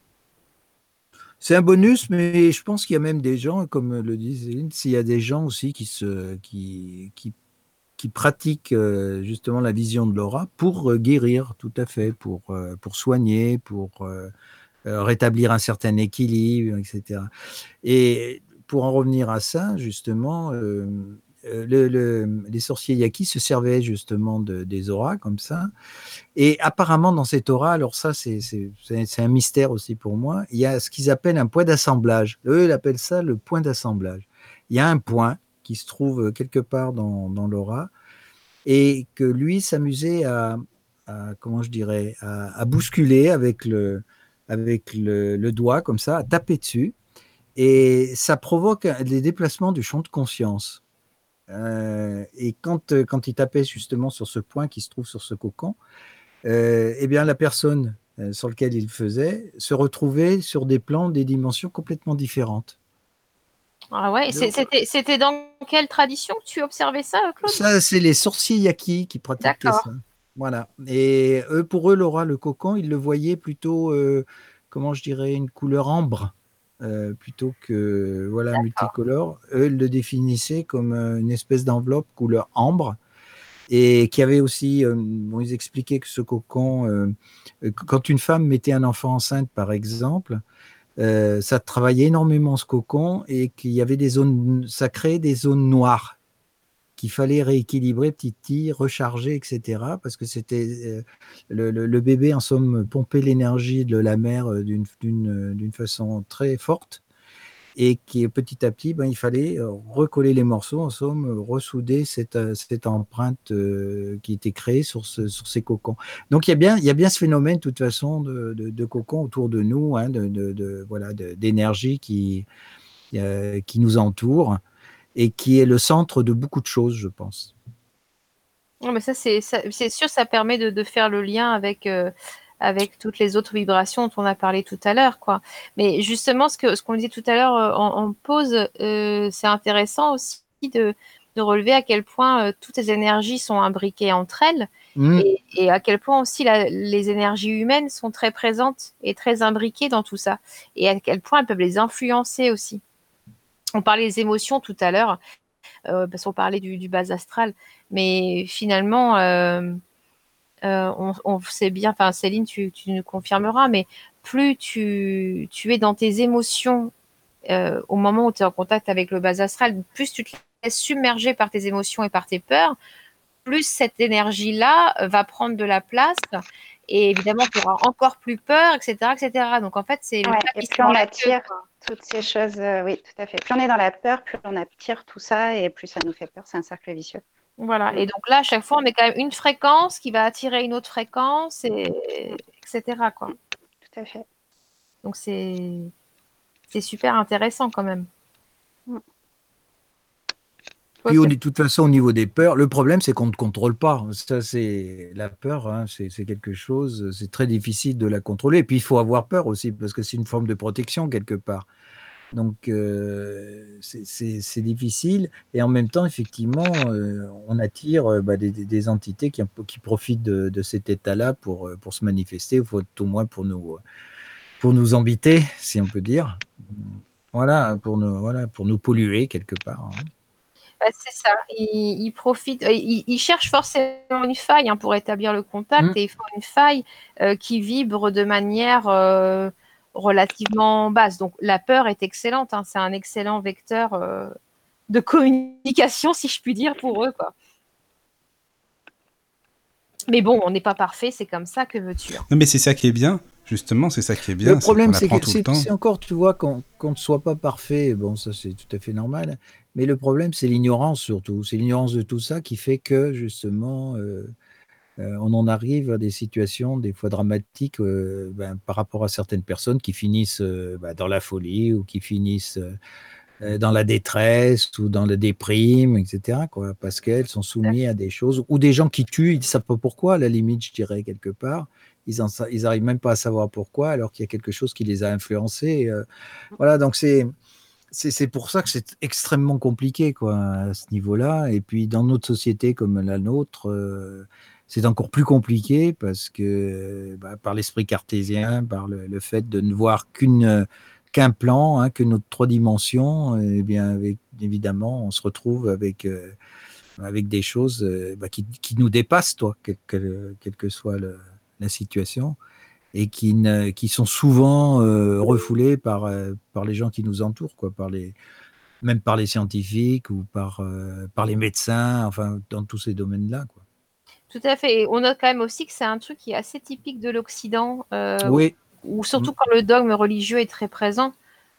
C'est un bonus, mais je pense qu'il y a même des gens, comme le dit Céline, s'il y a des gens aussi qui, se, qui, qui, qui pratiquent euh, justement la vision de l'aura pour euh, guérir, tout à fait, pour, euh, pour soigner, pour euh, euh, rétablir un certain équilibre, et cetera. Et pour en revenir à ça, justement, euh, euh, le, le, les sorciers yakis se servaient justement de, des auras comme ça. Et apparemment, dans cette aura, alors ça, c'est c'est- c'est- c'est un mystère aussi pour moi, il y a ce qu'ils appellent un point d'assemblage. Eux, ils appellent ça le point d'assemblage. Il y a un point qui se trouve quelque part dans, dans l'aura et que lui s'amusait à, à, comment je dirais, à, à bousculer avec le, avec le, le doigt comme ça, à taper dessus. Et ça provoque des déplacements du champ de conscience. Euh, et quand, quand il tapait justement sur ce point qui se trouve sur ce cocon, euh, eh bien, la personne euh, sur laquelle il faisait se retrouvait sur des plans, des dimensions complètement différentes. Ah ouais, c'est- Donc, c'était c'était dans quelle tradition que tu observais ça, Claude? ça, c'est les sorciers yakis qui pratiquaient D'accord, ça. Voilà. Et eux, pour eux, l'aura, le cocon, ils le voyaient plutôt, euh, comment je dirais, une couleur ambre, euh, plutôt que, voilà, d'accord. multicolore. Eux, ils le définissaient comme euh, une espèce d'enveloppe couleur ambre. Et qui avait aussi, euh, bon, ils expliquaient que ce cocon, euh, euh, quand une femme mettait un enfant enceinte, par exemple, euh, ça travaillait énormément ce cocon et qu'il y avait des zones, ça créait des zones noires qu'il fallait rééquilibrer petit à petit, recharger, et cetera. Parce que c'était euh, le, le, le bébé, en somme, pompait l'énergie de la mère euh, d'une d'une d'une façon très forte et qui petit à petit, ben, il fallait euh, recoller les morceaux, en somme, euh, ressouder cette, euh, cette empreinte euh, qui était créée sur, ce, sur ces cocons. Donc il y a bien, il y a bien ce phénomène, de toute façon, de, de, de cocons autour de nous, hein, de, de, de, voilà, d'énergie qui, euh, qui nous entoure et qui est le centre de beaucoup de choses, je pense. Non, mais ça, c'est ça- c'est sûr, ça permet de, de faire le lien avec, euh, avec toutes les autres vibrations dont on a parlé tout à l'heure, quoi. Mais justement, ce que, ce qu'on disait tout à l'heure euh, en, en pause, euh, c'est intéressant aussi de, de relever à quel point euh, toutes les énergies sont imbriquées entre elles Mmh. et, et à quel point aussi la- les énergies humaines sont très présentes et très imbriquées dans tout ça et à quel point elles peuvent les influencer aussi. On parlait des émotions tout à l'heure, euh, parce qu'on parlait du, du bas astral, mais finalement, euh, euh, on, on sait bien, enfin Céline, tu, tu nous confirmeras, mais plus tu, tu es dans tes émotions euh, au moment où tu es en contact avec le bas astral, plus tu te laisses submerger par tes émotions et par tes peurs, plus cette énergie-là euh, va prendre de la place. Et évidemment, tu auras encore plus peur, et cetera, et cetera. Donc, en fait, c'est le Ouais, chat et qui se plus mord on la queue, attire quoi. toutes ces choses, euh, oui, tout à fait. Plus on est dans la peur, plus on attire tout ça et plus ça nous fait peur. C'est un cercle vicieux. Voilà. Mm. Et donc là, à chaque fois, on met quand même une fréquence qui va attirer une autre fréquence, et etc. quoi. Tout à fait. Donc, c'est c'est super intéressant quand même. Mm. Puis au- de toute façon, au niveau des peurs, le problème, c'est qu'on ne contrôle pas. Ça, c'est la peur, hein, c'est c'est quelque chose, c'est très difficile de la contrôler. Et puis, il faut avoir peur aussi, parce que c'est une forme de protection quelque part. Donc, euh, c'est c'est- c'est difficile. Et en même temps, effectivement, euh, on attire euh, bah, des, des- des entités qui, qui profitent de, de cet état-là pour, euh, pour se manifester, ou au moins pour nous, pour nous embêter, si on peut dire. Voilà, pour nous, voilà, pour nous polluer quelque part, hein. Bah, c'est ça. Ils, ils profitent, euh, ils, ils cherchent forcément une faille hein, pour établir le contact Mm. et ils font une faille euh, qui vibre de manière euh, relativement basse. Donc la peur est excellente. Hein. C'est un excellent vecteur euh, de communication, si je puis dire, pour eux, quoi. Mais bon, on n'est pas parfait, c'est comme ça, que veux-tu hein. Non, mais c'est ça qui est bien. Justement, c'est ça qui est Le bien, c'est qu'on problème, c'est apprend que tout le c'est temps. c'est encore, tu vois, qu'on qu'on ne soit pas parfait, bon, ça c'est tout à fait normal, mais le problème, c'est l'ignorance surtout. C'est l'ignorance de tout ça qui fait que, justement, euh, euh, on en arrive à des situations des fois dramatiques euh, ben, par rapport à certaines personnes qui finissent euh, ben, dans la folie ou qui finissent euh, dans la détresse ou dans la déprime, et cetera, quoi, parce qu'elles sont soumises à des choses, ou des gens qui tuent, ils ne savent pas pourquoi, à la limite, je dirais, quelque part. Ils n'arrivent même pas à savoir pourquoi, alors qu'il y a quelque chose qui les a influencés. Euh, voilà, donc c'est c'est pour ça que c'est extrêmement compliqué quoi, à ce niveau-là. Et puis dans notre société comme la nôtre, euh, c'est encore plus compliqué parce que bah, par l'esprit cartésien, par le, le, fait de ne voir qu'une qu'un plan, hein, que notre trois dimensions, et bien avec, évidemment, on se retrouve avec, euh, avec des choses euh, bah, qui, qui nous dépassent, toi, quelle, quelle, quelle que soit le, la situation, et qui, ne, qui sont souvent euh, refoulés par, euh, par les gens qui nous entourent, quoi, par les, même par les scientifiques ou par, euh, par les médecins, enfin, dans tous ces domaines-là, quoi. Tout à fait. Et on note quand même aussi que c'est un truc qui est assez typique de l'Occident, euh, Oui. où surtout quand le dogme religieux est très présent,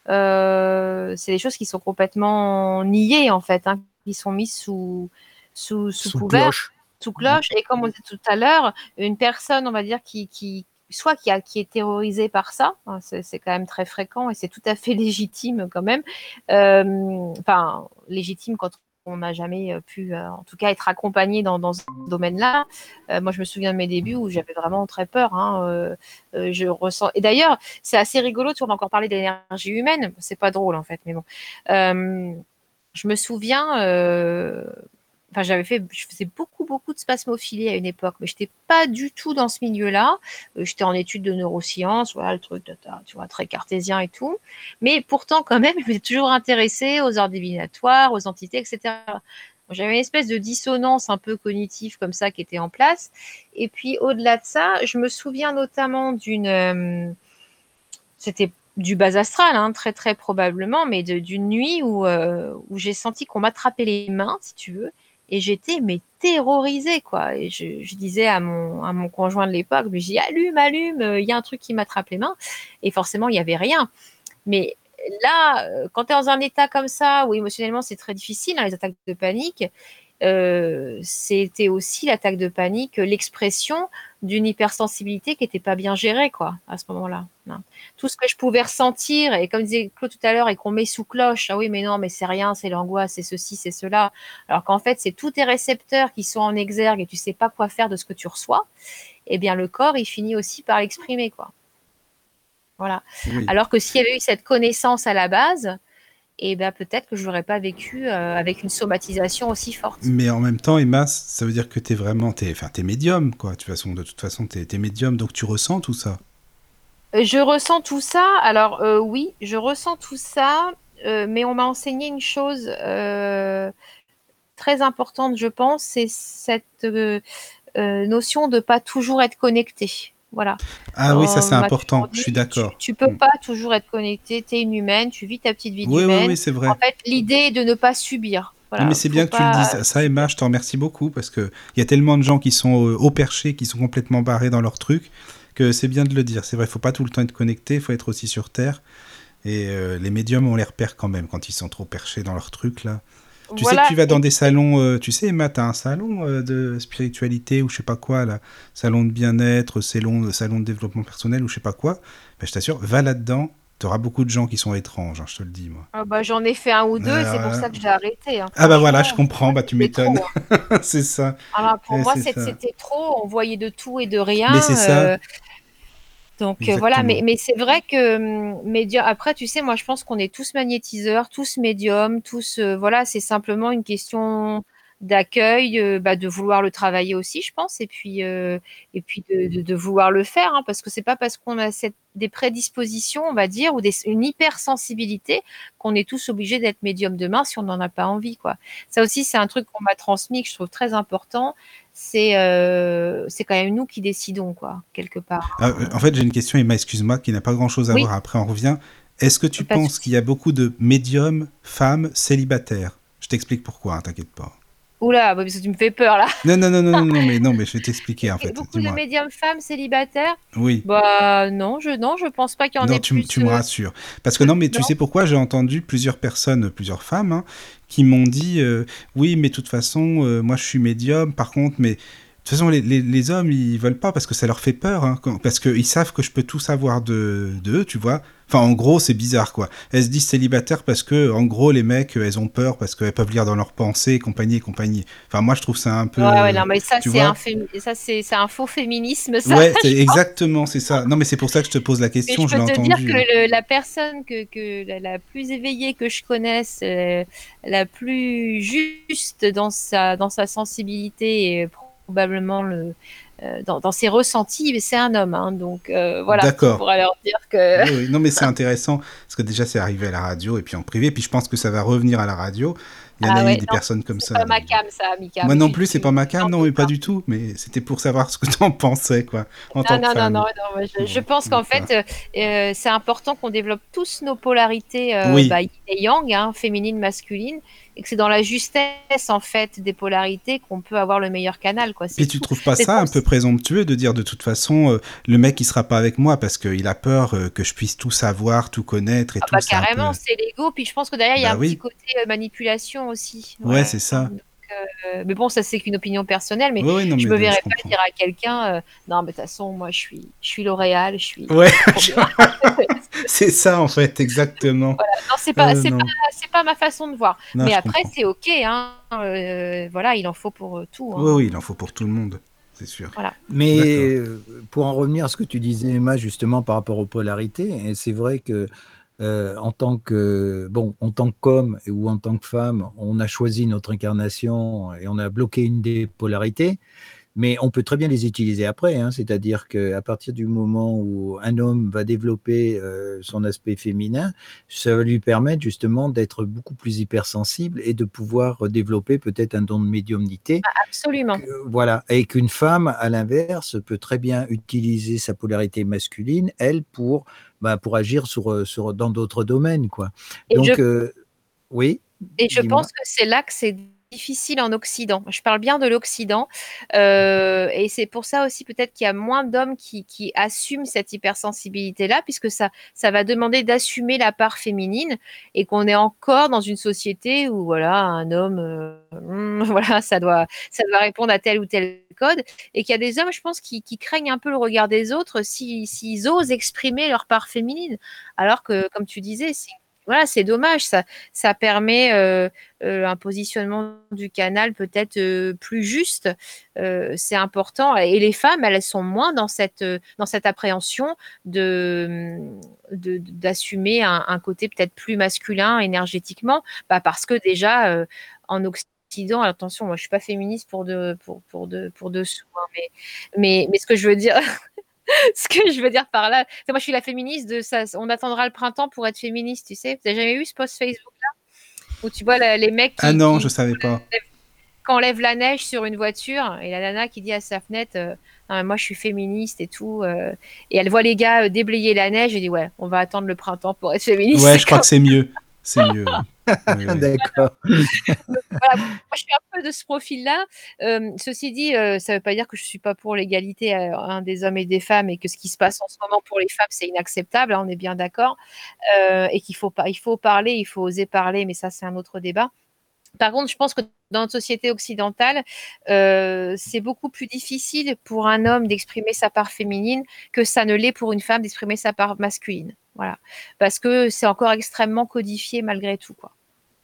euh, c'est des choses qui sont complètement niées, en fait, hein, qui sont mises sous, sous, sous, Sous couvert, cloche. sous cloche. Et comme on disait tout à l'heure, une personne, on va dire, qui, qui soit qui, a, qui est terrorisée par ça, hein, c'est quand même très fréquent et c'est tout à fait légitime quand même. Euh, enfin, légitime quand on n'a jamais pu, euh, en tout cas, être accompagné dans, dans ce domaine-là. Euh, moi, je me souviens de mes débuts où j'avais vraiment très peur. Hein, euh, euh, je ressens. Et d'ailleurs, c'est assez rigolo. Tu vas encore parler de l'énergie humaine. C'est pas drôle en fait, mais bon. Euh, je me souviens. Euh, Enfin, j'avais fait, je faisais beaucoup, beaucoup de spasmophilie à une époque, mais je n'étais pas du tout dans ce milieu-là. Euh, j'étais en études de neurosciences, voilà, le truc, tu vois, très cartésien et tout. Mais pourtant, quand même, je m'étais toujours intéressée aux ordres divinatoires, aux entités, et cetera. J'avais une espèce de dissonance un peu cognitive comme ça qui était en place. Et puis, au-delà de ça, je me souviens notamment d'une... Euh, c'était du bas astral, hein, très, très probablement, mais d'une nuit où, euh, où j'ai senti qu'on m'attrapait les mains, si tu veux. Et j'étais mais terrorisée quoi. Et je, je disais à mon, à mon conjoint de l'époque, je dis allume, allume, il y a un truc qui m'attrape les mains. Et forcément, il n'y avait rien. Mais là, quand tu es dans un état comme ça, où émotionnellement c'est très difficile, hein, les attaques de panique, euh, c'était aussi l'attaque de panique, l'expression d'une hypersensibilité qui n'était pas bien gérée quoi, à ce moment-là. Hein. Tout ce que je pouvais ressentir, et comme disait Claude tout à l'heure, et qu'on met sous cloche, ah oui mais non mais c'est rien, c'est l'angoisse, c'est ceci, c'est cela, alors qu'en fait c'est tous tes récepteurs qui sont en exergue et tu sais pas quoi faire de ce que tu reçois, et eh bien le corps il finit aussi par l'exprimer quoi. Voilà. Oui. Alors que s'il y avait eu cette connaissance à la base, et eh ben peut-être que je n'aurais pas vécu euh, avec une somatisation aussi forte. Mais en même temps, Emma, ça veut dire que tu es vraiment, t'es, enfin, t'es médium, quoi. De toute façon, de toute façon, tu es médium, donc tu ressens tout ça. Je ressens tout ça. Alors euh, oui, je ressens tout ça, euh, mais on m'a enseigné une chose euh, très importante, je pense, c'est cette euh, euh, notion de pas toujours être connecté. Voilà. Ah oui, ça On c'est m'a toujours important, je dit, suis tu, d'accord. tu peux Mm. pas toujours être connecté, tu es une humaine, tu vis ta petite vie Oui, oui, d'humaine. oui, c'est En vrai. fait, l'idée est de ne pas subir. Non, mais Voilà, c'est faut bien que tu le pas dises. Ça, subir. Emma, je te remercie beaucoup parce que il y a tellement de gens qui sont euh, au perché, qui sont complètement barrés dans leur truc, que c'est bien de le dire. C'est vrai, il faut pas tout le temps être connecté, il faut être aussi sur Terre. Et euh, les médiums, on les repère quand même quand ils sont trop perchés dans leur truc, là. Tu sais que tu Voilà. vas dans Et des puis, salons, euh, tu sais, Emma, t'as un salon euh, de spiritualité ou je sais pas quoi, là. Salon de bien-être, salon, salon de développement personnel ou je sais pas quoi. Ben, je t'assure, va là-dedans, t'auras beaucoup de gens qui sont étranges, hein, je te le dis, moi. ah bah, j'en ai fait un ou deux et c'est pour Euh, ça que j'ai arrêté, hein. Ah bah voilà, je Franchement, pour comprends, moi, bah tu c'était m'étonnes. trop, hein. C'est ça. Alors, pour Eh, moi, c'est c'est- ça. c'était trop. On voyait de tout et de Mais c'est rien. ça, euh, donc euh, voilà, mais, exactement. mais c'est vrai que hum, média. Après, tu sais, moi, je pense qu'on est tous magnétiseurs, tous médiums, tous. euh, voilà, c'est simplement une question d'accueil, euh, bah, de vouloir le travailler aussi, je pense, et puis euh, et puis de, de- de vouloir le faire, hein, parce que c'est pas parce qu'on a cette, des prédispositions, on va dire, ou des, une hypersensibilité qu'on est tous obligés d'être médium demain si on n'en a pas envie, quoi. Ça aussi, c'est un truc qu'on m'a transmis que je trouve très important. C'est euh, c'est quand même nous qui décidons, quoi, quelque part, Ah, euh, en hein. fait, j'ai une question, Emma, excuse-moi, qui n'a pas grand-chose à Oui, voir. Après, on revient. Est-ce que tu pas de penses qu'il y souci. a beaucoup de médiums, femmes, célibataires? Je t'explique pourquoi, hein, t'inquiète pas. Oula, bah, parce que tu me fais peur là. Non, non, non, non, non, non, mais non, mais je vais t'expliquer en Et fait. beaucoup de Dis-moi. médiums femmes célibataires? Oui. Bah non, je non, je pense pas qu'il y en Non, ait tu, m- plus. tu me euh, rassures. Parce que non, mais tu non. sais pourquoi j'ai entendu plusieurs personnes, plusieurs femmes, hein, qui m'ont dit euh, oui, mais de toute façon, euh, moi je suis médium, par contre, mais de toute façon, les, les, les hommes, ils veulent pas parce que ça leur fait peur, hein, quand- parce qu'ils savent que je peux tout savoir de, de eux, tu vois. Enfin, en gros, c'est bizarre, quoi. Elles se disent célibataires parce que, en gros, les mecs, euh, elles ont peur parce qu'elles peuvent lire dans leurs pensées, et compagnie et compagnie. Enfin, moi, je trouve ça un Ouais, ouais, peu, non, mais ça tu c'est un vois. fémi- ça c'est c'est un faux féminisme, ça. Ouais, c'est Je pense. exactement, c'est ça. Non, mais c'est pour ça que je te pose la Mais question, je je peux l'ai te dire que entendu, hein. le- la personne que, que la, la plus éveillée que je connaisse, euh, la plus juste dans sa dans sa sensibilité et probablement le euh, dans, dans ses ressentis, c'est un homme, hein. Donc euh, voilà, tu D'accord. pourras leur dire que Oui, oui. Non, mais c'est intéressant parce que déjà, c'est arrivé à la radio et puis en privé. Puis je pense que ça va revenir à la radio. Il y en a ah eu ouais, des non, personnes comme c'est ça. pas ma Donc... cam ça, Mika, Moi mais non tu plus, c'est tu pas ma tu t'en cam, non, mais doutes, pas hein. du tout. Mais c'était pour savoir ce que tu en pensais, quoi, en Non, tant que non, non, non, femme. non, moi, je, je Bon, pense qu'en enfin. fait, euh, euh, c'est important qu'on développe tous nos polarités euh, Oui. bah, yin et yang, hein, féminine, masculine, et que c'est dans la justesse en fait des polarités qu'on peut avoir le meilleur canal, quoi. C'est Puis tu tout. trouves pas C'est ça comme un peu si- présomptueux de dire de toute façon, euh, le mec il sera pas avec moi parce qu'il a peur euh, que je puisse tout savoir, tout connaître et ah tout. bah C'est un carrément, peu. c'est l'ego. Puis je pense que derrière il y a Bah un petit oui. côté euh, manipulation aussi. Ouais, Voilà. c'est ça. Donc, euh, mais bon, ça c'est qu'une opinion personnelle, mais Oui, oui, non, je mais me de- je verrais pas comprends. dire à quelqu'un, euh, non, mais de toute façon, moi je suis, je suis L'Oréal, je suis Ouais, trop bien. c'est ça en fait, exactement. Non, c'est pas, Euh, c'est pas, non, c'est pas ma façon de voir. non, Mais je après, comprends. c'est ok, hein. Euh, voilà, il en faut pour euh, tout, Oui, hein. oui, il en faut pour tout le monde, c'est sûr. Voilà. D'accord. Mais euh, pour en revenir à ce que tu disais, Emma, justement par rapport aux polarités, et c'est vrai que euh, en tant que bon, en tant qu'homme ou en tant que femme, on a choisi notre incarnation et on a bloqué une des polarités. Mais on peut très bien les utiliser après, hein. C'est-à-dire qu'à partir du moment où un homme va développer euh, son aspect féminin, ça va lui permettre justement d'être beaucoup plus hypersensible et de pouvoir développer peut-être un don de médiumnité. Absolument. Que- voilà. Et qu'une femme, à l'inverse, peut très bien utiliser sa polarité masculine, elle, pour, bah, pour agir sur, sur, dans d'autres domaines, quoi. Et je Donc, euh, oui, Et je pense dis-moi. que c'est là que c'est difficile en Occident. Je parle bien de l'Occident. Euh, et c'est pour ça aussi peut-être qu'il y a moins d'hommes qui, qui assument cette hypersensibilité-là, puisque ça, ça va demander d'assumer la part féminine et qu'on est encore dans une société où voilà, un homme, euh, hum, voilà, ça doit, ça doit répondre à tel ou tel code. Et qu'il y a des hommes, je pense, qui, qui craignent un peu le regard des autres si- s'ils osent exprimer leur part féminine. Alors que, comme tu disais, c'est voilà, c'est dommage, ça, ça permet euh, euh, un positionnement du canal peut-être euh, plus juste. Euh, c'est important. Et les femmes, elles sont moins dans cette, euh, dans cette appréhension de, de- d'assumer un, un côté peut-être plus masculin énergétiquement, bah parce que déjà, euh, en Occident, attention, moi je suis pas féministe pour de, pour, pour de, pour dessous, hein, mais, mais, mais ce que je veux dire, ce que je veux dire par là, c'est moi je suis la féministe de ça. On attendra le printemps pour être féministe, tu sais. T'as jamais eu ce post Facebook où tu vois la- les mecs Ah qui, non, je qui savais pas. quand on lève la neige sur une voiture et la nana qui dit à sa fenêtre euh, non, mais moi je suis féministe et tout euh, et elle voit les gars euh, déblayer la neige et dit ouais on va attendre le printemps pour être féministe. Ouais, je crois que c'est mieux. C'est mieux. Oui. Oui, oui. D'accord. Voilà, moi, je suis un peu de ce profil-là. Euh, ceci dit, euh, ça ne veut pas dire que je ne suis pas pour l'égalité euh, hein, des hommes et des femmes et que ce qui se passe en ce moment pour les femmes, c'est inacceptable, hein, on est bien d'accord. Euh, et qu'il faut, pas, il faut parler, il faut oser parler, mais ça, c'est un autre débat. Par contre, je pense que dans notre société occidentale, euh, c'est beaucoup plus difficile pour un homme d'exprimer sa part féminine que ça ne l'est pour une femme d'exprimer sa part masculine. Voilà. Parce que c'est encore extrêmement codifié malgré tout, quoi.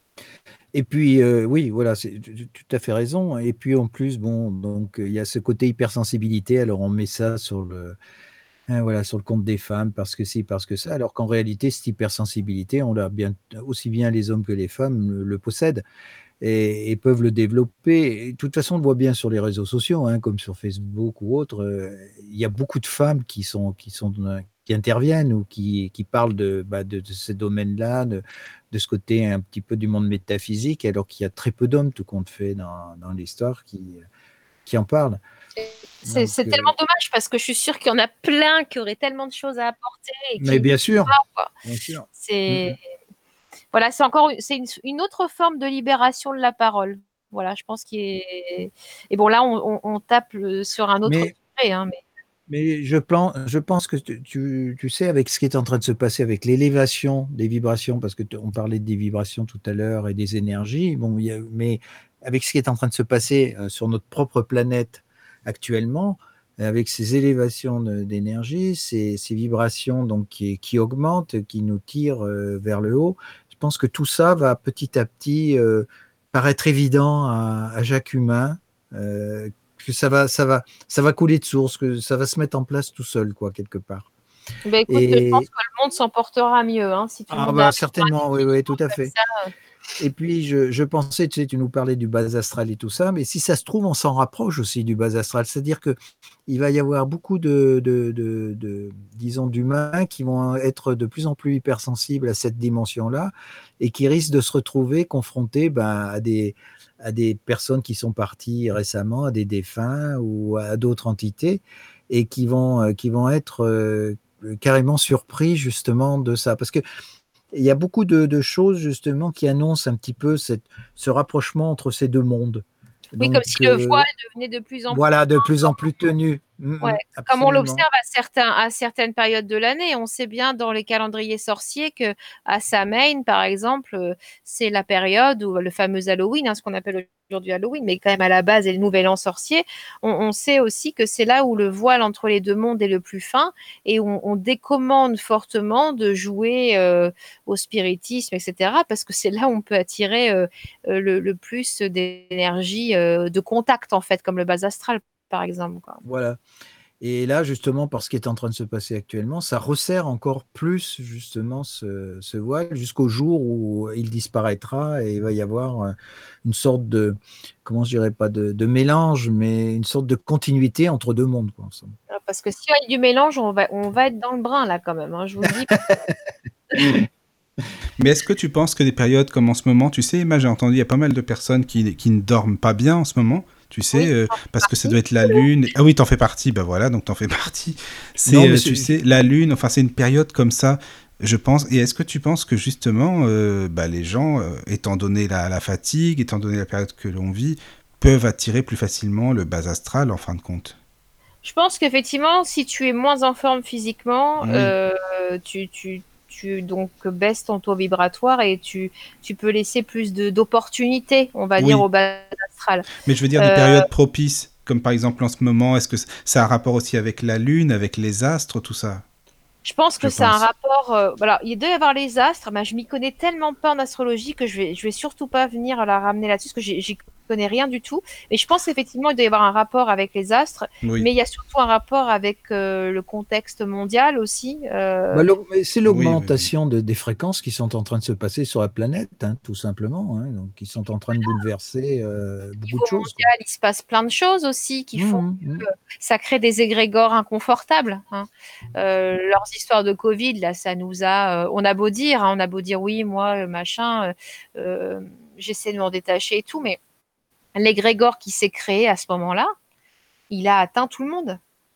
Et puis, euh, oui, voilà, c'est tu tu tout à fait raison. Et puis, en plus, bon, donc, il y a ce côté hypersensibilité. Alors, on met ça sur le, hein, voilà, sur le compte des femmes parce que ci, parce que ça. Alors qu'en réalité, cette hypersensibilité, on l'a bien, aussi bien les hommes que les femmes le, le possèdent et, et peuvent le développer. Et de toute façon, on le voit bien sur les réseaux sociaux, hein, comme sur Facebook ou autres. euh, Il y a beaucoup de femmes qui sont, qui sont, euh, qui interviennent ou qui, qui parlent de, bah, de, de ces domaines-là, de, de ce côté un petit peu du monde métaphysique, alors qu'il y a très peu d'hommes, tout compte fait, dans, dans l'histoire, qui, qui en parlent. C'est, Donc, c'est euh, tellement dommage parce que je suis sûre qu'il y en a plein qui auraient tellement de choses à apporter et qui mais bien ne sûr, pas, quoi. bien sûr. Mm, C'est, mm. voilà, c'est encore c'est une, une autre forme de libération de la parole. Voilà, je pense qu'il est. Et bon, là, on, on, on tape sur un autre Mais sujet, hein, mais Mais je, plan, je pense que tu, tu, tu sais, avec ce qui est en train de se passer, avec l'élévation des vibrations, parce que t- on parlait des vibrations tout à l'heure et des énergies, bon, il y a- mais avec ce qui est en train de se passer euh, sur notre propre planète actuellement, avec ces élévations de- d'énergie, ces, ces vibrations donc, qui, qui augmentent, qui nous tirent euh, vers le haut, je pense que tout ça va petit à petit euh, paraître évident à, à chaque humain. euh, que ça va, ça va, ça va couler de source, que ça va se mettre en place tout seul, quoi, quelque part. ben, écoute, je pense Et que le monde s'en portera mieux hein, si tout le ah monde bah a certainement, oui, oui, tout à comme fait. ça. Et puis je, je pensais, tu sais, tu nous parlais du bas astral et tout ça, mais si ça se trouve, on s'en rapproche aussi du bas astral. C'est-à-dire que il va y avoir beaucoup de, de, de, de disons, d'humains qui vont être de plus en plus hypersensibles à cette dimension-là et qui risquent de se retrouver confrontés ben, à des à des personnes qui sont parties récemment, à des défunts ou à d'autres entités, et qui vont, euh, qui vont être euh, carrément surpris justement de ça. Parce que il y a beaucoup de, de choses justement qui annoncent un petit peu cette, ce rapprochement entre ces deux mondes. Oui, comme Donc si le voile euh, devenait de plus en plus. voilà, de plus en plus tenu. Mm, Ouais, mm, comme on absolument. l'observe à certains, à certaines périodes de l'année, on sait bien dans les calendriers sorciers que à Samhain, par exemple, euh, c'est la période où le fameux Halloween, hein, ce qu'on appelle aujourd'hui Halloween, mais quand même à la base est le Nouvel An sorcier. On, on sait aussi que c'est là où le voile entre les deux mondes est le plus fin et on, on décommande fortement de jouer euh, au spiritisme, et cetera. Parce que c'est là où on peut attirer euh, euh, le, le plus d'énergie euh, de contact en fait, comme le bas astral, par exemple, quoi. Voilà. Et là, justement, par ce qui est en train de se passer actuellement, ça resserre encore plus justement ce, ce voile jusqu'au jour où il disparaîtra et il va y avoir euh, une sorte de, comment je dirais pas de, de mélange, mais une sorte de continuité entre deux mondes, quoi, ensemble. Parce que s'il y a du mélange, on va, on va être dans le brun là quand même, hein, je vous le dis. Mais est-ce que tu penses que des périodes comme en ce moment, tu sais, moi j'ai entendu, il y a pas mal de personnes qui, qui ne dorment pas bien en ce moment, tu sais, Oui, euh, parce que ça doit être la lune. Ah oui, t'en fais partie, bah voilà, donc t'en fais partie. C'est, Non, mais euh, c'est- tu sais, la lune, enfin c'est une période comme ça, je pense. Et est-ce que tu penses que justement, euh, bah, les gens, euh, étant donné la, la fatigue, étant donné la période que l'on vit, peuvent attirer plus facilement le bas astral en fin de compte? Je pense qu'effectivement, si tu es moins en forme physiquement, Oui, euh, tu, tu, tu donc baisses ton taux vibratoire et tu, tu peux laisser plus de, d'opportunités, on va dire, oui. au bas astral. Mais je veux dire des Euh, périodes propices, comme par exemple en ce moment, est-ce que c- ça a un rapport aussi avec la lune, avec les astres, tout ça, Je pense je que c'est un pense. rapport. Euh, voilà, il doit y avoir les astres, mais je m'y connais tellement pas en astrologie que je vais, je vais surtout pas venir la ramener là-dessus, parce que j'y j'y connais rien du tout. Mais je pense qu'effectivement, il doit y avoir un rapport avec les astres, Oui, mais il y a surtout un rapport avec euh, le contexte mondial aussi. Bah, Euh, l'aug- mais c'est oui, oui, oui. l'augmentation de- des fréquences qui sont en train de se passer sur la planète, hein, tout simplement, hein, donc qui sont en train de bouleverser euh, au beaucoup de niveau choses, quoi. mondial, il se passe plein de choses aussi qui font Mhm, mhm. ça crée des égrégores inconfortables. Hein. Euh, leurs histoires de Covid, là, ça nous a. Euh, on a beau dire, hein, on a beau dire oui, moi, euh, machin, euh, euh, j'essaie de m'en détacher et tout, mais l'égrégore qui s'est créé à ce moment-là, il a atteint tout le monde.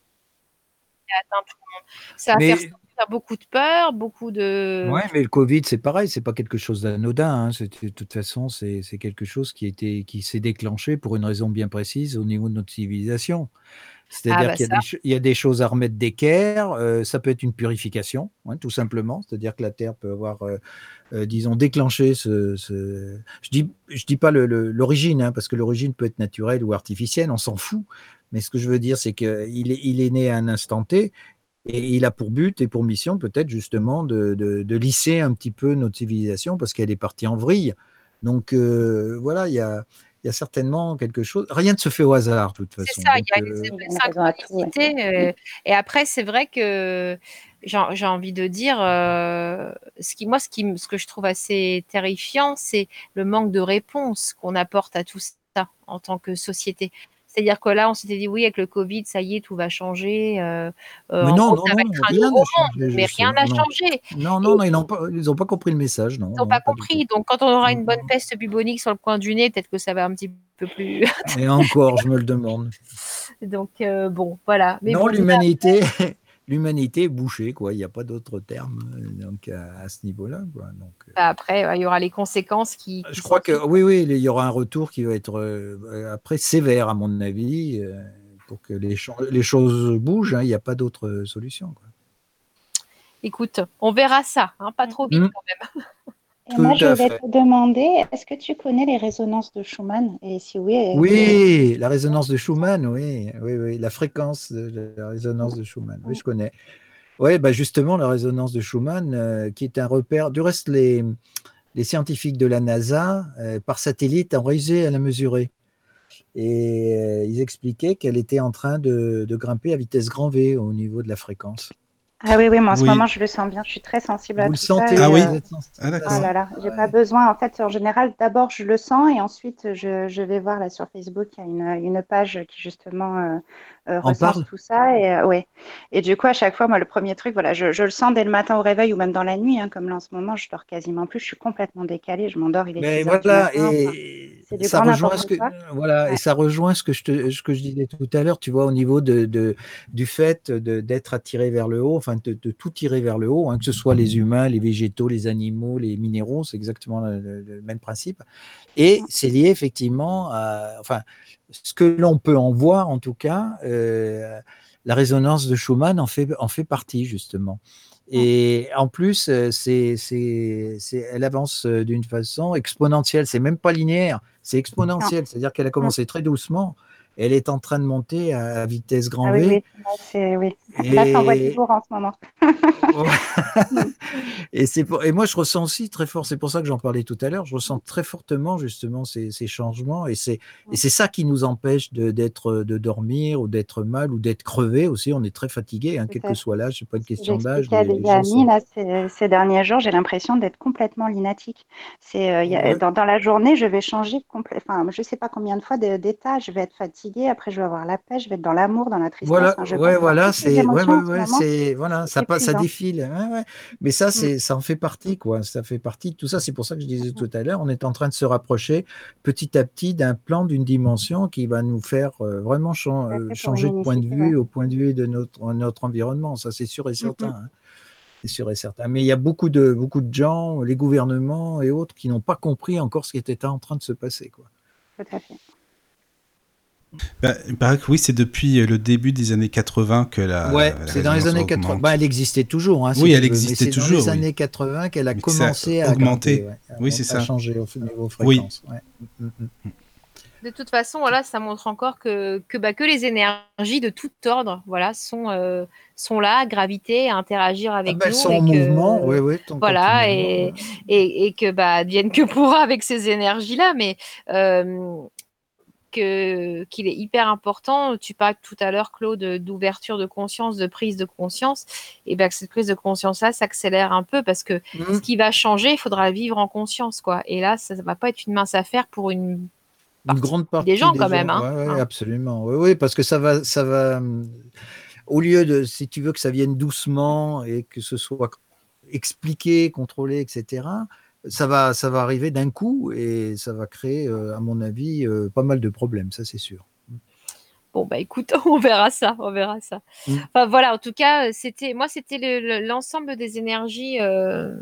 Il a atteint tout le monde. Ça va Mais... faire sortir beaucoup de peur, beaucoup de... Oui, mais le Covid, c'est pareil, c'est pas quelque chose d'anodin. Hein. De toute façon, c'est quelque chose qui, était, qui s'est déclenché pour une raison bien précise au niveau de notre civilisation. C'est-à-dire ah bah qu'il y, y a des choses à remettre d'équerre, euh, ça peut être une purification, hein, tout simplement. C'est-à-dire que la Terre peut avoir, euh, euh, disons, déclenché ce... ce... Je dis, je dis pas l'origine, hein, parce que l'origine peut être naturelle ou artificielle, on s'en fout. Mais ce que je veux dire, c'est qu'il est, il est né à un instant T, et il a pour but et pour mission peut-être justement de, de, de lisser un petit peu notre civilisation parce qu'elle est partie en vrille. Donc euh, voilà, il y a, y a certainement quelque chose. Rien ne se fait au hasard de toute façon. C'est ça, il y a une euh... synchronicité. Euh, et après, c'est vrai que j'ai envie de dire, euh, ce qui, moi, ce, qui, ce que je trouve assez terrifiant, c'est le manque de réponse qu'on apporte à tout ça en tant que société. C'est-à-dire que là, on s'était dit, oui, avec le Covid, ça y est, tout va changer. Euh, mais non, gros, non, ça non, va être un rien n'a changé. Mais rien n'a changé. Non, non, non, ils n'ont pas, ils pas compris le message. Non, ils n'ont pas, pas compris. Donc, quand on aura une bonne peste bubonique sur le coin du nez, peut-être que ça va un petit peu plus... Et encore, je me le demande. Donc, euh, bon, voilà. Mais non, bon, l'humanité... L'humanité est bouchée, quoi. Il n'y a pas d'autre terme donc, à, à ce niveau-là. Donc, après, il y aura les conséquences qui. qui je crois que oui, oui, il y aura un retour qui va être euh, après sévère, à mon avis, euh, pour que les, les choses bougent. Hein, il n'y a pas d'autre solution. Quoi. Écoute, on verra ça, hein, pas trop vite mmh. quand même. Et Tout moi, je voulais te demander, est-ce que tu connais les résonances de Schumann? Et si oui, oui, que... la résonance de Schumann, oui, oui, oui, la fréquence de la résonance de Schumann, oui, je connais. Oui, bah justement, la résonance de Schumann, euh, qui est un repère. Du reste, les, les scientifiques de la NASA, euh, par satellite, ont réussi à la mesurer. Et euh, ils expliquaient qu'elle était en train de, de grimper à vitesse grand V au niveau de la fréquence. Ah oui, oui, moi en oui. ce moment, je le sens bien. Je suis très sensible Vous à le tout sentez, ça. Ah et, oui euh... Ah d'accord. Oh là là, j'ai ouais. pas besoin. En fait, en général, d'abord, je le sens et ensuite, je, je vais voir là sur Facebook, il y a une, une page qui justement euh, euh, recense tout ça. Et, euh, ouais. et du coup, à chaque fois, moi, le premier truc, voilà, je, je le sens dès le matin au réveil ou même dans la nuit. Hein, comme là en ce moment, je dors quasiment plus. Je suis complètement décalée. Je m'endors, il est Mais six heures voilà, du matin. et enfin, du ça grand rejoint ce que quoi. voilà, ouais. et ça rejoint ce que je te, ce que je disais tout à l'heure. Tu vois, au niveau de, de du fait de d'être attiré vers le haut, enfin de, de tout tirer vers le haut, hein, que ce soit les humains, les végétaux, les animaux, les minéraux, c'est exactement le, le, le même principe. Et c'est lié effectivement à, enfin, ce que l'on peut en voir en tout cas, euh, la résonance de Schumann en fait en fait partie justement. Et en plus, c'est, c'est, c'est, elle avance d'une façon exponentielle. C'est même pas linéaire, c'est exponentiel. C'est-à-dire qu'elle a commencé très doucement. Elle est en train de monter à vitesse grand ah, oui, V. Oui, là, c'est, oui. Et... Là, ça envoie du jour en ce moment. et, c'est pour... et moi, je ressens aussi très fort, c'est pour ça que j'en parlais tout à l'heure, je ressens très fortement justement ces, ces changements. Et c'est, et c'est ça qui nous empêche de, d'être, de dormir ou d'être mal ou d'être crevé aussi. On est très fatigué, hein, quel que soit l'âge, c'est pas une question d'âge. J'ai expliqué à des amis, sont... là, ces, ces derniers jours, j'ai l'impression d'être complètement lunatique. C'est, euh, y a, ouais. dans, dans la journée, je vais changer, complè... enfin, je sais pas combien de fois d'état, je vais être fatiguée, après je vais avoir la paix, je vais être dans l'amour, dans la tristesse. Voilà, enfin, je ouais, voilà, c'est, ouais, ouais, ouais, moment, c'est, voilà, ça, ça défile, ouais, ouais. Mais ça, c'est, mm. ça en fait partie, quoi. Ça fait partie de tout ça. C'est pour ça que je disais tout à l'heure, on est en train de se rapprocher petit à petit d'un plan, d'une dimension qui va nous faire euh, vraiment chan- euh, changer de point de vue ouais. au point de vue de notre, notre environnement. Ça, c'est sûr et certain. Mm-hmm. Hein. C'est sûr et certain. Mais il y a beaucoup de, beaucoup de gens, les gouvernements et autres, qui n'ont pas compris encore ce qui était en train de se passer, quoi. Tout à fait. Bah, il paraît que oui, c'est depuis le début des années quatre-vingts que la. Ouais, la c'est dans les années quatre-vingts. Bah, elle existait toujours. Hein, si oui, elle veux, existait mais toujours. C'est dans les oui. années quatre-vingts qu'elle a mais commencé à augmenter. Grimper, ouais, oui, à, c'est à ça. changer au niveau fréquence. Oui. Ouais. De toute façon, voilà, ça montre encore que, que, bah, que les énergies de tout ordre voilà, sont, euh, sont là, à graviter, à interagir avec ah ben, nous. Elles sont en que, mouvement, oui, oui. Voilà, et, et, et que bah, advienne que pourra avec ces énergies-là. Mais euh, que, qu'il est hyper important, tu parlais tout à l'heure, Claude, d'ouverture de conscience, de prise de conscience, et bah, que cette prise de conscience-là s'accélère un peu parce que mmh. ce qui va changer, il faudra le vivre en conscience. Quoi. Et là, ça ne va pas être une mince affaire pour une Une grande partie des gens des quand gens. même. Hein. Ouais, ouais, hein. Absolument. Oui, oui, parce que ça va, ça va. Au lieu de, si tu veux que ça vienne doucement et que ce soit expliqué, contrôlé, et cetera. ça va, ça va arriver d'un coup et ça va créer, euh, à mon avis, euh, pas mal de problèmes, ça c'est sûr. Bon, bah écoute, on verra ça, on verra ça. Mm. Enfin voilà, en tout cas, c'était, moi, c'était le- le- l'ensemble des énergies euh,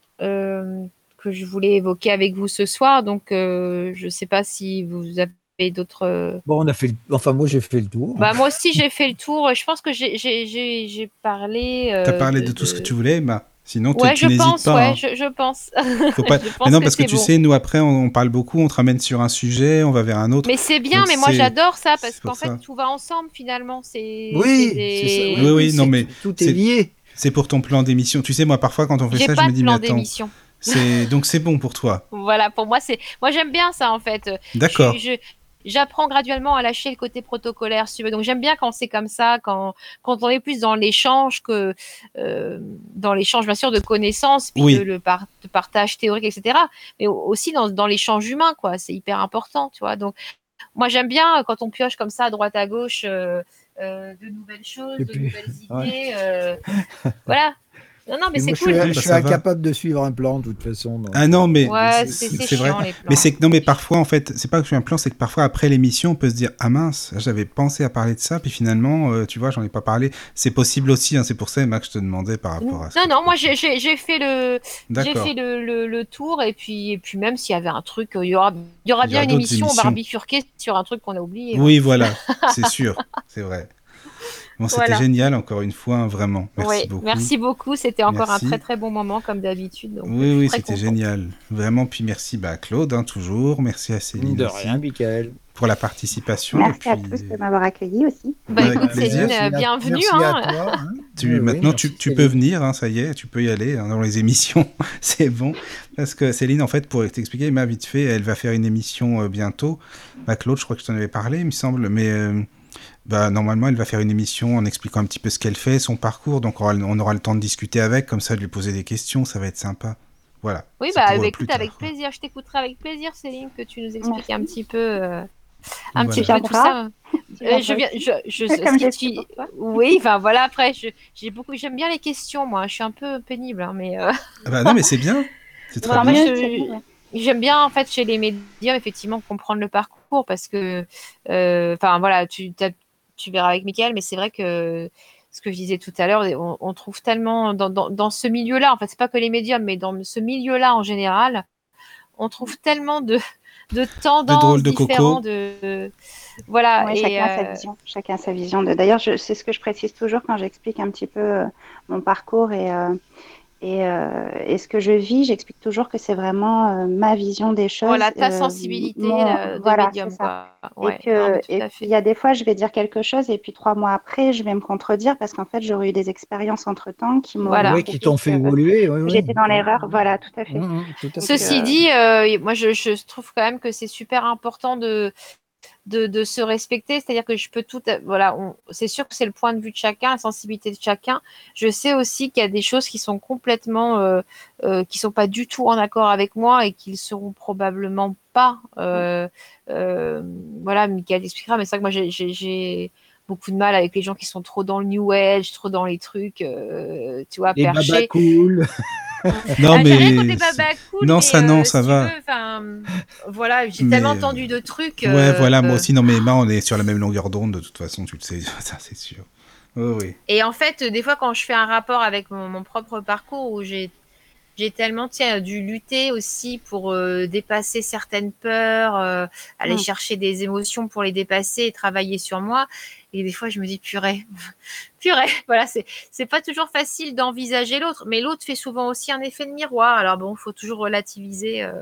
euh, que je voulais évoquer avec vous ce soir. Donc, euh, je ne sais pas si vous avez d'autres. euh, Bon, on a fait, le- enfin moi j'ai fait le tour. Bah, moi aussi, j'ai fait le tour. Je pense que j'ai, j'ai, j'ai, j'ai parlé. T'as euh, parlé de, de tout ce que de- tu voulais, Emma. Sinon, tu, Ouais, tu je n'hésites pense, pas. ouais, hein. je, je pense. Faut pas... Je Mais pense non, que parce que, c'est tu bon. sais, nous après, on, on parle beaucoup, on te ramène sur un sujet, on va vers un autre. Mais c'est bien, Donc, mais moi c'est- j'adore ça parce c'est pour qu'en fait ça. tout va ensemble finalement. C'est c'est Oui, des- c'est ça. Oui, Oui, oui, non, c'est- mais tout est c'est- lié. C'est pour ton plan d'émission. Tu sais, moi, parfois, quand on fait J'ai ça, je pas me de dis, mais plan attends, d'émission. c'est... donc c'est bon pour toi. Voilà, pour moi c'est. Moi j'aime bien ça en fait. D'accord. Je, je- J'apprends graduellement à lâcher le côté protocolaire, si tu veux. Donc j'aime bien quand c'est comme ça, quand, quand on est plus dans l'échange que euh, dans l'échange bien sûr de connaissances, puis Oui. de, le par- de partage théorique, et cetera. Mais au- aussi dans, dans l'échange humain, quoi. C'est hyper important, tu vois. Donc moi j'aime bien quand on pioche comme ça à droite à gauche euh, euh, de nouvelles choses, Et de puis, nouvelles idées. ouais. euh, voilà. Non, non, mais Et moi, c'est je cool. suis, Bah, je suis ça va. incapable de suivre un plan de toute façon. donc, Ah non, mais Ouais, c'est- c'est c'est c'est c'est vrai. chiant les plans. Mais c'est que non, mais parfois en fait, c'est pas que je suis un plan, c'est que parfois après l'émission, on peut se dire ah mince, j'avais pensé à parler de ça, puis finalement, euh, tu vois, j'en ai pas parlé. C'est possible aussi, hein, c'est pour ça, Emma, que je te demandais par rapport à. ce Non, que non, tu moi penses. j'ai j'ai- j'ai fait le j'ai D'accord. fait le, le, le tour et puis et puis même s'il y avait un truc, euh, il y aura il y aura Il y bien aura une d'autres émission, on va émissions. bifurquer sur un truc qu'on a oublié. hein. Oui, voilà, c'est sûr, c'est vrai. Bon, c'était Voilà. génial encore une fois, hein, vraiment. Merci Oui, beaucoup. merci beaucoup. C'était encore Merci. un très très bon moment comme d'habitude. Donc Oui, je suis oui, très c'était contente. génial. Vraiment, puis merci bah, à Claude, hein, toujours. Merci à Céline De aussi rien, Michael. pour la participation. Merci et à puis... tous de m'avoir accueilli aussi. Bah Avec écoute plaisir. Céline, euh, Merci à- bienvenue. Merci hein. à toi. hein. Tu, Oui, oui, maintenant, merci, tu, tu Céline. peux venir, hein, ça y est, tu peux y aller hein, dans les émissions, c'est bon. Parce que Céline, en fait, pour t'expliquer, m'a vite fait, elle va faire une émission euh, bientôt. Bah, Claude, je crois que je t'en avais parlé, il me semble, mais euh, bah, normalement, elle va faire une émission en expliquant un petit peu ce qu'elle fait, son parcours, donc on aura, on aura le temps de discuter avec, comme ça, de lui poser des questions, ça va être sympa. Voilà. Oui, C'est bah pour, euh, écoute plus avec tard, quoi. plaisir. Je t'écouterai avec plaisir Céline que tu nous expliques Merci. un petit peu euh, un Voilà. petit Tu peu tout viendras. ça. Tu Euh, je viendras viens, aussi. je, je, Comme si je tu- suis pour toi. Oui, enfin voilà. Après, je- j'ai beaucoup, j'aime bien les questions, moi. Je suis un peu pénible, hein, mais euh, Ah bah non, mais c'est bien, c'est très non, mais bien. mieux, je- c'est mieux, ouais. j'aime bien en fait chez les médiums effectivement comprendre le parcours parce que, euh, enfin voilà, tu, t'as- tu verras avec Mickaël, mais c'est vrai que ce que je disais tout à l'heure, on, on trouve tellement dans, dans, dans ce milieu-là, en fait, c'est pas que les médiums, mais dans ce milieu-là en général, on trouve tellement de de tendances drôles de coco. différentes, de voilà. Ouais, et, chacun a sa euh, vision. Chacun a sa vision. De... D'ailleurs, je- c'est ce que je précise toujours quand j'explique un petit peu euh, mon parcours et, euh, et, euh, et ce que je vis. J'explique toujours que c'est vraiment euh, ma vision des choses. voilà ta euh, sensibilité mon- là, de voilà, médium, c'est ça. quoi. Ouais, et que, non, mais tout et à puis, fait. il y a des fois, je vais dire quelque chose et puis trois mois après, je vais me contredire parce qu'en fait, j'aurais eu des expériences entre-temps qui m'ont Voilà. Oui, qui t'ont fait que évoluer. Oui, oui. j'étais dans l'erreur. Voilà, tout à fait. Mmh, mmh, tout à fait. Ceci euh, dit, euh, moi je, je trouve quand même que c'est super important de, de, de se respecter, c'est-à-dire que je peux tout, voilà, on- c'est sûr que c'est le point de vue de chacun, la sensibilité de chacun. Je sais aussi qu'il y a des choses qui sont complètement, euh, euh, qui sont pas du tout en accord avec moi et qui le seront probablement pas. Euh, euh, voilà, Mickaël expliquera, mais c'est vrai que moi j'ai, j'ai, j'ai beaucoup de mal avec les gens qui sont trop dans le New Age, trop dans les trucs, euh, tu vois, Les babas perchés. cool. Non, Ah, j'ai rien contre mais... les babas cool, Non, mais, ça, non, euh, ça si va. tu veux, enfin, voilà, j'ai Mais, tellement euh, entendu de trucs. Ouais, euh, voilà, moi euh, aussi. Non, mais Emma, on est sur la même longueur d'onde, de toute façon, tu le sais, ça, c'est sûr. Oh, oui. Et en fait, des fois, quand je fais un rapport avec mon, mon propre parcours, où j'ai j'ai tellement tiens, dû lutter aussi pour euh, dépasser certaines peurs, euh, aller Mm. chercher des émotions pour les dépasser et travailler sur moi. Et des fois, je me dis, purée, purée. Voilà, c'est c'est pas toujours facile d'envisager l'autre, mais l'autre fait souvent aussi un effet de miroir. Alors bon, il faut toujours relativiser. euh,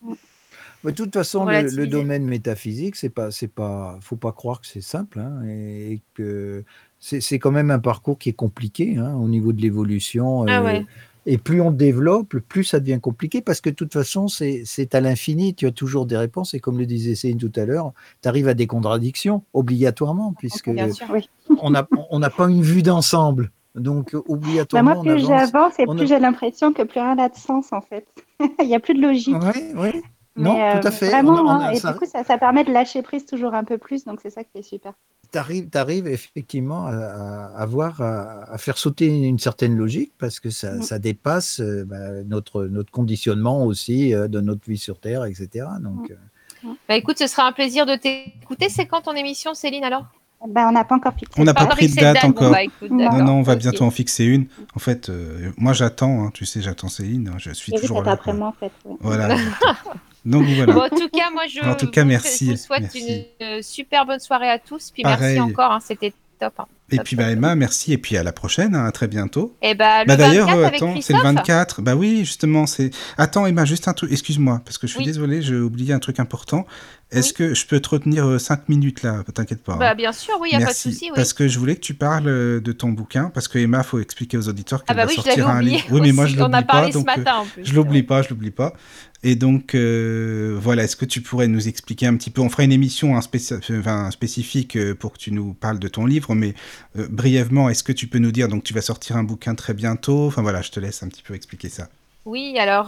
De toute façon, le, relativiser. le domaine métaphysique, c'est pas, c'est pas, faut pas croire que c'est simple, hein, et que c'est, c'est quand même un parcours qui est compliqué, hein, au niveau de l'évolution. Ah euh, ouais. Et plus on développe, plus ça devient compliqué, parce que de toute façon, c'est, c'est à l'infini. Tu as toujours des réponses, et comme le disait Céline tout à l'heure, tu arrives à des contradictions obligatoirement, puisque Bien sûr. Oui. on n'a on n'a pas une vue d'ensemble. Donc Bah, obligatoirement, moi, on plus avance. j'avance et on plus a- j'ai l'impression que plus rien n'a de sens, en fait. Il n'y a plus de logique. Ouais, ouais. Non, Mais, tout à euh, fait. Vraiment, On a- on hein, a- et ça- du coup, ça, ça permet de lâcher prise toujours un peu plus, donc c'est ça qui est super. T'arrives, t'arrives effectivement à, à, à voir, à, à faire sauter une certaine logique parce que ça, Mm. ça dépasse euh, bah, notre, notre conditionnement aussi euh, de notre vie sur Terre, et cetera. Donc, euh, Bah écoute, ce sera un plaisir de t'écouter. C'est quand ton émission, Céline, alors? Ben, on n'a pas encore fixé. On n'a de pas Pas date. pris de fixé date Bon, encore. bah écoute, Non. Non, d'accord. non, on va Ok. bientôt en fixer une. En fait, euh, moi j'attends, hein, tu sais, j'attends Céline, hein, je suis Et oui, toujours t'attends là. après quoi. moi, en fait. ouais. Voilà. Donc voilà. Bon, en tout cas, moi, je, En tout cas, vous, merci, je vous souhaite merci. une euh, super bonne soirée à tous. Puis Pareil. merci encore, hein, c'était top. hein. Et Top, puis top, bah, top. Emma, merci, et puis à la prochaine, hein, à très bientôt. Et bah, le Bah d'ailleurs, vingt-quatre euh, avec attends, c'est le Christophe. vingt-quatre. Bah oui, justement, c'est. Attends, Emma, juste un truc. Excuse-moi, parce que je suis Oui. désolé, j'ai oublié un truc important. Est-ce Oui. que je peux te retenir cinq minutes là? T'inquiète pas. Bah, hein. bien sûr, oui, il n'y a pas de Merci. souci. Oui. Parce que je voulais que tu parles euh, de ton bouquin, parce que Emma, faut expliquer aux auditeurs Ah qu'elle bah va oui, je l'avais sortir un oublié livre. Oui, mais moi aussi. je On a l'oublie pas, parlé ce donc euh, matin en plus. je l'oublie Ouais. pas, je l'oublie pas. Et donc euh, voilà, est-ce que tu pourrais nous expliquer un petit peu? On fera une émission hein, spéci- enfin, spécifique euh, pour que tu nous parles de ton livre, mais euh, brièvement, est-ce que tu peux nous dire, donc tu vas sortir un bouquin très bientôt? Enfin voilà, je te laisse un petit peu expliquer ça. Oui, alors,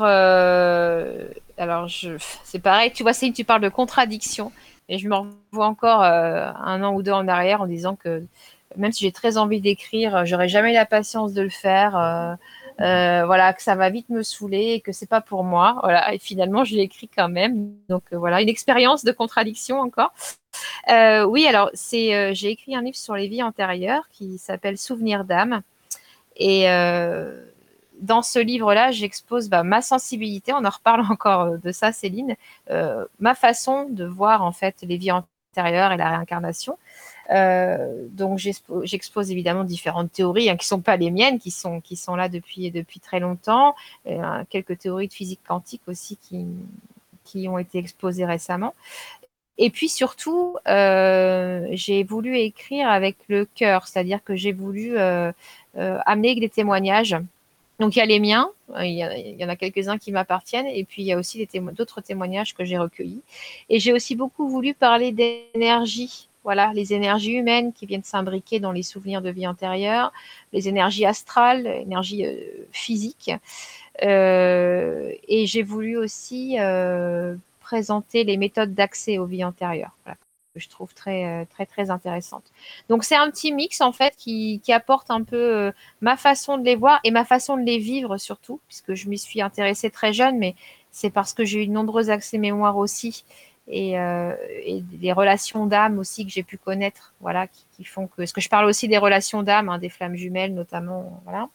euh, alors je, c'est pareil. Tu vois, Céline, tu parles de contradiction. Et je me revois encore euh, un an ou deux en arrière en disant que même si j'ai très envie d'écrire, euh, j'aurais jamais la patience de le faire. euh, euh, voilà, que ça va vite me saouler et que c'est pas pour moi. Voilà, et finalement, je l'ai écrit quand même. Donc euh, voilà, une expérience de contradiction encore. Euh, oui, alors c'est, euh, j'ai écrit un livre sur les vies antérieures qui s'appelle Souvenirs d'âme. Et euh, dans ce livre-là, j'expose bah, ma sensibilité. On en reparle encore de ça, Céline. Euh, ma façon de voir en fait les vies antérieures et la réincarnation. Euh, donc j'expo- j'expose évidemment différentes théories hein, qui sont pas les miennes, qui sont qui sont là depuis depuis très longtemps. Et, euh, quelques théories de physique quantique aussi qui qui ont été exposées récemment. Et puis surtout, euh, j'ai voulu écrire avec le cœur, c'est-à-dire que j'ai voulu euh, euh, amener des témoignages. Donc il y a les miens, il y, a, il y en a quelques-uns qui m'appartiennent, et puis il y a aussi des témo- d'autres témoignages que j'ai recueillis. Et j'ai aussi beaucoup voulu parler d'énergie, voilà, les énergies humaines qui viennent s'imbriquer dans les souvenirs de vie antérieure, les énergies astrales, énergies euh, physiques. Euh, et j'ai voulu aussi euh, présenter les méthodes d'accès aux vies antérieures, voilà, que je trouve très, très, très intéressantes. Donc, c'est un petit mix, en fait, qui, qui apporte un peu euh, ma façon de les voir et ma façon de les vivre, surtout, puisque je m'y suis intéressée très jeune, mais c'est parce que j'ai eu de nombreux accès mémoire aussi, et, euh, et des relations d'âme aussi que j'ai pu connaître, voilà, qui, qui font que... Parce que je parle aussi des relations d'âme, hein, des flammes jumelles, notamment, voilà.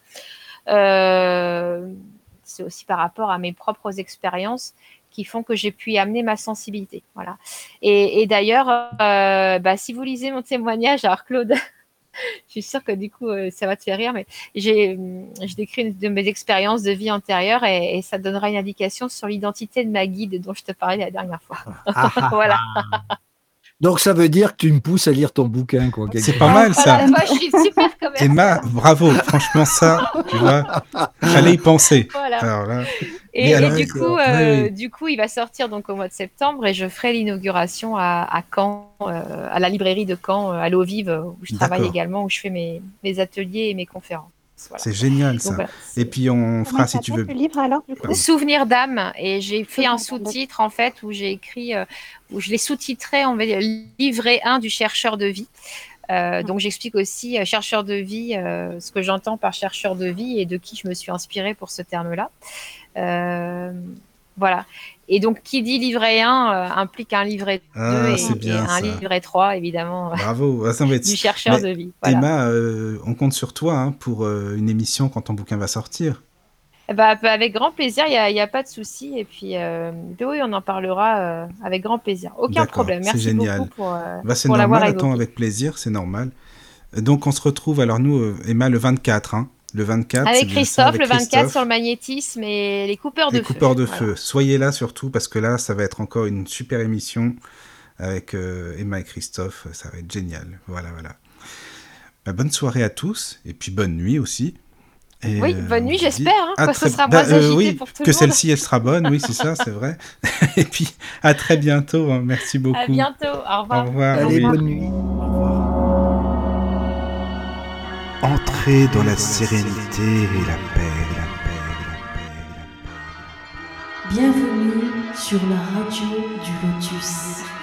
Euh, c'est aussi par rapport à mes propres expériences qui font que j'ai pu y amener ma sensibilité. Voilà. Et, et d'ailleurs, euh, bah, si vous lisez mon témoignage, alors Claude, je suis sûre que du coup, euh, ça va te faire rire, mais j'ai, je décris une de mes expériences de vie antérieure et, et ça donnera une indication sur l'identité de ma guide dont je te parlais la dernière fois. Voilà. donc ça veut dire que tu me pousses à lire ton bouquin, quoi. quelque C'est part. pas mal ça. Voilà, moi, je suis super commerciale. Emma, bravo, franchement ça, tu vois, fallait y penser. Voilà. Alors là, Et, Mais et alors, du d'accord. coup, Oui, euh, oui. du coup, il va sortir donc au mois de septembre et je ferai l'inauguration à, à Caen, euh, à la librairie de Caen, euh, à l'eau vive, où je travaille D'accord. également, où je fais mes, mes ateliers et mes conférences. Voilà. C'est génial Donc, ça. voilà, Et puis on Comment fera il si tu veux. s'appelle, le livre alors du coup? Souvenir d'âme, et j'ai fait un Souvenir d'âme. sous-titre en fait où j'ai écrit, euh, où je l'ai sous-titré en livret un du chercheur de vie. Euh, donc j'explique aussi euh, chercheur de vie, euh, ce que j'entends par chercheur de vie et de qui je me suis inspirée pour ce terme-là. Euh, voilà. Et donc qui dit livret un euh, implique un livret deux Ah, et, c'est et bien un ça. livret trois évidemment Bravo. Ah, ça va être... du chercheur Mais de vie. Voilà. Emma, euh, on compte sur toi hein, pour euh, une émission quand ton bouquin va sortir. Eh ben, avec grand plaisir, il n'y a, y a pas de souci. Et puis, euh, oui, on en parlera euh, avec grand plaisir. Aucun D'accord, problème. c'est Merci génial. beaucoup pour, euh, Bah, c'est pour l'avoir normal, attends, évoqué. avec plaisir, c'est normal. Donc on se retrouve, alors nous, euh, Emma, le vingt-quatre. Hein. Le vingt-quatre, c'est Avec bien ça, Christophe, avec le vingt-quatre Christophe. sur le magnétisme et les coupeurs de Les feu. coupeurs de Voilà. feu. Soyez là surtout, parce que là, ça va être encore une super émission avec euh, Emma et Christophe. Ça va être génial. Voilà, voilà. Bah, bonne soirée à tous, et puis bonne nuit aussi. Et, Oui, euh, bonne on nuit, se dit j'espère, hein, à quand ce très- sera bah, moins euh, agité oui, pour tout que le monde. celle-ci, elle sera bonne, oui, c'est ça, c'est vrai. Et puis, à très bientôt, hein. Merci beaucoup. À bientôt. Au revoir. Au revoir. Allez, oui. bonne nuit. Au revoir. Entrez dans la sérénité et la paix, la paix, la paix, la paix. Bienvenue sur la radio du Lotus.